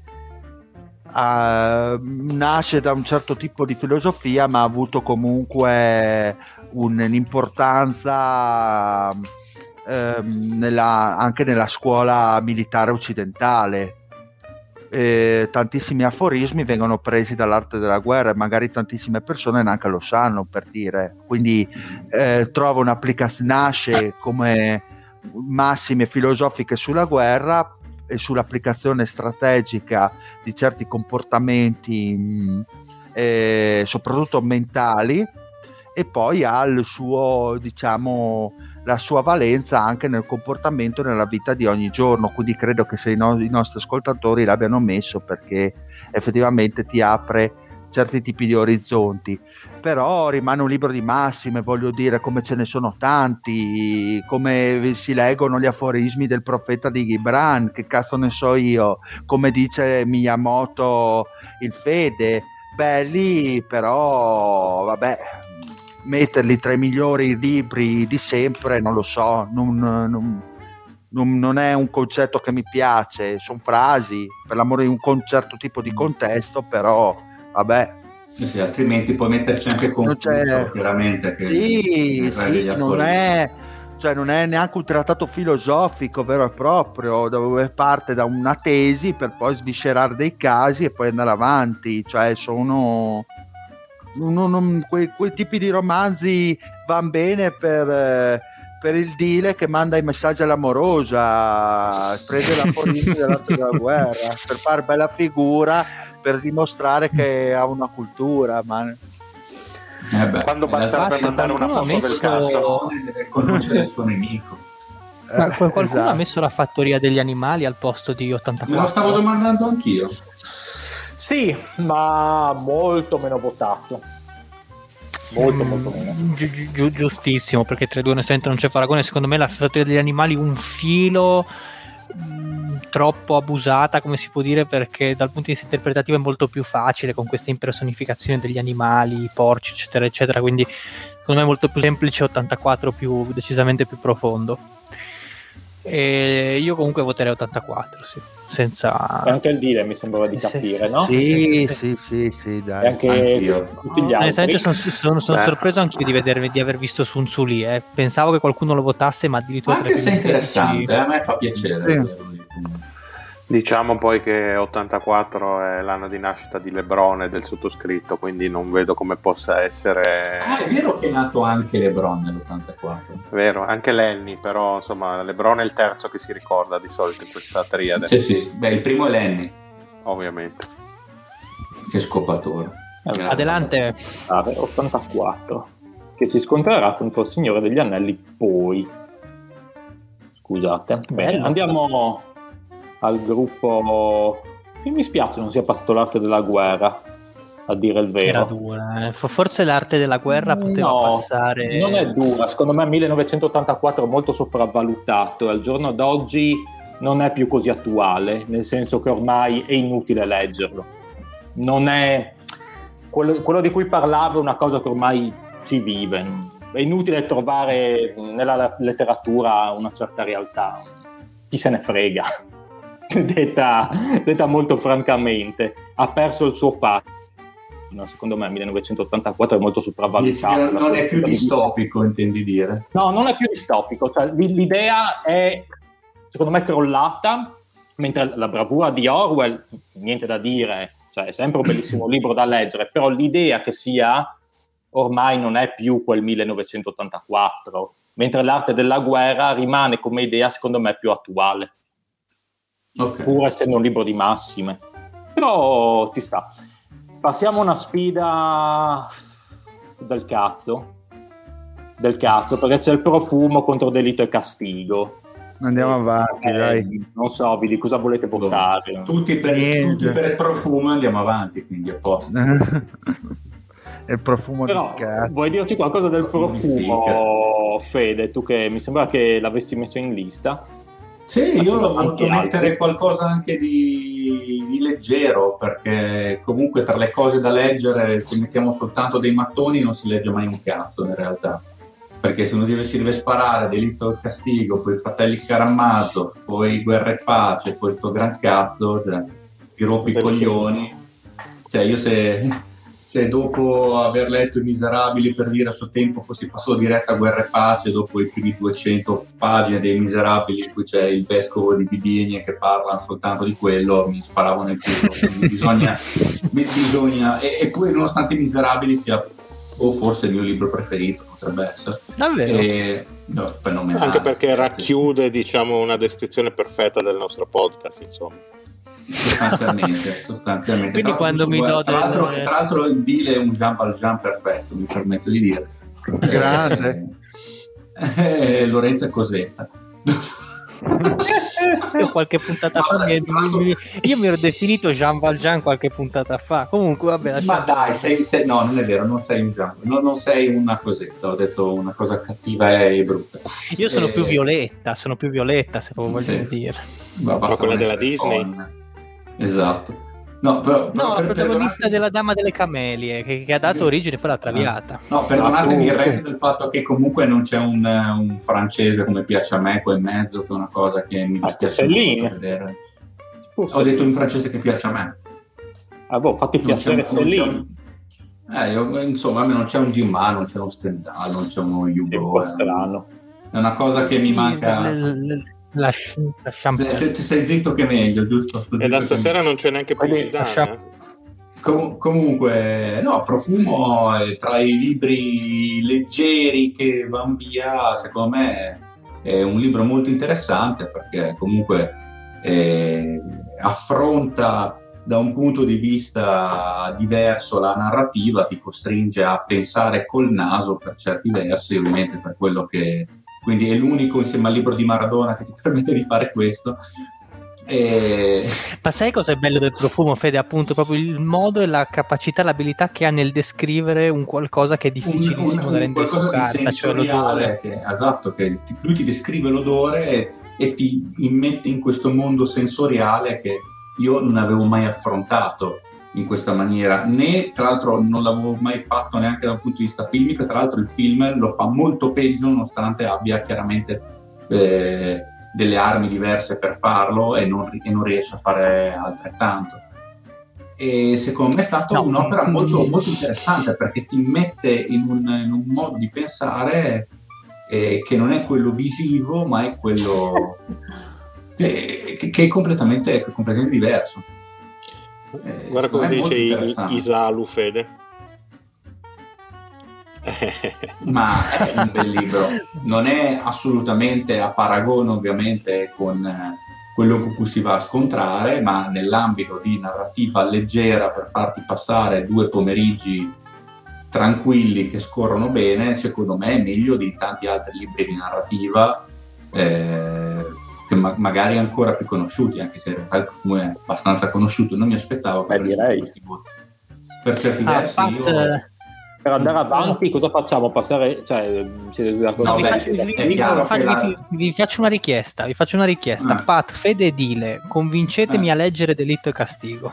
Uh, nasce da un certo tipo di filosofia, ma ha avuto comunque un- un'importanza ehm, nella, anche nella scuola militare occidentale. Eh, tantissimi aforismi vengono presi dall'arte della guerra e magari tantissime persone neanche lo sanno, per dire. Quindi eh, trovo un'applicazione, nasce come massime filosofiche sulla guerra e sull'applicazione strategica di certi comportamenti mh, eh, soprattutto mentali, e poi ha il suo, diciamo, la sua valenza anche nel comportamento nella vita di ogni giorno. Quindi credo che se i, no- i nostri ascoltatori l'abbiano messo perché effettivamente ti apre certi tipi di orizzonti. Però rimane un libro di massime, voglio dire, come ce ne sono tanti, come si leggono gli aforismi del profeta di Gibran, che cazzo ne so io, come dice Miyamoto il Fede, belli, però vabbè, metterli tra i migliori libri di sempre non lo so, non, non, non, non è un concetto che mi piace, sono frasi per l'amore di un con- certo tipo di contesto, però vabbè. Sì, altrimenti puoi metterci anche Confucio, chiaramente, che sì, sì, non è, cioè non è neanche un trattato filosofico vero e proprio, dove parte da una tesi per poi sviscerare dei casi e poi andare avanti, cioè sono non, non, quei, quei tipi di romanzi vanno bene per, per il dile che manda i messaggi all'amorosa, prende la fornitura dell'arte della guerra per fare bella figura, per dimostrare che ha una cultura, ma eh beh, quando basterebbe mandare una foto messo... del cazzo deve conoscere il suo nemico. Ma qualcuno esatto. ha messo la fattoria degli animali al posto di ottantaquattro? Me lo stavo domandando anch'io. Sì, ma molto meno votato. Molto, molto meno. Gi- gi- giustissimo, perché tra i due onestamente non c'è paragone. Secondo me la fattoria degli animali un filo mh, troppo abusata, come si può dire, perché dal punto di vista interpretativo è molto più facile con questa impersonificazione degli animali, i porci, eccetera, eccetera. Quindi secondo me è molto più semplice, ottantaquattro più decisamente più profondo. E io comunque voterei ottantaquattro, sì, senza anche il dire mi sembrava di capire, no? Sì, sì, sì, sì, dai. E anche Anch'io. tutti gli altri. Onestamente sono, sono, sono sorpreso anch'io di vedermi, di aver visto Sun Tzu lì, eh. Pensavo che qualcuno lo votasse, ma addirittura Anche se è interessante, eh, a me fa piacere. Sì. Diciamo poi che ottantaquattro è l'anno di nascita di LeBron e del sottoscritto, quindi non vedo come possa essere. Ah, è vero che è nato anche LeBron nell'ottantaquattro. È vero, anche Lenny, però insomma LeBron è il terzo che si ricorda di solito in questa triade. Sì, sì. Beh, il primo è Lenny. Ovviamente. Che scopatore. Allora, Adelante. ottantaquattro, che si scontrerà contro il Signore degli Anelli poi. Scusate. Bene, Bello. andiamo al gruppo. Mi spiace non sia passato l'arte della guerra, a dire il vero. Era dura, eh. Forse l'arte della guerra poteva No, passare. non è dura, secondo me millenovecentottantaquattro è molto sopravvalutato e al giorno d'oggi non è più così attuale, nel senso che ormai è inutile leggerlo. Non è quello, quello di cui parlavo è una cosa che ormai si vive, è inutile trovare nella letteratura una certa realtà, chi se ne frega. Detta, detta molto francamente, ha perso il suo fatto. No, secondo me millenovecentottantaquattro è molto sopravvalutato. Non è più distopico, intendi dire? No, non è più distopico, cioè, l'idea è secondo me crollata, mentre la bravura di Orwell, niente da dire, cioè è sempre un bellissimo libro da leggere, però l'idea che sia ormai non è più quel millenovecentottantaquattro, mentre l'arte della guerra rimane come idea secondo me più attuale. Okay. Pur essendo un libro di massime, però ci sta. Passiamo a una sfida del cazzo del cazzo perché c'è il profumo contro delitto e castigo. Andiamo avanti, eh, dai. Non so, vi di cosa volete votare? Tutti per, tutti per il profumo andiamo avanti, quindi a posto. Il profumo però, di cazzo. Vuoi dirci qualcosa del profumo, profumo Fede? Tu che mi sembra che l'avessi messo in lista. Sì, io ho voluto altri. mettere qualcosa anche di, di leggero, perché comunque tra le cose da leggere, se mettiamo soltanto dei mattoni non si legge mai un cazzo in realtà, perché se uno deve, si deve sparare delitto e castigo, poi Fratelli Karamazov, poi Guerra e Pace, poi sto gran cazzo, cioè ti rompi i coglioni. Cioè io se, se dopo aver letto I Miserabili, per dire, a suo tempo fossi passato diretto a Guerra e Pace, dopo i primi duecento pagine dei Miserabili in cui c'è il vescovo di Bibigne che parla soltanto di quello, mi sparavo nel culo. bisogna, bisogna e, e poi nonostante I Miserabili sia o forse il mio libro preferito, potrebbe essere davvero e, no, fenomenale, anche perché sì, racchiude sì. diciamo una descrizione perfetta del nostro podcast, insomma. sostanzialmente, sostanzialmente. Quindi tra quando mi do tra, l'altro, delle... tra l'altro il deal è un Jean Valjean perfetto, mi permetto di dire. Grande. Eh, eh, Lorenzo e Cosetta. Io qualche puntata fa mi, mi, io mi ero definito Jean Valjean qualche puntata fa. Comunque vabbè, ma dai, sei, sei, no, non è vero, non sei un Jean, no, non sei una Cosetta, ho detto una cosa cattiva e brutta. Io sono eh, più violetta, sono più violetta se lo voglio sì. dire. Ma Ma quella della Disney? Con... Esatto. No, però, no, per, la protagonista per... della Dama delle Camelie che, che ha dato origine poi alla Traviata. No, perdonatemi il resto del fatto che comunque non c'è un, un francese come piace a me qua in mezzo, che è una cosa che mi dispiace molto vedere. Ho detto in francese che piace a me. Ah, boh, fatti piacere Céline. Eh, io, insomma, non c'è un Dumas, non c'è uno Stendhal, non c'è uno Hugo. È un po' strano. È una cosa che mi manca. La, la champagne. Se, se stai zitto che è meglio, giusto? E da stasera non c'è neanche più Zidane. Com- comunque, no, Profumo è tra i libri leggeri che van via, secondo me è un libro molto interessante perché comunque eh, affronta da un punto di vista diverso la narrativa, ti costringe a pensare col naso per certi versi, ovviamente per quello che... Quindi è l'unico insieme al libro di Maradona che ti permette di fare questo. E... Ma sai cosa è bello del Profumo, Fede? Appunto proprio il modo e la capacità, l'abilità che ha nel descrivere un qualcosa che è difficilissimo un, un, da rendere su carta, cioè l'odore. Che, esatto, che lui ti descrive l'odore e, e ti immette in questo mondo sensoriale che io non avevo mai affrontato in questa maniera, né tra l'altro non l'avevo mai fatto neanche dal punto di vista filmico. Tra l'altro il film lo fa molto peggio nonostante abbia chiaramente eh, delle armi diverse per farlo e non, e non riesce a fare altrettanto. E secondo me è stata no. un'opera molto, molto interessante perché ti mette in un, in un modo di pensare eh, che non è quello visivo ma è quello eh, che, che, è completamente, che è completamente diverso. Eh, Guarda cosa dice Isalu, Fede. Ma è un bel libro, non è assolutamente a paragone ovviamente con eh, quello con cui si va a scontrare, ma nell'ambito di narrativa leggera per farti passare due pomeriggi tranquilli che scorrono bene, secondo me è meglio di tanti altri libri di narrativa eh, che ma- magari ancora più conosciuti, anche se in realtà il Profumo è abbastanza conosciuto. Non mi aspettavo che direi questi voti. Per certi ah, versi Pat, io... Per andare avanti cosa facciamo? Passare, cioè, siete d'accordo? No, vi, beh, faccio, vi, vi, vi, la... vi, vi faccio una richiesta, vi faccio una richiesta. Ah. Pat, Fede e Dile, convincetemi Ah. a leggere Delitto e Castigo.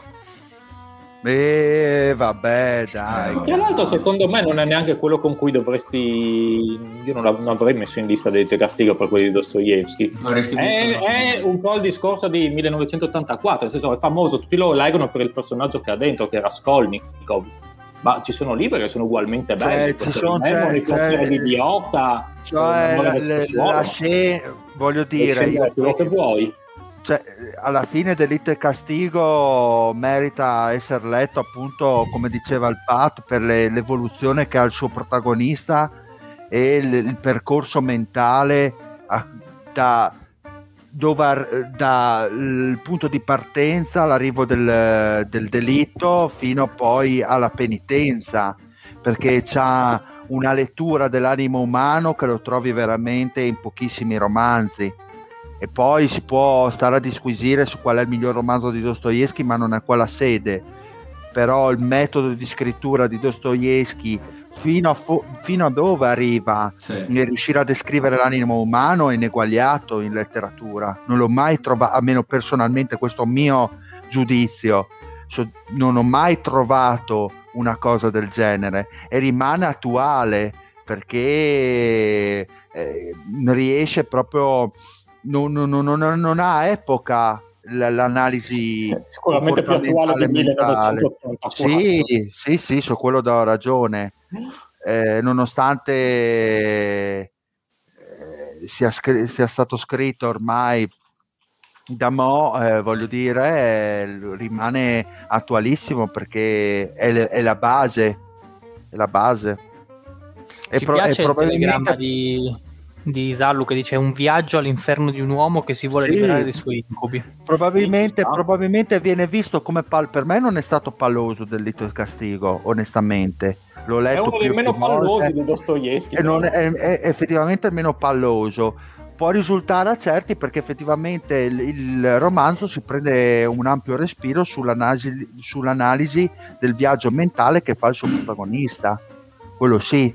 Eh, vabbè, dai. Tra l'altro, secondo me, non è neanche quello con cui dovresti. Io non, non avrei messo in lista Delitto e Castigo per quelli di Dostoevsky. È, è un po' il discorso di millenovecentottantaquattro, nel senso è famoso, tutti lo leggono per il personaggio che ha dentro, che era Skolnikov. Ma ci sono libri che sono ugualmente belli, cioè, ci sono c'è, c'è l'idiota, cioè la, la, la scena, voglio dire, io, quello che vuoi. Cioè, alla fine Delitto e Castigo merita essere letto appunto, come diceva il Pat, per le, l'evoluzione che ha il suo protagonista e il, il percorso mentale a, da dove dal punto di partenza all'arrivo del, del delitto fino poi alla penitenza, perché c'ha una lettura dell'animo umano che lo trovi veramente in pochissimi romanzi. E poi si può stare a disquisire su qual è il miglior romanzo di Dostoevsky, ma non è qua la sede. Però il metodo di scrittura di Dostoevsky fino a, fo- fino a dove arriva, sì, nel riuscire a descrivere l'animo umano, è ineguagliato in letteratura. Non l'ho mai trovato, almeno personalmente, questo è un mio giudizio, so, non ho mai trovato una cosa del genere, e rimane attuale perché eh, riesce proprio, non, non, non, non ha epoca l- l'analisi sicuramente più attuale di millenovecentottantaquattro. Sì, sì, sì, su quello do ragione. Eh, nonostante eh, sia, scr- sia stato scritto ormai da mo', eh, voglio dire, eh, rimane attualissimo perché è, le- è la base, è la base. Ci pro- piace il probabilmente... telegramma di, di Sallu che dice un viaggio all'inferno di un uomo che si vuole Sì. liberare dai suoi incubi. Probabilmente, Sì, probabilmente viene visto come pal- per me non è stato palloso del Delitto e Castigo, onestamente. L'ho letto È uno dei più- meno più volte pallosi di Dostoevskij. e non è, è- è effettivamente il meno palloso. Può risultare a certi perché effettivamente il, il romanzo si prende un ampio respiro sull'analisi, sull'analisi del viaggio mentale che fa il suo protagonista. Quello sì.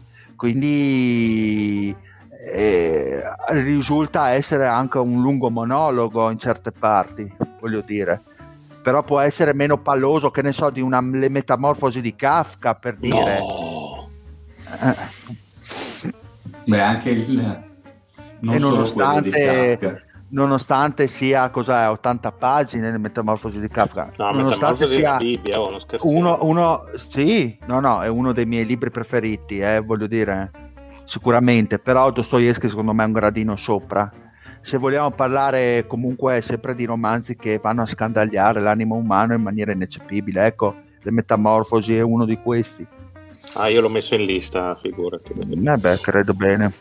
Quindi eh, risulta essere anche un lungo monologo in certe parti, voglio dire. Però può essere meno palloso, che ne so, di una Le Metamorfosi di Kafka, per dire. No. Eh. Beh, anche il non E solo nonostante, quello di Kafka. nonostante sia cos'è, ottanta pagine Le Metamorfosi di Kafka, No, nonostante Metamorfosi sia della Bibbia, oh, non scherzo. uno, uno, sì, no, no, è uno dei miei libri preferiti, eh, voglio dire, sicuramente, però Dostoevskij secondo me è un gradino sopra. Se vogliamo parlare comunque sempre di romanzi che vanno a scandagliare l'animo umano in maniera ineccepibile, ecco, Le Metamorfosi è uno di questi. Ah, io l'ho messo in lista, figurati. Eh beh, credo bene.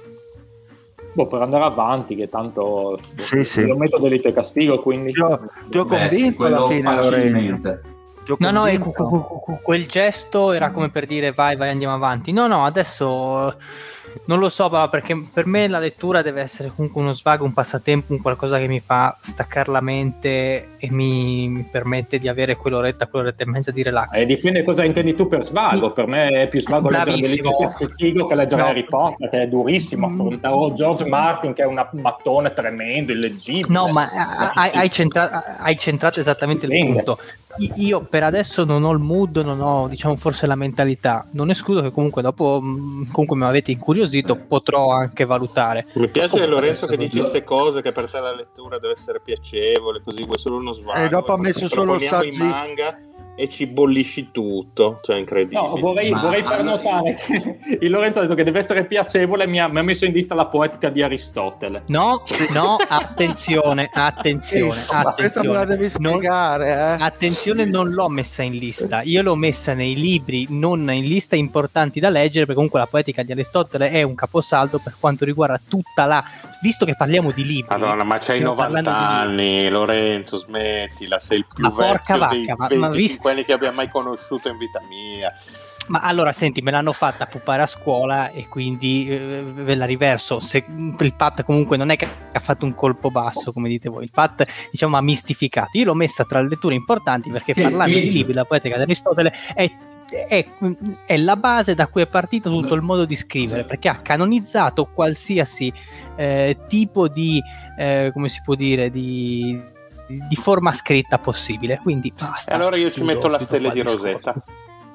Boh, per andare avanti, che tanto Sì, sì. io metto Delitto e Castigo, quindi Ti ho, ti ho Beh, convinto sì, alla quello fine, Lorenzo. facilmente. Ti ho No, no, e convinto. que- que- que- quel gesto era come per dire vai, vai, andiamo avanti. No, no, adesso non lo so, ma perché per me la lettura deve essere comunque uno svago, un passatempo, un qualcosa che mi fa staccare la mente e mi, mi permette di avere quell'oretta, quell'oretta e mezza di relax. Eh, dipende cosa intendi tu per svago. Per me è più svago leggere Bravissimo. Delitto e Castigo che leggere No. Harry Potter, che è durissimo. Affrontare o George Martin, che è un mattone tremendo, illeggibile. No, ma ah, hai, hai, centra- hai centrato esattamente il Dipende. punto. I- Io per adesso non ho il mood, non ho, diciamo, forse la mentalità. Non escludo che comunque dopo, mh, comunque mi avete incuriosito, potrò anche valutare. Mi piace Comunque, Lorenzo che adesso dici non- queste cose, che per te la lettura deve essere piacevole, così vuoi solo uno svago. E dopo ha poi messo ti solo proponiamo i saggi. manga e ci bollisci tutto, cioè incredibile. No, vorrei, Ma vorrei far allora- notare che il Lorenzo ha detto che deve essere piacevole e mi ha, mi ha messo in lista la poetica di Aristotele. No, no, attenzione, attenzione, Insomma, questa me la attenzione. devi Non- spiegare, eh. Attenzione, non l'ho messa in lista, io l'ho messa nei libri non in lista importanti da leggere, perché comunque la poetica di Aristotele è un caposaldo per quanto riguarda tutta la, visto che parliamo di libri. Madonna, ma c'hai stiamo parlando novanta di libri. anni, Lorenzo, smettila, sei il più Ma porca vecchio dei vacca, ma- ma vi- venticinque anni che abbia mai conosciuto in vita mia. Ma allora, senti, me l'hanno fatta pupare a scuola e quindi eh, ve la riverso. Se, il P A T comunque non è che ha fatto un colpo basso, come dite voi, il P A T, diciamo, ha mistificato. Io l'ho messa tra le letture importanti perché Che parlando di figlio. libri, la poetica di Aristotele è, è, è la base da cui è partito tutto il modo di scrivere, perché ha canonizzato qualsiasi eh, tipo di, eh, come si può dire, di, di forma scritta possibile. Quindi basta. E allora io ci Chiudo- metto la chiudo stella qua di il discorso. Rosetta.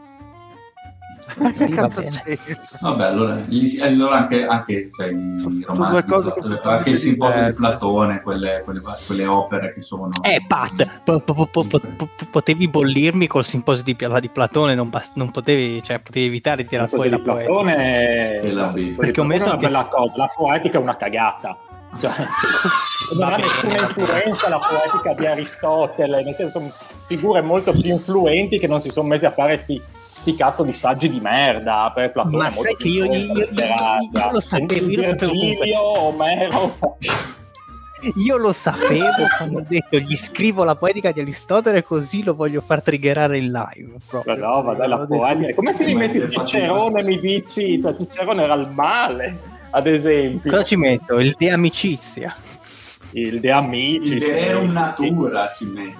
Che va cazzo bene. c'è? Vabbè, allora, gli- allora anche, anche cioè, i Sono romanzi due di cose Platone, completamente anche il simposio di diverse. Platone, quelle, quelle, quelle opere che sono... Eh, Pat, po- po- po- po- po- potevi bollirmi col simposio di, di Platone, non, bast- non potevi, cioè, potevi evitare di tirare Così fuori la di poetica. Platone, Che la così di Perché ho Platone messo è una anche- bella cosa. La poetica è una cagata. Cioè, sì, non Va ha bene, nessuna va influenza la poetica di Aristotele, nel senso sono figure molto più influenti che non si sono messi a fare sti, sti cazzo di saggi di merda. Per Platone Ma è molto sai più che io- io- influente io- letteraria. io lo sapevo, io lo sapevo Virgilio, Omero, cioè, Io lo sapevo quando ho detto gli scrivo la poetica di Aristotele così lo voglio far triggerare in live. Proprio. no, vabbè, la L'ho detto poetica. io. Come se mi Ma metti è facile. Cicerone, mi dici, cioè Cicerone era il male, ad esempio. Cosa ci metto? Il de amicizia. Il De Amici. Il sì. Deum Natura ci metti.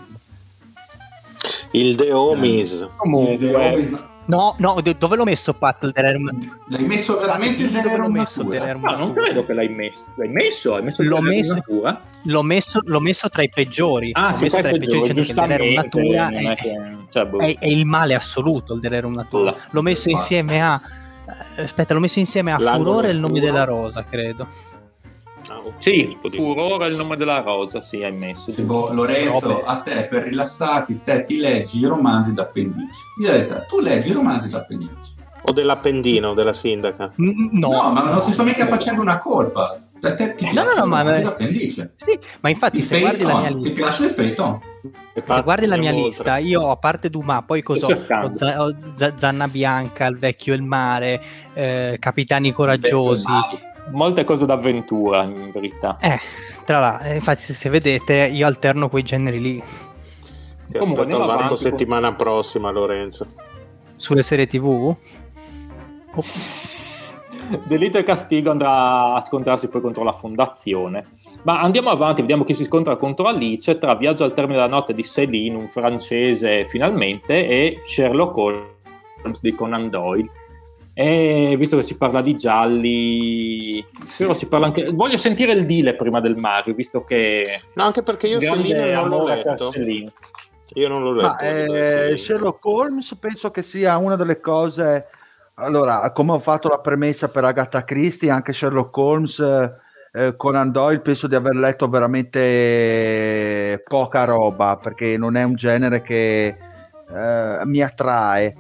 Il De Homis. Il De Comunque, Homis, no. No, no, do- dove l'ho messo Pat il Dererum Natura? L'hai messo veramente il Dove l'ho Deum messo il Natura? Dererum no, non Natura? credo che l'hai messo. L'hai messo? Hai messo il L'ho De messo- Natura? L'ho messo, l'ho messo tra i peggiori. Ah, L'ho sì, messo poi tra i peggiori peggiore, dicendo che il Dererum giustamente. Natura non è è, che- cioè, boh. è- è il male assoluto, il Dererum Natura. L'ho messo Ah. insieme a... eh, Aspetta, l'ho messo insieme a L'angolo Furore e il nome oscuro. della rosa, credo. Ah, Sì, Furore è il nome della rosa, sì, hai messo. Sì, boh, Lorenzo, a te per rilassarti, te ti leggi i romanzi d'appendici. Io detto, tu leggi i romanzi d'appendici. O dell'Appendino, o della sindaca? No, no, ma non ti sto mica facendo una colpa. A te ti no, no, no, ma, d'appendice. Sì, ma infatti il se guardi la mia lista, ti piace il Phaeton? Se guardi la mia lista, io a parte Dumas, poi cosa ho? Ho, Z- ho Z- Zanna Bianca, Il vecchio e il mare, eh, Capitani coraggiosi, molte cose d'avventura in verità. Eh, tra l'altro, infatti se, se vedete io alterno quei generi lì. Ti Comunque, aspetto al varco settimana con... prossima, Lorenzo. Sulle serie tivù? Oh. Delitto e Castigo andrà a scontrarsi poi contro la Fondazione. Ma andiamo avanti, vediamo chi si scontra contro Alice tra Viaggio al termine della notte di Céline, un francese finalmente, e Sherlock Holmes di Conan Doyle. E visto che si parla di gialli, però si parla anche. Voglio sentire il Dile prima del Mario, visto che. No, anche perché io Céline non l'ho letto. Io non l'ho letto. Ma, eh, Sherlock Holmes penso che sia una delle cose. Allora, come ho fatto la premessa per Agatha Christie, anche Sherlock Holmes, eh, Conan Doyle, penso di aver letto veramente poca roba, perché non è un genere che eh, mi attrae.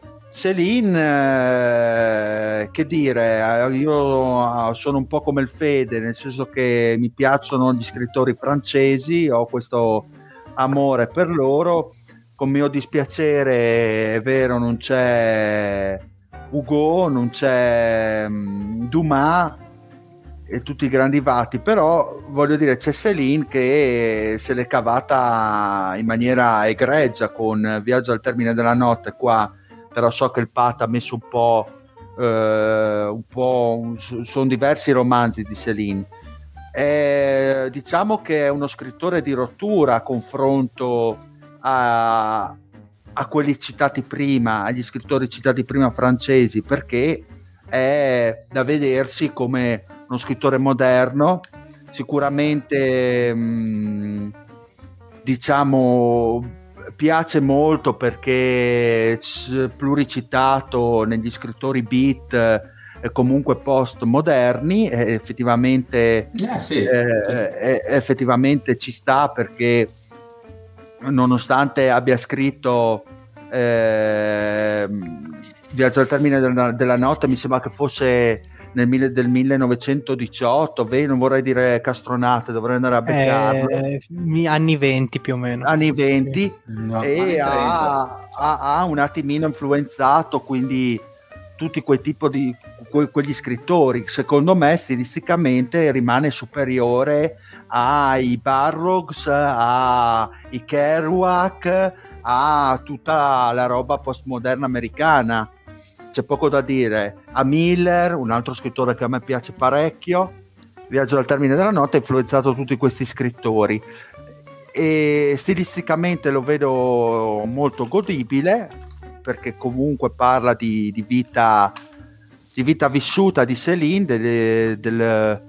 Céline, eh, che dire, io sono un po' come il Fede, nel senso che mi piacciono gli scrittori francesi, ho questo amore per loro, con mio dispiacere, è vero, non c'è Hugo, non c'è um, Dumas e tutti i grandi vati, però voglio dire c'è Céline che se l'è cavata in maniera egregia con Viaggio al termine della notte. Qua però so che il Pat ha messo un po' eh, un po' sono diversi romanzi di Céline. Eh, diciamo che è uno scrittore di rottura a confronto a a quelli citati prima, agli scrittori citati prima francesi, perché è da vedersi come uno scrittore moderno, sicuramente mh, diciamo piace molto perché pluricitato negli scrittori beat e comunque post moderni, e effettivamente eh sì, eh, sì. effettivamente ci sta, perché nonostante abbia scritto eh, Viaggio al termine della, della notte, mi sembra che fosse nel mille, del millenovecentodiciotto, beh, non vorrei dire castronate, dovrei andare a beccarlo, eh, anni venti più o meno, anni venti, no, e ha, ha, ha un attimino influenzato quindi tutti quei tipi di que, quegli scrittori. Secondo me stilisticamente rimane superiore ai Burroughs, ai Kerouac, a tutta la roba postmoderna americana, c'è poco da dire. A Miller, un altro scrittore che a me piace parecchio, Viaggio al termine della notte, ha influenzato tutti questi scrittori e stilisticamente lo vedo molto godibile, perché comunque parla di, di vita di vita vissuta di Céline, del, del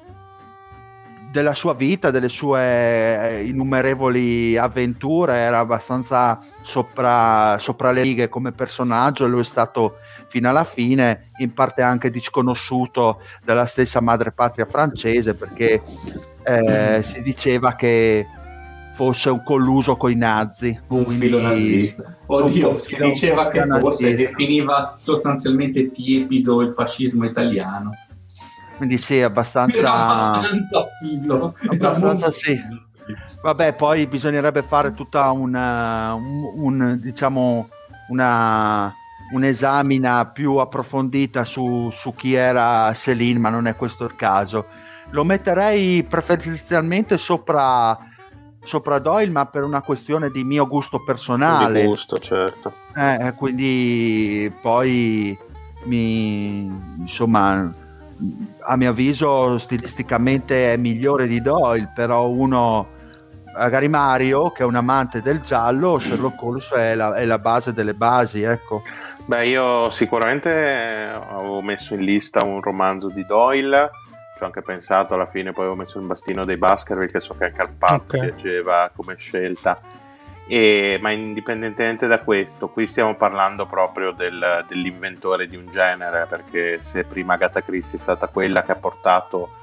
della sua vita, delle sue innumerevoli avventure. Era abbastanza sopra, sopra le righe come personaggio, e lui è stato fino alla fine in parte anche disconosciuto dalla stessa madrepatria francese, perché eh, si diceva che fosse un colluso coi nazi, un quindi, filo nazista. Oddio, si diceva che forse definiva sostanzialmente tiepido il fascismo italiano. Quindi sì, abbastanza era abbastanza filo, abbastanza sì. Vabbè, poi bisognerebbe fare tutta una un, un diciamo una un'esamina più approfondita su, su chi era Céline, ma non è questo il caso. Lo metterei preferenzialmente sopra sopra Doyle, ma per una questione di mio gusto personale. Di gusto, certo. Eh, quindi poi mi insomma, a mio avviso stilisticamente è migliore di Doyle, però uno, magari Mario, che è un amante del giallo, Sherlock Holmes è la, è la base delle basi, ecco. Beh, io sicuramente avevo messo in lista un romanzo di Doyle, ci ho anche pensato alla fine, poi avevo messo il Bastino dei Baskerville, che so che anche al Pat okay. piaceva come scelta. E, ma indipendentemente da questo, qui stiamo parlando proprio del, dell'inventore di un genere, perché se prima Agatha Christie è stata quella che ha portato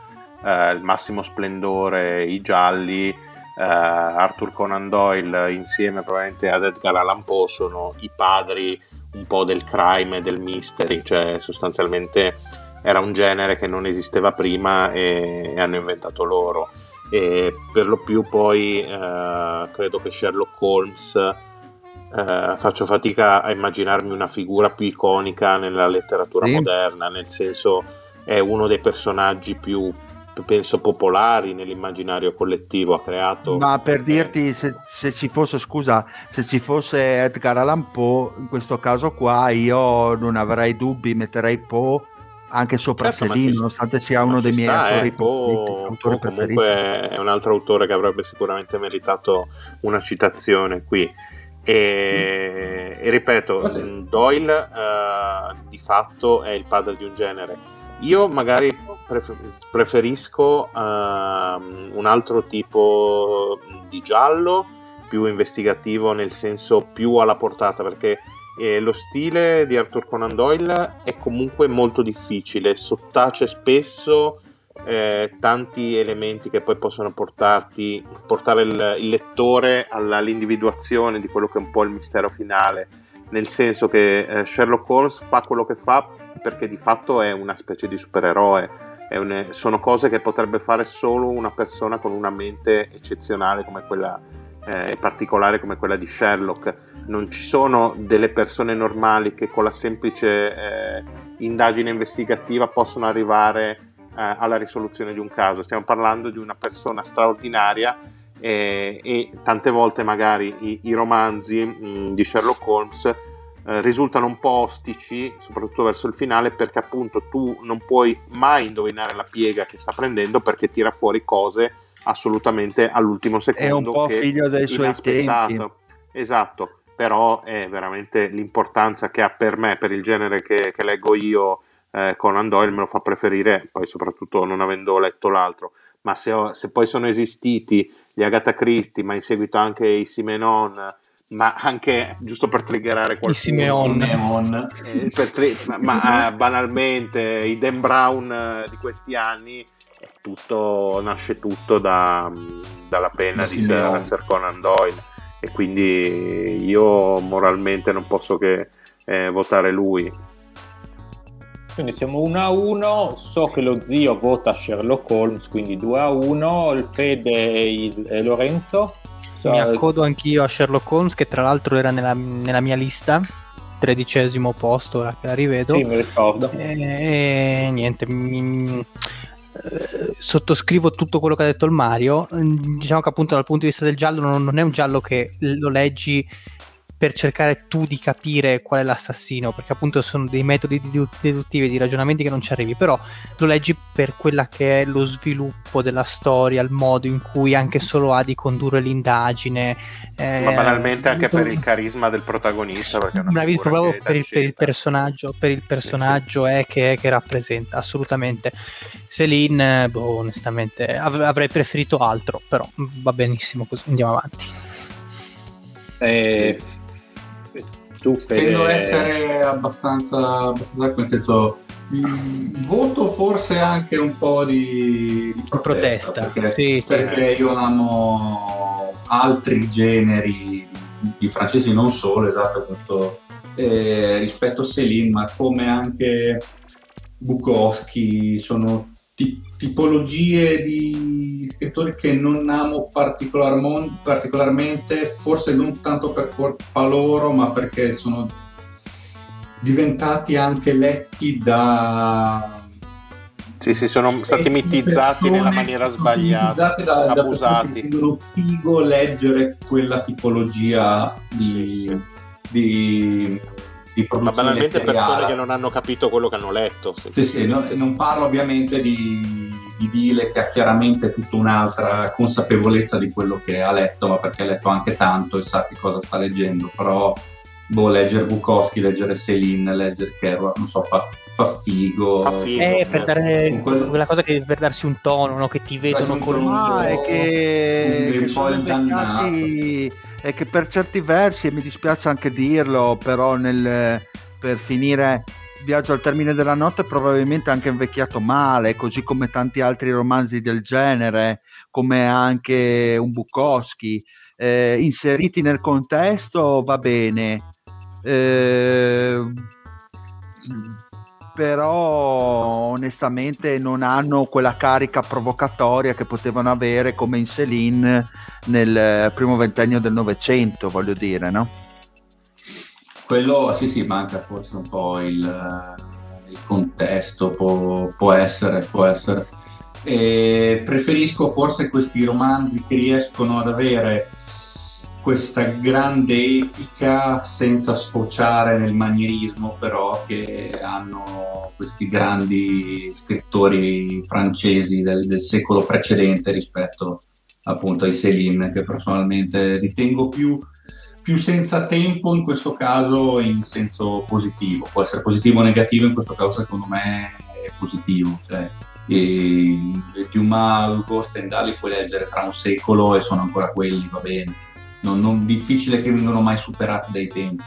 eh, il massimo splendore i gialli, eh, Arthur Conan Doyle insieme probabilmente ad Edgar Allan Poe sono i padri un po' del crime e del mystery, cioè sostanzialmente era un genere che non esisteva prima e, e hanno inventato loro. E per lo più poi eh, credo che Sherlock Holmes, eh, faccio fatica a immaginarmi una figura più iconica nella letteratura sì. moderna, nel senso è uno dei personaggi più, penso, popolari nell'immaginario collettivo, ha creato... Ma per dirti, se, se ci fosse, scusa, se ci fosse Edgar Allan Poe, in questo caso qua io non avrei dubbi, metterei Poe anche sopra certo, Céline, nonostante sia uno dei miei sta, autori, eh, Poe, autori Poe preferiti. Comunque è un altro autore che avrebbe sicuramente meritato una citazione qui. E, e ripeto, Doyle uh, di fatto è il padre di un genere. Io magari preferisco uh, un altro tipo di giallo, più investigativo, nel senso più alla portata, perché E lo stile di Arthur Conan Doyle è comunque molto difficile, sottace spesso eh, tanti elementi che poi possono portarti portare il, il lettore alla, all'individuazione di quello che è un po' il mistero finale, nel senso che eh, Sherlock Holmes fa quello che fa perché di fatto è una specie di supereroe, è un, sono cose che potrebbe fare solo una persona con una mente eccezionale come quella eh, particolare come quella di Sherlock. Non ci sono delle persone normali che con la semplice eh, indagine investigativa possono arrivare eh, alla risoluzione di un caso. Stiamo parlando di una persona straordinaria eh, e tante volte magari i, i romanzi mh, di Sherlock Holmes eh, risultano un po' ostici, soprattutto verso il finale, perché appunto tu non puoi mai indovinare la piega che sta prendendo, perché tira fuori cose assolutamente all'ultimo secondo. È un po' che figlio dei suoi tempi. Esatto. Però è veramente l'importanza che ha per me, per il genere che, che leggo io, eh, Conan Doyle me lo fa preferire, poi soprattutto non avendo letto l'altro. Ma se, ho, se poi sono esistiti gli Agatha Christie, ma in seguito anche i Simenon, ma anche, giusto per triggerare qualcuno, i Simeon, eh, per tri- ma, ma eh, banalmente i Dan Brown eh, di questi anni, è tutto, nasce tutto da, dalla penna di Sir, Sir Conan Doyle. E quindi io moralmente non posso che eh, votare lui. Quindi siamo uno a uno. So che lo zio vota Sherlock Holmes, quindi due a uno. Il Fede e, il, e Lorenzo. So, mi accodo anch'io a Sherlock Holmes, che tra l'altro era nella, nella mia lista, tredicesimo posto, ora che la rivedo. Sì, mi ricordo. E, e niente, mi... Eh, sottoscrivo tutto quello che ha detto il Mario. Diciamo che appunto dal punto di vista del giallo non, non è un giallo che lo leggi per cercare tu di capire qual è l'assassino, perché appunto sono dei metodi deduttivi, di ragionamenti che non ci arrivi, però lo leggi per quella che è lo sviluppo della storia, il modo in cui anche solo ha di condurre l'indagine, eh, ma banalmente anche per il carisma del protagonista, perché è una bravi, proprio che per il, per il personaggio per il personaggio è che, che rappresenta assolutamente. Céline, boh, onestamente av- avrei preferito altro, però va benissimo così, andiamo avanti. eh, tu Tendo a essere abbastanza, abbastanza nel senso, mh, voto forse anche un po' di, di protesta, protesta. perché, Sì, perché sì. io amo altri generi di francesi, non solo, esatto, questo, eh, rispetto a Céline, ma come anche Bukowski, sono t- tipologie di scrittori che non amo particolar- particolarmente, forse non tanto per colpa loro, ma perché sono diventati anche letti da... Sì, sì, sono stati mitizzati nella maniera sbagliata, da, abusati. È figo leggere quella tipologia di, sì, sì. di, di produzione. Ma banalmente letteriale. Persone che non hanno capito quello che hanno letto. Sì, sì, non, non parlo ovviamente di, di Dile, che ha chiaramente tutta un'altra consapevolezza di quello che ha letto, ma perché ha letto anche tanto e sa che cosa sta leggendo, però boh, leggere Bukowski, leggere Céline, leggere Kerouac, non so, fa, fa figo. Fa figo. Eh, per dare quello... quella cosa che per darsi un tono, no? Che ti vedono con un ah, è che, un che sono invecchiati, e che per certi versi, e mi dispiace anche dirlo, però nel, per finire Viaggio al termine della notte probabilmente anche invecchiato male, così come tanti altri romanzi del genere, come anche un Bukowski, eh, inseriti nel contesto va bene, eh, però onestamente non hanno quella carica provocatoria che potevano avere come in Céline nel primo ventennio del Novecento, voglio dire, no? Quello sì sì, manca forse un po' il, il contesto, può, può essere, può essere. E preferisco forse questi romanzi che riescono ad avere questa grande epica senza sfociare nel manierismo, però che hanno questi grandi scrittori francesi del, del secolo precedente rispetto appunto ai Céline, che personalmente ritengo più, più senza tempo in questo caso in senso positivo. Può essere positivo o negativo, in questo caso secondo me è positivo, cioè e Dumas, Hugo, Stendhal li puoi leggere tra un secolo e sono ancora quelli, va bene. Non, non difficile che vengano mai superati dai tempi.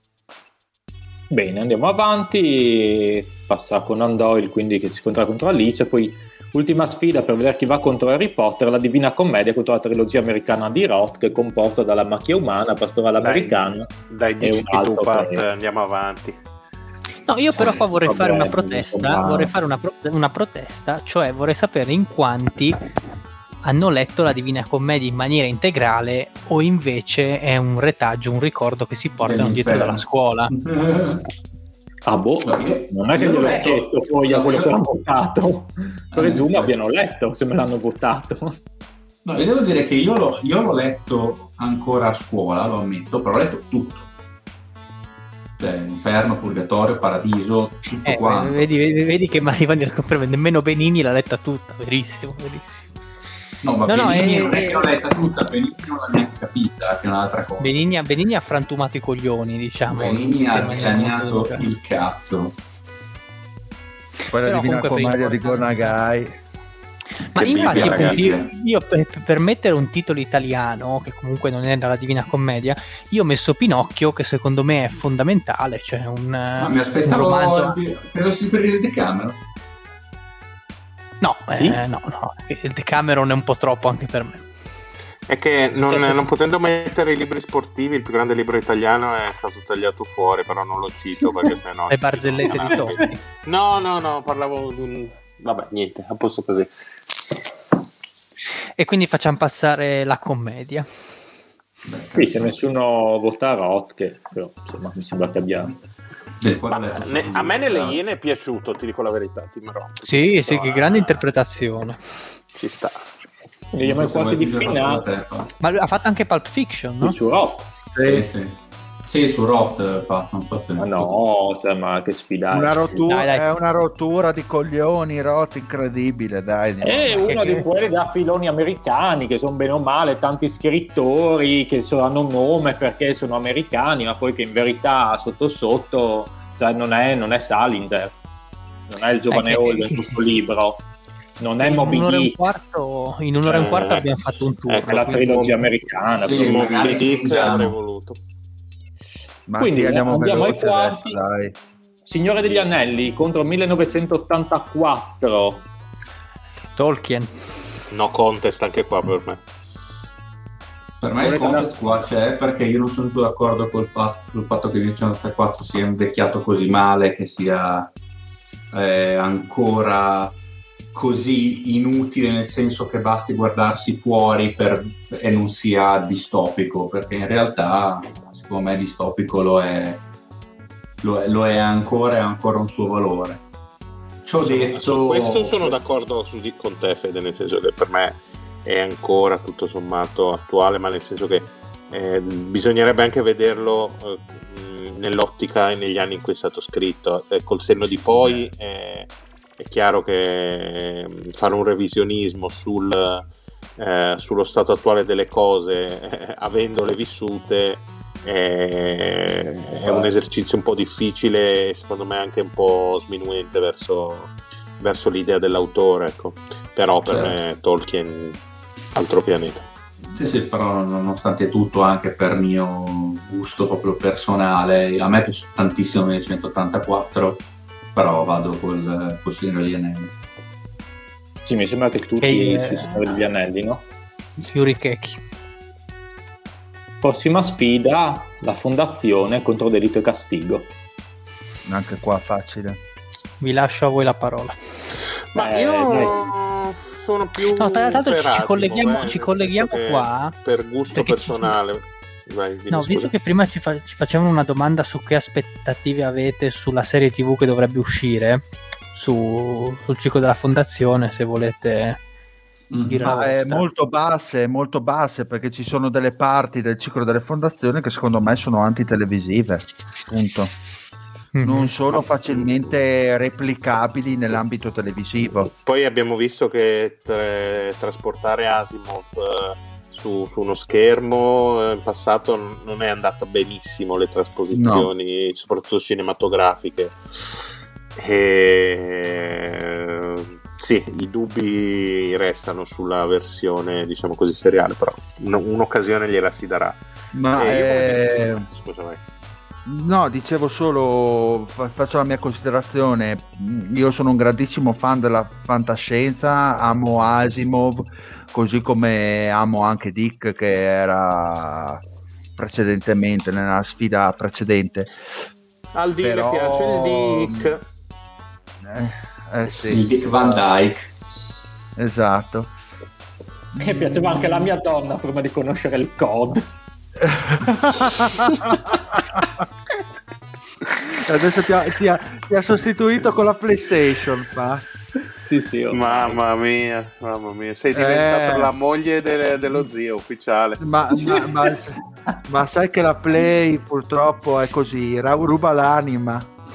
Bene, andiamo avanti. Passa Conan Doyle, quindi, che si scontra contro Alice. Poi ultima sfida per vedere chi va contro Harry Potter, la Divina Commedia contro la trilogia americana di Roth, che è composta dalla Macchia Umana, Pastorale Americana. Dai, dici tu, Pat, che... andiamo avanti. No, io però qua vorrei Vabbè, fare una protesta, insomma... vorrei fare una, pro- una protesta, cioè vorrei sapere in quanti hanno letto la Divina Commedia in maniera integrale o invece è un retaggio, un ricordo che si portano dietro dalla scuola. Ah boh, non è che gliel'ho chiesto poi a quello che hanno votato, presumo abbiano letto se me l'hanno votato. No, io devo dire che io l'ho, io l'ho letto ancora a scuola, lo ammetto, però ho letto tutto. Cioè, inferno, purgatorio, paradiso, tutto eh, quanto. Vedi, vedi, vedi che Marivani nemmeno Benigni l'ha letta tutta, verissimo, verissimo. No, ma no, Benigni no, non è, è che l'ho letta tutta, Benigni non l'ha neanche capita, che è un'altra cosa. Benigni, Benigni ha frantumato i coglioni, diciamo. Benigni ha dilaniato il cazzo. Poi la Divina Commedia di Gonagai. Ma che infatti Bibbia, appunto, io, ragazzi. io per, per mettere un titolo italiano, che comunque non è dalla Divina Commedia, io ho messo Pinocchio, che secondo me è fondamentale, cioè un, Ma mi un aspettavo romanzo... di... credo si per il Decameron. No, Sì? eh, no, no, il Decameron è un po' troppo anche per me. È che non, Cioè, se- non potendo mettere i libri sportivi, il più grande libro italiano è stato tagliato fuori, però non lo cito perché sennò... Le barzellette di Totti. No, no, no, parlavo di un... Vabbè, niente, a posto così. E quindi facciamo passare la commedia. Beh, Qui se cazzo. nessuno vota Roth, che però insomma mi sembra che abbia... Del quale ho Ma, letto ne- solo a me due, nelle però. Iene è piaciuto, ti dico la verità, ti dirò. Sì, sì, che grande interpretazione. Ci sta. Vediamo i Forse quarti di vuoi dire qualcosa finale da te, Fa? Ma lui ha fatto anche Pulp Fiction, no? su Roth. Sì, sì. Sì, su Roth fa, non so se... Ma no, cioè, ma che sfidare. Una rottura, Dai, dai. è una rottura di coglioni, Roth, incredibile, dai. È Ma che- uno di che- quelli da filoni americani che sono bene o male tanti scrittori che so- hanno un nome perché sono americani, ma poi che in verità sotto sotto cioè, non è, non è Salinger, non è il giovane Eh, che- Holden in questo libro, non è in Moby un'ora e un Dick, quarto, in un'ora e un quarto Eh, abbiamo fatto un tour. ecco, è la quindi- trilogia americana. Sì, quindi- magari Moby Dick fingiamo. avrei voluto. Ma Quindi sì, andiamo, andiamo ai veloci quarti. adesso, dai. Signore degli Anelli contro millenovecentottantaquattro. Tolkien. No contest anche qua per me. Per me il contest qua c'è perché io non sono più d'accordo col fatto, sul fatto che millenovecentottantaquattro sia invecchiato così male, che sia eh, ancora così inutile, nel senso che basti guardarsi fuori per, e non sia distopico, perché in realtà secondo me distopico lo è, lo è, lo è ancora e ha ancora un suo valore. Ciò detto, Su questo sono d'accordo su di- con te, Fede, nel senso che per me è ancora tutto sommato attuale, ma nel senso che eh, bisognerebbe anche vederlo eh, mh, nell'ottica e negli anni in cui è stato scritto. Eh, col senno di poi eh, è chiaro che eh, fare un revisionismo sul, eh, sullo stato attuale delle cose, eh, avendole vissute, eh, è un esercizio un po' difficile e secondo me anche un po' sminuente verso, verso l'idea dell'autore, ecco. Però per Certo. me Tolkien altro pianeta. Sì, sì, però nonostante tutto, anche per mio gusto proprio personale, a me piace tantissimo millenovecentottantaquattro però vado col, col Signore degli Anelli. Sì, mi sembra che tutti Che, sui Signore degli Anelli, no? Yuri Keki. Prossima sfida, la Fondazione contro Delitto e Castigo. Anche qua facile. Vi lascio a voi la parola. Ma Eh, io dai. sono più No, tra l'altro per ci Asimov, colleghiamo- eh, ci nel colleghiamo senso che qua, per gusto perché ci- personale. Vai, dimmi, No, scusa. visto che prima ci, fa- ci facevano una domanda su che aspettative avete sulla serie tivù che dovrebbe uscire su- sul ciclo della Fondazione, se volete Mm. dire la Ma è vostra. molto basse, molto basse, perché ci sono delle parti del ciclo delle fondazioni che secondo me sono antitelevisive, punto. Mhm. Non sono facilmente replicabili nell'ambito televisivo. Poi abbiamo visto che tra- trasportare Asimov eh, su, su uno schermo eh, in passato n- non è andata benissimo, le trasposizioni, soprattutto cinematografiche. E... Sì, i dubbi restano sulla versione, diciamo così, seriale, però un- un'occasione gliela si darà. Ma E io come eh, te- scusa, vai. no, dicevo solo, fa- faccio la mia considerazione. Io sono un grandissimo fan della fantascienza, amo Asimov, così come amo anche Dick, che era precedentemente nella sfida precedente. Al D Però- le piace il Dick. Eh, eh sì, Il Dick Van Dyke. esatto. Mi piaceva anche la mia donna prima di conoscere il C O D. Adesso ti ha, ti ha- ti ha sostituito con la PlayStation, pa. Sì, sì. ormai. Mamma mia, mamma mia, sei diventata Eh. la moglie de- dello zio ufficiale. Ma, ma- ma- ma sai che la Play purtroppo è così, ra- ruba l'anima.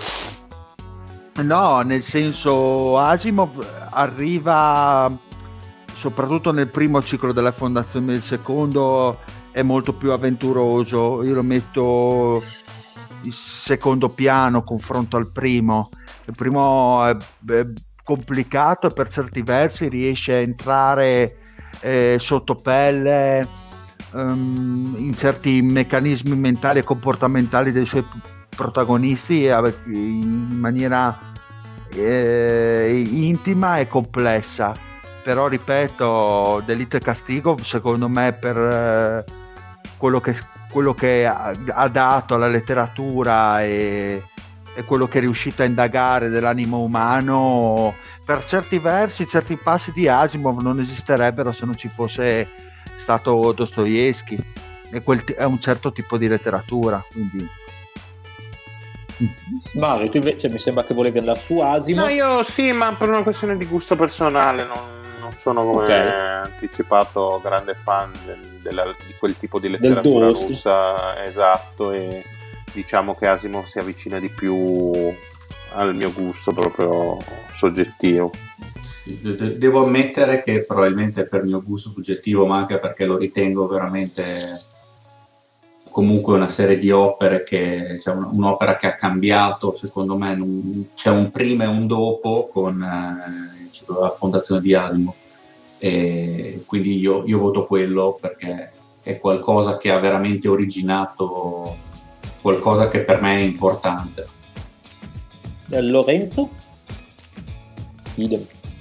No, nel senso, Asimov arriva soprattutto nel primo ciclo della Fondazione, nel secondo è molto più avventuroso. Io lo metto in secondo piano confronto al primo. Il primo è, è complicato e per certi versi riesce a entrare eh, sotto pelle um, in certi meccanismi mentali e comportamentali dei suoi protagonisti in maniera eh, intima e complessa. Però ripeto, Delitto e Castigo secondo me per eh, quello che, quello che ha, ha dato alla letteratura e, e quello che è riuscito a indagare dell'animo umano, per certi versi, certi passi di Asimov non esisterebbero se non ci fosse stato Dostoevsky, e quel t- è un certo tipo di letteratura, quindi Mario, tu invece mi sembra che volevi andare su Asimov. No, io sì, ma per una questione di gusto personale, non, non sono come Ok. anticipato grande fan del- della- di quel tipo di letteratura Dost. russa, esatto, e diciamo che Asimov si avvicina di più al mio gusto proprio soggettivo. De- de- Devo ammettere che probabilmente per mio gusto soggettivo, ma anche perché lo ritengo veramente comunque una serie di opere che, cioè un- un'opera che ha cambiato, secondo me non- c'è un prima e un dopo con eh, il ciclo della Fondazione di Asimov, e quindi io, io voto quello perché è qualcosa che ha veramente originato qualcosa che per me è importante. Eh, Lorenzo? Idem.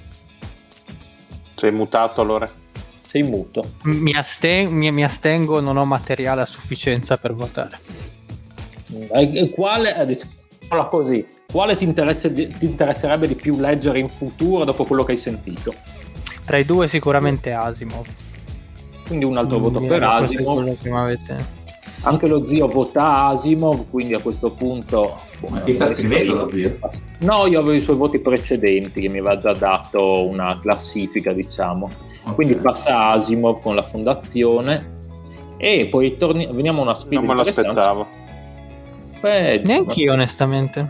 Sei mutato allora? Sei muto. Mi, asten- mi- mi astengo, non ho materiale a sufficienza per votare. E- e quale, eh, diciamola così, quale ti, interessa- ti interesserebbe di più leggere in futuro dopo quello che hai sentito? Tra i due sicuramente Asimov. Quindi un altro voto Direi per che questo è Asimov. quello che mi avete- Anche lo zio vota Asimov, quindi a questo punto... Ma ti sta scrivendo lo zio? No, io avevo i suoi voti precedenti che mi aveva già dato una classifica, diciamo. Ok. Quindi passa Asimov con la Fondazione e poi torni- veniamo a una sfida Non me lo interessante. aspettavo. Beh, Neanch'io onestamente.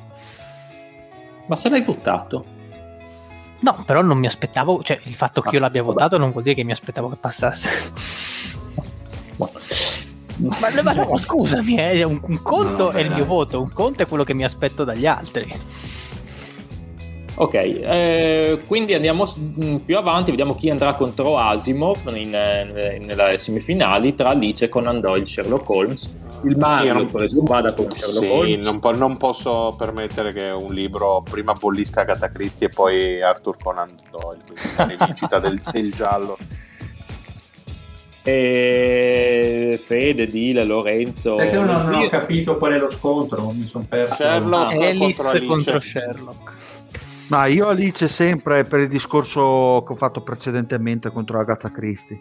Ma se l'hai votato? No, però non mi aspettavo, cioè il fatto che Ah, io l'abbia vabbè. votato non vuol dire che mi aspettavo che passasse. Ma, ma no, scusami, eh, un, un conto No, no, è il dai, mio dai. voto, un conto è quello che mi aspetto dagli altri. Ok, eh, quindi andiamo s- mh, più avanti, vediamo chi andrà contro Asimov in, eh, nelle semifinali tra Alice, Conan Doyle, Sherlock Holmes. il Mario non, preso vada con Sherlock sì, Holmes. Non, po- non posso permettere che un libro prima bollisca Agatha Christie e poi Arthur Conan Doyle, quindi la rivincita del, del giallo. E Fede, Dile, Lorenzo. Perché io non, non ho Zio. capito qual è lo scontro, mi sono perso. Sherlock Ah, Alice contro Alice. contro Sherlock. Ma io Alice sempre per il discorso che ho fatto precedentemente contro Agatha Christie.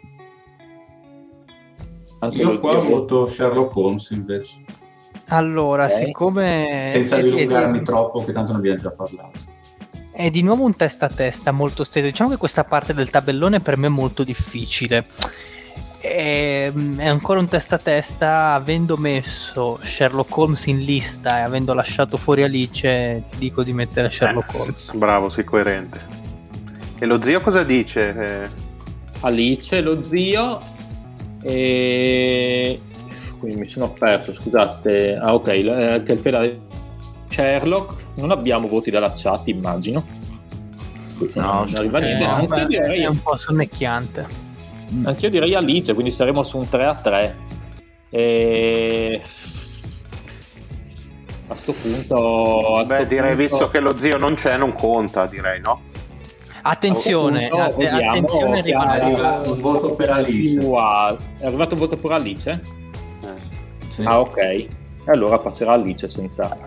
Anche Io lo qua zio. voto Sherlock Holmes invece, Allora, Ok. siccome senza è, dilungarmi è- troppo, che tanto ne abbiamo già parlato. è di nuovo un testa a testa molto stretto, diciamo che questa parte del tabellone per me è molto difficile. È, è ancora un testa a testa, avendo messo Sherlock Holmes in lista e avendo lasciato fuori Alice, ti dico di mettere Sherlock Eh, Holmes. Bravo, sei coerente. E lo zio cosa dice? Eh, Alice, lo zio, e quindi mi sono perso, scusate. Ah, ok, eh, che il Fede- Sherlock, non abbiamo voti dalla chat, immagino. No, non arriva niente. Eh, Anch'io beh, direi, è un po' sonnecchiante. anch'io direi Alice, quindi saremo su un tre a tre. E a sto punto, a sto beh, direi punto- visto che lo zio non c'è, non conta, direi, no? Attenzione, punto, att- vediamo, attenzione, chiaro. arriva- Arriva un voto per Alice. più a- È arrivato un voto per Alice? Eh. Sì. Ah, ok. E allora passerà Alice senza.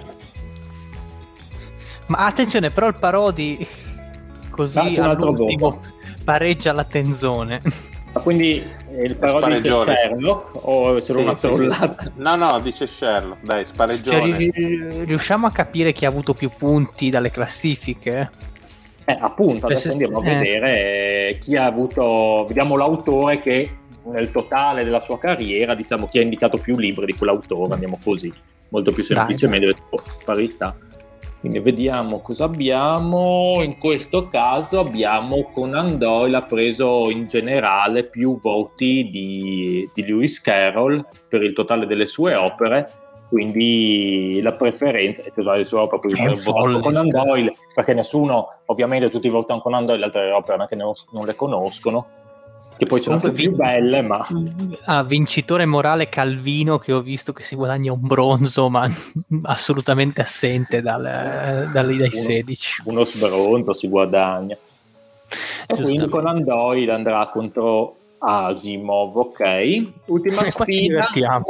ma attenzione, però il Parodi così Ah, c'è un altro all'ultimo pareggia la tenzone. Ma quindi eh, il parodio dice Spareggione. Sherlock o è solo Sì, una sì, trollata? sì. No, no, dice Sherlock, dai, Cioè, spareggione. ri- ri- riusciamo a capire chi ha avuto più punti dalle classifiche? Eh, appunto, adesso Queste- andiamo a eh. vedere chi ha avuto, vediamo l'autore che nel totale della sua carriera, diciamo chi ha indicato più libri di quell'autore, andiamo così, molto più Dai, semplicemente, oh, parità. Quindi vediamo cosa abbiamo. In questo caso abbiamo Conan Doyle ha preso in generale più voti di, di Lewis Carroll per il totale delle sue opere, quindi la preferenza è cioè, le sue opere, È quindi ho votato folle. Conan Doyle perché nessuno, ovviamente tutti votano Conan Doyle, le altre opere non è che ne- non le conoscono, che poi sono anche Comunque più belle, ma Ah, vincitore morale Calvino, che ho visto che si guadagna un bronzo, ma assolutamente assente dal- dal- dai Uno- sedici. uno sbronzo si guadagna. E quindi Giustamente. Conan Doyle andrà contro Asimov, ok. Ultima E qua ci sfida. divertiamo.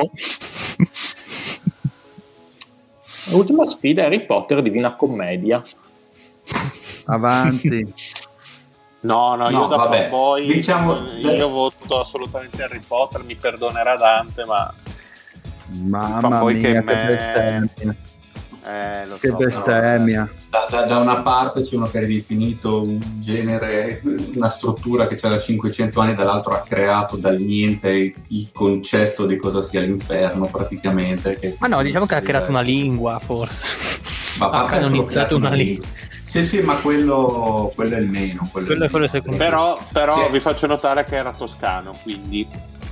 L'ultima sfida è Harry Potter Divina Commedia. Avanti. No, no, io No, da vabbè, fanboy diciamo- io voto assolutamente Harry Potter, mi perdonerà Dante, ma Mamma fanboy mia, che che me- bestemmia. eh, lo Che so, bestemmia. Da, da- da una parte c'è uno che ha ridefinito un genere, una struttura che c'è da cinquecento anni, dall'altro ha creato dal niente il concetto di cosa sia l'inferno praticamente. Che Ma no, diciamo che ha non si creato una rivela. lingua, forse. Ma a ha parte ha solo canonizzato creato una lingua. Sì, sì, ma quello, quello è il meno. Quello, Quello è il quello meno. secondario. Però, però Sì. vi faccio notare che era toscano, quindi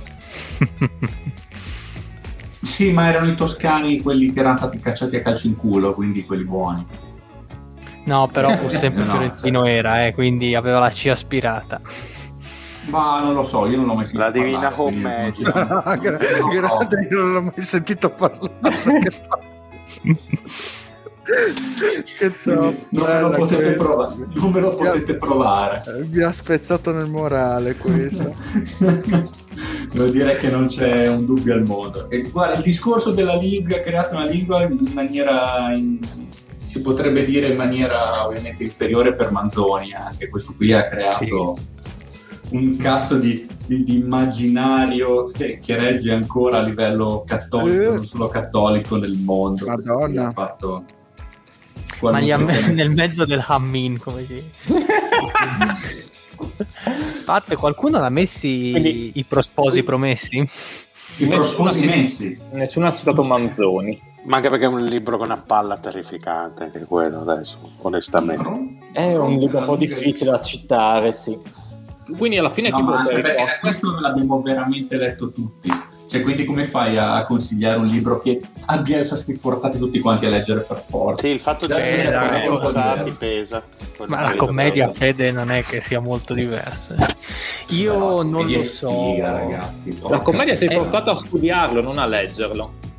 Sì, ma erano i toscani quelli che erano stati cacciati a calci in culo, quindi quelli buoni. No, però pur sempre No, fiorentino cioè- era, eh, quindi aveva la C aspirata. Ma non lo so, io non l'ho mai sentito La Divina parlare, quindi non ci Commedia. sono- Gra- non so. grande, io non l'ho mai sentito parlare. Che top, Quindi non me lo bella potete questa. provare, non me lo potete provare. Mi ha spezzato nel morale questa. Devo dire che non c'è un dubbio al mondo. E guarda, il discorso della lingua, ha creato una lingua in maniera, in- si potrebbe dire in maniera ovviamente inferiore per Manzoni, anche questo qui ha creato un cazzo di, di- di immaginario che, che regge ancora a livello cattolico, Eh. non solo cattolico nel mondo. Questo qui Madonna. ha fatto Ma gli qualunque- am- nel mezzo del Hammin, come si Pat, qualcuno l'ha messi Quindi- i prosposi promessi? i prosposi messi. Nessuno ha citato Manzoni. ma anche perché è un libro con una palla terrificante, anche quello adesso, onestamente. È un libro un po' difficile da citare, sì. Quindi alla fine No, chi ma vota anche Harry perché Potter? questo l'abbiamo veramente letto tutti. Cioè, quindi come fai a, a consigliare un libro che abbia essere forzati tutti quanti a leggere per forza? Sì, il fatto di Dai, essere dai, stati forzati dai. pesa. Quello Ma la pesa, commedia, però. Fede, non è che sia molto diversa. Io No, non commedia lo è so. figa, ragazzi. La porca commedia sei Eh. forzato a studiarlo, non a leggerlo.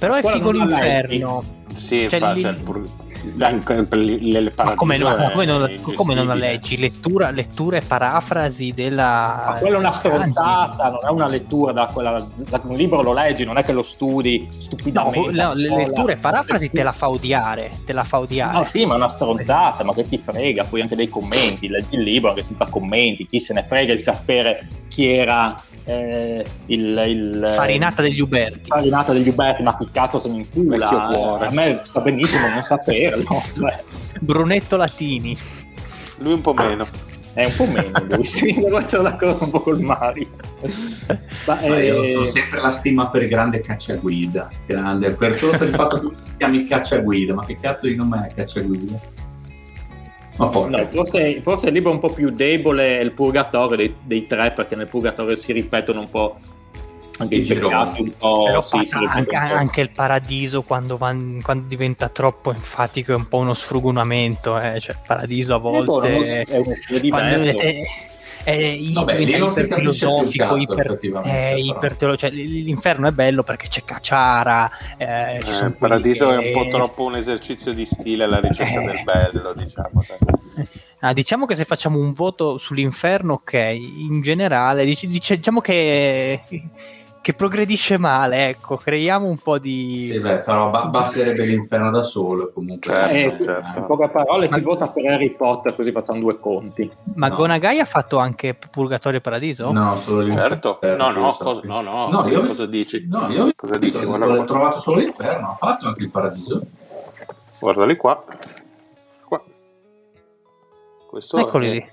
Però è figo l'inferno. Sì, cioè, fa, lì... cioè, pur... anche per il ma come, no, ma come, non, come non la leggi? leggi? Lettura, lettura e parafrasi della... Ma quella è una stronzata, non è una lettura da, quella, da un libro lo leggi, non è che lo studi stupidamente. No, no, le letture e parafrasi te la fa odiare, te la fa odiare. No, sì, ma è una stronzata, ma che ti frega? Poi anche dei commenti, leggi il libro anche senza commenti, chi se ne frega di sapere chi era eh, il, il... Farinata degli Uberti. Farinata degli Uberti, ma che cazzo se ne incula? A me sta benissimo non saperlo. Cioè. Brunetto Latini. Lui un po' meno. È un po' meno, lui sì, devo essere d'accordo un po' col Mario. Ma, ma io eh... ho sempre la stima per il grande Cacciaguida, grande, per solo per il fatto che tu ti chiami Cacciaguida, ma che cazzo di nome è Cacciaguida? Ma no, forse, forse il libro è un po' più debole, è il Purgatorio dei, dei tre, perché nel Purgatorio si ripetono un po' anche i peccati, un po', però sì, anche, un po'. Anche il Paradiso quando, van, quando diventa troppo enfatico è un po' uno sfrugunamento, eh? Cioè il Paradiso a volte eh, è uno stile diverso. È, è, Vabbè, è iperfilosofico, iper, è iper, cioè, l'inferno è bello perché c'è Cacciara, eh, ci eh, il Paradiso che... è un po' troppo un esercizio di stile alla ricerca eh. del bello, diciamo. Ah, diciamo che se facciamo un voto sull'inferno, ok, in generale dic- diciamo che che progredisce male, ecco, creiamo un po' di... Sì, beh, però ba- basterebbe l'inferno da solo, comunque. Certo, eh, certo. In poche parole, chi ma... vota per Harry Potter, così facciamo due conti. Ma no. Gonagai ha fatto anche Purgatorio e Paradiso? No, solo l'inferno. Certo, no, no, cosa, no, no, no, io cosa dici? No, io cosa dici? Guarda, ho trovato solo l'inferno, ha fatto anche il Paradiso. Guardali qua. Qua. Questo Eccoli è... lì.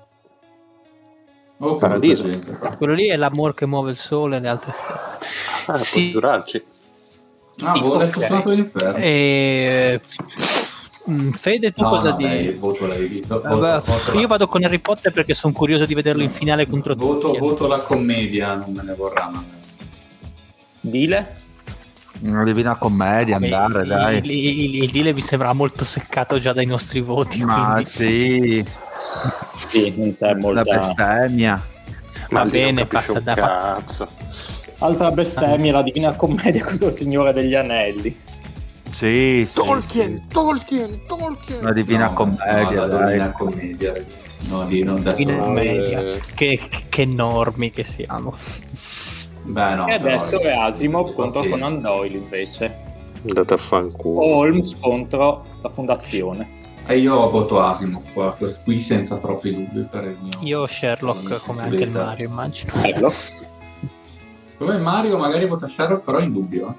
Oh, Paradiso. Quello lì è l'amore che muove il sole e le altre stelle. Ah, sì. Può durarci. Ah, sì, volevo okay. Letto l'inferno. E... Fede, tu no, cosa no, dici? Dai, voto lei, voto, Vabbè, voto io la... vado con Harry Potter perché sono curioso di vederlo in finale contro voto, tutti. Voto la commedia, non me ne vorrà. Ma... Dile? Una Divina Commedia. Vabbè, andare il, dai il, il, il Dile mi sembra molto seccato già dai nostri voti, ma quindi... sì sì, non c'è molta... la bestemmia. Va bene, passa da cazzo. Altra bestemmia, la Divina Commedia contro il Signore degli Anelli. Sì, sì, Tolkien, sì. Tolkien, Tolkien. La Divina no, Commedia, no, la Divina Commedia. No, di non da Divina Commedia. Eh. Che, che normi che siamo. Beh, no, e adesso no, è Asimov contro sì. Conan Doyle invece. Andate a fanculo. Holmes contro la Fondazione. E io voto Asimov qua, qui senza troppi dubbi per il mio. Io Sherlock come anche il Mario, immagino. Bello. Come il Mario magari vota Sherlock, però in dubbio.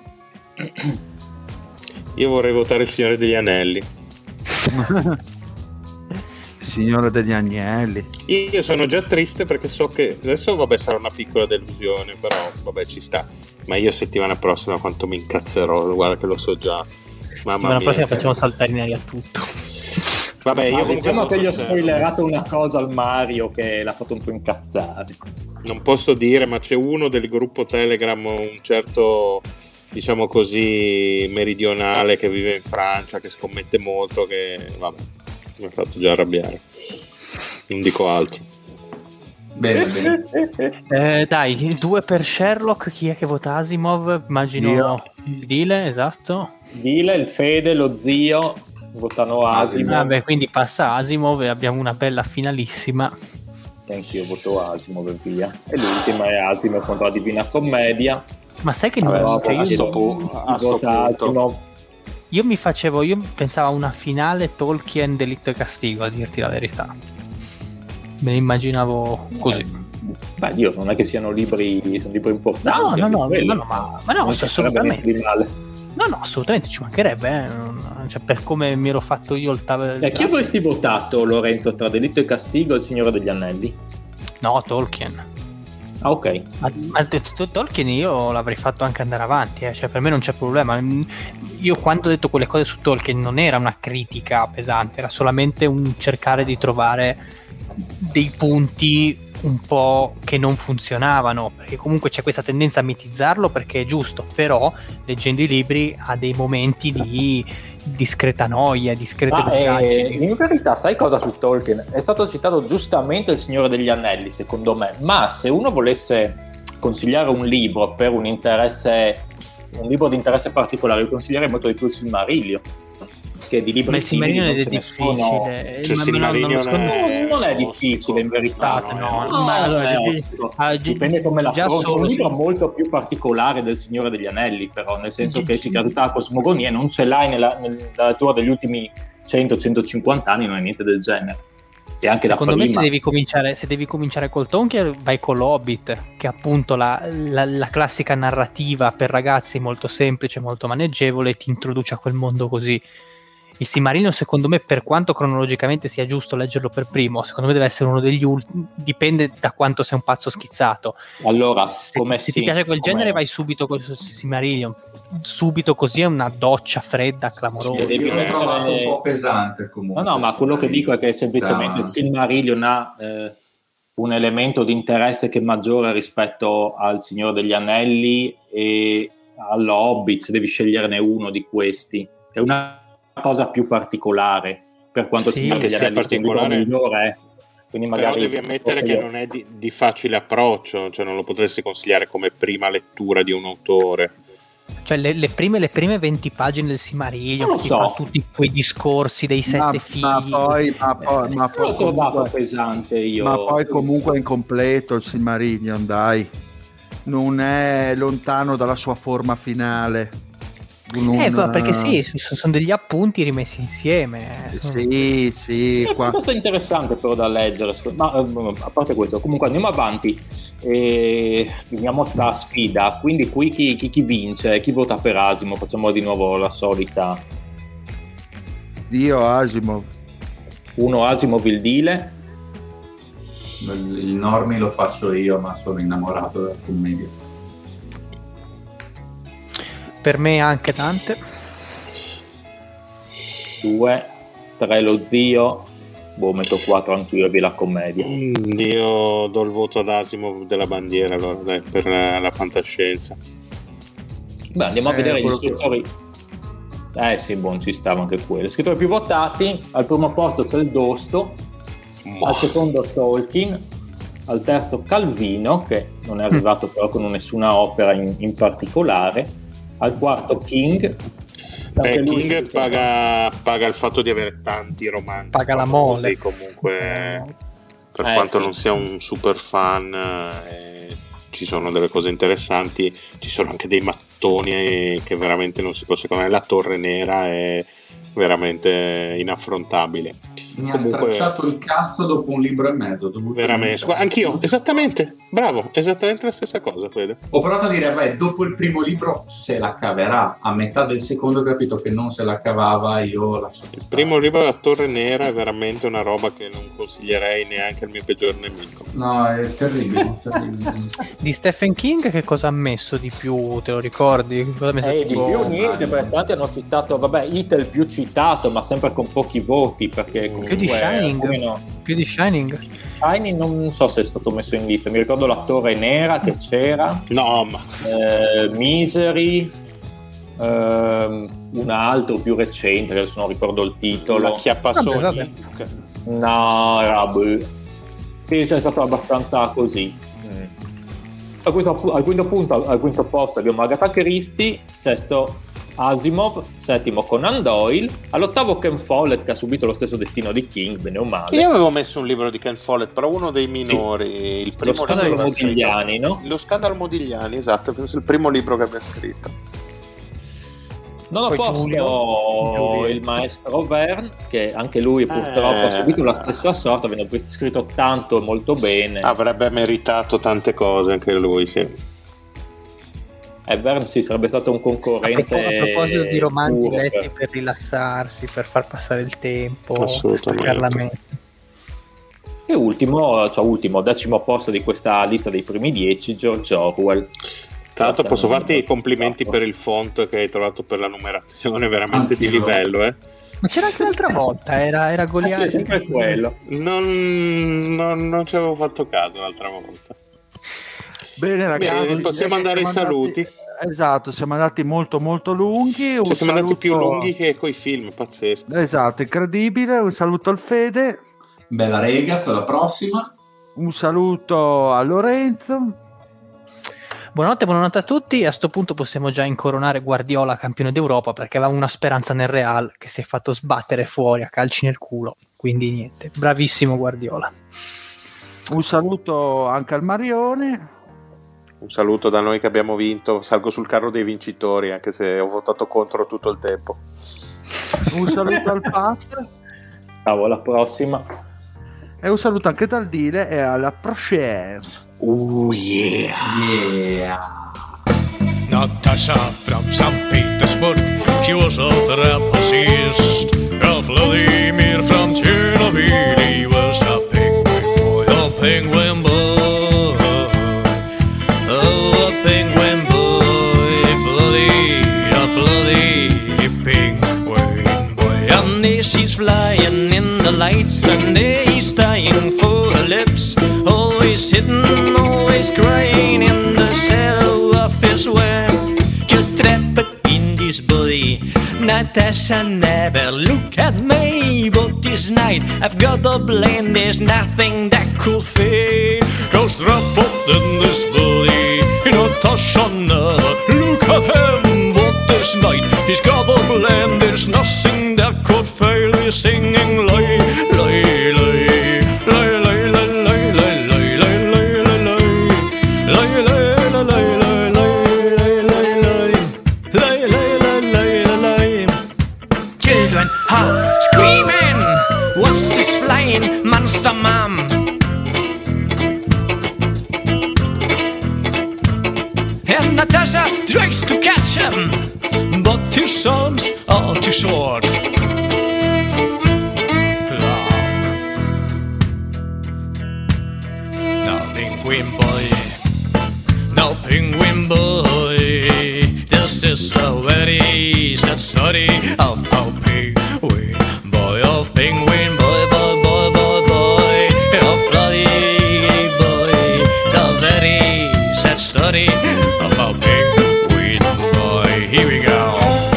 Io vorrei votare il Signore degli Anelli. Signore degli Agnelli. Io sono già triste perché so che adesso vabbè sarà una piccola delusione, però vabbè ci sta. Ma io settimana prossima quanto mi incazzerò, guarda che lo so già. Mamma settimana mia, prossima che... facciamo saltare in aria tutto. Vabbè, io ah, diciamo che gli ho se... spoilerato una cosa al Mario che l'ha fatto un po' incazzare. Non posso dire, ma c'è uno del gruppo Telegram, un certo, diciamo così, meridionale che vive in Francia, che scommette molto, che vabbè, mi ha fatto già arrabbiare. Non dico altro. Bene, bene. Eh, dai, due per Sherlock, chi è che vota Asimov? Immagino Io. il Dile, esatto. Dile, il Fede, lo zio votano Asimov. Vabbè, quindi passa Asimov e abbiamo una bella finalissima. Anch'io voto Asimov e via. E l'ultima è Asimov contro la Divina Commedia. Ma sai che Vabbè, non cioè, io, a sto pu- a sto vota punto. Asimov. io mi facevo, io pensavo a una finale Tolkien Delitto e Castigo, a dirti la verità. Me ne immaginavo così. Beh, Dio, non è che siano libri, sono libri importanti. No, no, no, quelli, no, no, ma, ma no, non assolutamente. male. No, no, assolutamente ci mancherebbe, eh. Cioè, per come mi ero fatto io il tavolo. E chi avresti votato, Lorenzo, tra Delitto e Castigo e il Signore degli Anelli? No, Tolkien. Ah, ok. Ma, ma Tolkien io l'avrei fatto anche andare avanti, eh. Cioè per me non c'è problema. Io quando ho detto quelle cose su Tolkien non era una critica pesante, era solamente un cercare di trovare dei punti un po' che non funzionavano, perché comunque c'è questa tendenza a mitizzarlo perché è giusto, però leggendo i libri ha dei momenti di discreta noia, discrete ah, eh, in in verità sai cosa su Tolkien? È stato citato giustamente il Signore degli Anelli secondo me, ma se uno volesse consigliare un libro per un interesse un libro di interesse particolare, io consiglierei molto di più il Silmarillion, che di libri ma il Silmarillion è simili non ce ne sono. difficile. Cioè, Ma- Silmarillion non- non- è- Non è ostico. difficile in verità, No, no, no, ma allora, è di- ostico. ah, di- Dipende come la già affronti. È un solo libro su- molto più particolare del Signore degli Anelli, però, nel senso Di- che si tratta di cosmogonia, non ce l'hai nella, nella lettura degli ultimi cento centocinquanta anni, non è niente del genere. E anche Secondo da me prima. se devi cominciare, se devi cominciare col Tolkien vai con l'Hobbit, che è appunto la, la- la classica narrativa per ragazzi molto semplice, molto maneggevole, e ti introduce a quel mondo così. Il Silmarillion, secondo me, per quanto cronologicamente sia giusto leggerlo per primo, secondo me deve essere uno degli ultimi, dipende da quanto sei un pazzo schizzato. Allora, se, come se sì, ti piace quel come- genere vai subito col Silmarillion, subito, così è una doccia fredda, clamorosa. Sì, Io l'ho Eh, trovato un po' pesante comunque. No, no, ma quello che dico è che semplicemente il Sì. Silmarillion ha eh, un elemento di interesse che è maggiore rispetto al Signore degli Anelli e allo Hobbit, se devi sceglierne uno di questi. È una cosa più particolare, per quanto Sì, il Signore che degli sia Anelli sia un libro particolare. migliore, eh. Quindi Però magari devi ammettere che io- non è di, di facile approccio, cioè non lo potresti consigliare come prima lettura di un autore. Cioè le, le prime, le prime venti pagine del Silmarillion, Non lo che ti so. fa tutti quei discorsi dei sette ma, figli. ma poi, ma poi, ma l'ho poi trovato comunque, pesante io. ma poi comunque è incompleto il Silmarillion, dai, non è lontano dalla sua forma finale. Non- Eh, ma perché sì, s- sono degli appunti rimessi insieme. sì, sì, È qua. questo è interessante però da leggere, ma eh, a parte questo, comunque andiamo avanti e finiamo sta sfida. Quindi qui chi, chi, chi vince? Chi vota per Asimo? Facciamo di nuovo la solita. Io Asimov. Uno Asimov il Dile, Il il Normi lo faccio io, ma sono innamorato della commedia. Per me anche Dante. due, tre lo zio, boh, metto quattro anch'io e vi la commedia. Io do il voto ad Asimov della bandiera, allora, dai, per la, la fantascienza. Beh, andiamo a Eh, vedere gli quello che- scrittori. Eh sì, buon, ci stava anche quello. Gli scrittori più votati: al primo posto c'è il Dosto, al secondo Tolkien, al terzo Calvino, che non è arrivato però con nessuna opera in, in particolare, al quarto King. Beh, Anche lui King si- paga, paga il fatto di avere tanti romanzi. Paga la famosi, mole. comunque, per Eh, quanto sì. non sia un super fan, eh, ci sono delle cose interessanti. Ci sono anche dei mattoni eh, che veramente non si può. Secondo me, la Torre Nera è veramente inaffrontabile. Mi ha Comunque- stracciato il cazzo dopo un libro e mezzo. ho dovuto Veramente, rinunciare. anch'io, esattamente, bravo, esattamente la stessa cosa, Fede. Ho provato a dire, beh, dopo il primo libro se la caverà. A metà del secondo ho capito che non se la cavava, io ho lasciato Il stare. primo libro, La Torre Nera, è veramente una roba che non consiglierei neanche al mio peggior nemico. No, è terribile, è terribile. Di Stephen King che cosa ha messo di più, te lo ricordi? Cosa ha messo Eh, di tipo- più niente, perché tanti hanno citato, vabbè, It è il più citato, ma sempre con pochi voti, perché comunque Più di Shining? almeno- Più di Shining? Shining non so se è stato messo in lista, mi ricordo La Torre Nera che c'era, No, ma eh, Misery, ehm, un altro più recente, che adesso non ricordo il la titolo. chiappasogni. Vabbè, No, era boh. Penso è stato abbastanza così. Mm. Al, quinto, al quinto punto, al quinto posto abbiamo Agatha Christie, sesto Asimov, settimo Conan Doyle, all'ottavo Ken Follett che ha subito lo stesso destino di King, bene o male. Io avevo messo un libro di Ken Follett, però uno dei minori. Il Lo primo scandalo libro che aveva Modigliani, scritto. no? Lo scandalo Modigliani, esatto, penso il primo libro che abbia scritto. Nono Poi posto Giulio, Giulio. il maestro Verne, che anche lui purtroppo Eh. ha subito la stessa sorta, avendo scritto tanto e molto bene. Avrebbe meritato tante cose anche lui, sì. E Verne sì, sarebbe stato un A, concorrente. propo- a proposito di romanzi puro, letti per- per rilassarsi, per far passare il tempo, per Assolutamente. staccare la mente. E ultimo, cioè ultimo, decimo posto di questa lista dei primi dieci, George Orwell. Tra l'altro posso Stiamo- farti i complimenti per il font che hai trovato per la numerazione, veramente di Anch'io. livello, eh. Ma c'era anche l'altra volta, era, era Ah, sì, Goliath. è sempre quello. Non, non, non ci avevo fatto caso l'altra volta. Bene ragazzi, Bene, possiamo direi che andare ai siamo saluti. andati- esatto, siamo andati molto molto lunghi. Un Cioè, siamo andati più saluto- lunghi che coi film, pazzesco. Esatto, incredibile. Un saluto al Fede, Bella Regaz, alla prossima. un saluto a Lorenzo. Buonanotte, buonanotte a tutti. A sto punto possiamo già incoronare Guardiola campione d'Europa, perché aveva una speranza nel Real che si è fatto sbattere fuori a calci nel culo. Quindi niente, bravissimo Guardiola. Un saluto anche al Marione. Un saluto da noi che abbiamo vinto. Salgo sul carro dei vincitori, anche se ho votato contro tutto il tempo. Un saluto al Pat. Ciao, alla prossima. E un saluto anche dal Dile e alla prochaine. Oh yeah. Yeah. Natasha from Saint Petersburg, she was a trapezist. Vladimir from Chernobyl, he was a penguin boy, a penguin boy. Oh, a penguin boy, bloody, a bloody penguin boy. And there she's flying in the lights, and there he's dying for her lips. Always hidden, always crying in the shadow of his web. Just trapped in this body, Natasha never look at me. But this night I've got a blame, there's nothing that could fade. Just trapped in this body, Natasha never look at him. But this night he's got a blame, there's nothing that could fail. He's singing lay, lay, lay, lay, lay, lay, lay, lay, lay, lay, lay, lay, lay, lay, lay. Children are screaming, what's this flying monster, mom? And Natasha tries to catch him, but his arms are too short. Now penguin boy, now penguin boy, this is the very sad story of how penguin boy, of penguin boy, boy, boy, boy, boy, of bloody boy, the very sad story of how penguin boy. Here we go.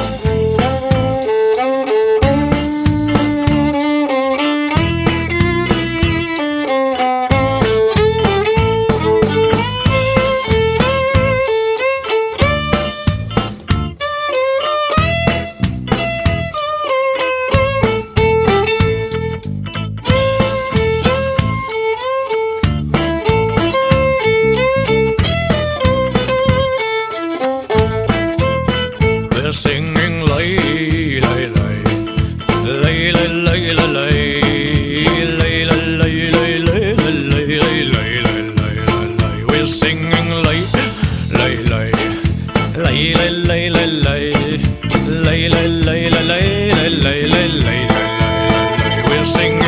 Singing lay, lay, lay, lay, lay, lay, lay, lay, lay, lay, lay, lay, lay, lay, lay, lay, lay. We're singing lay, lay, lay, lay, lay, lay, lay, lay, lay, lay, lay, lay, lay, lay, lay, lay, lay. We're singing.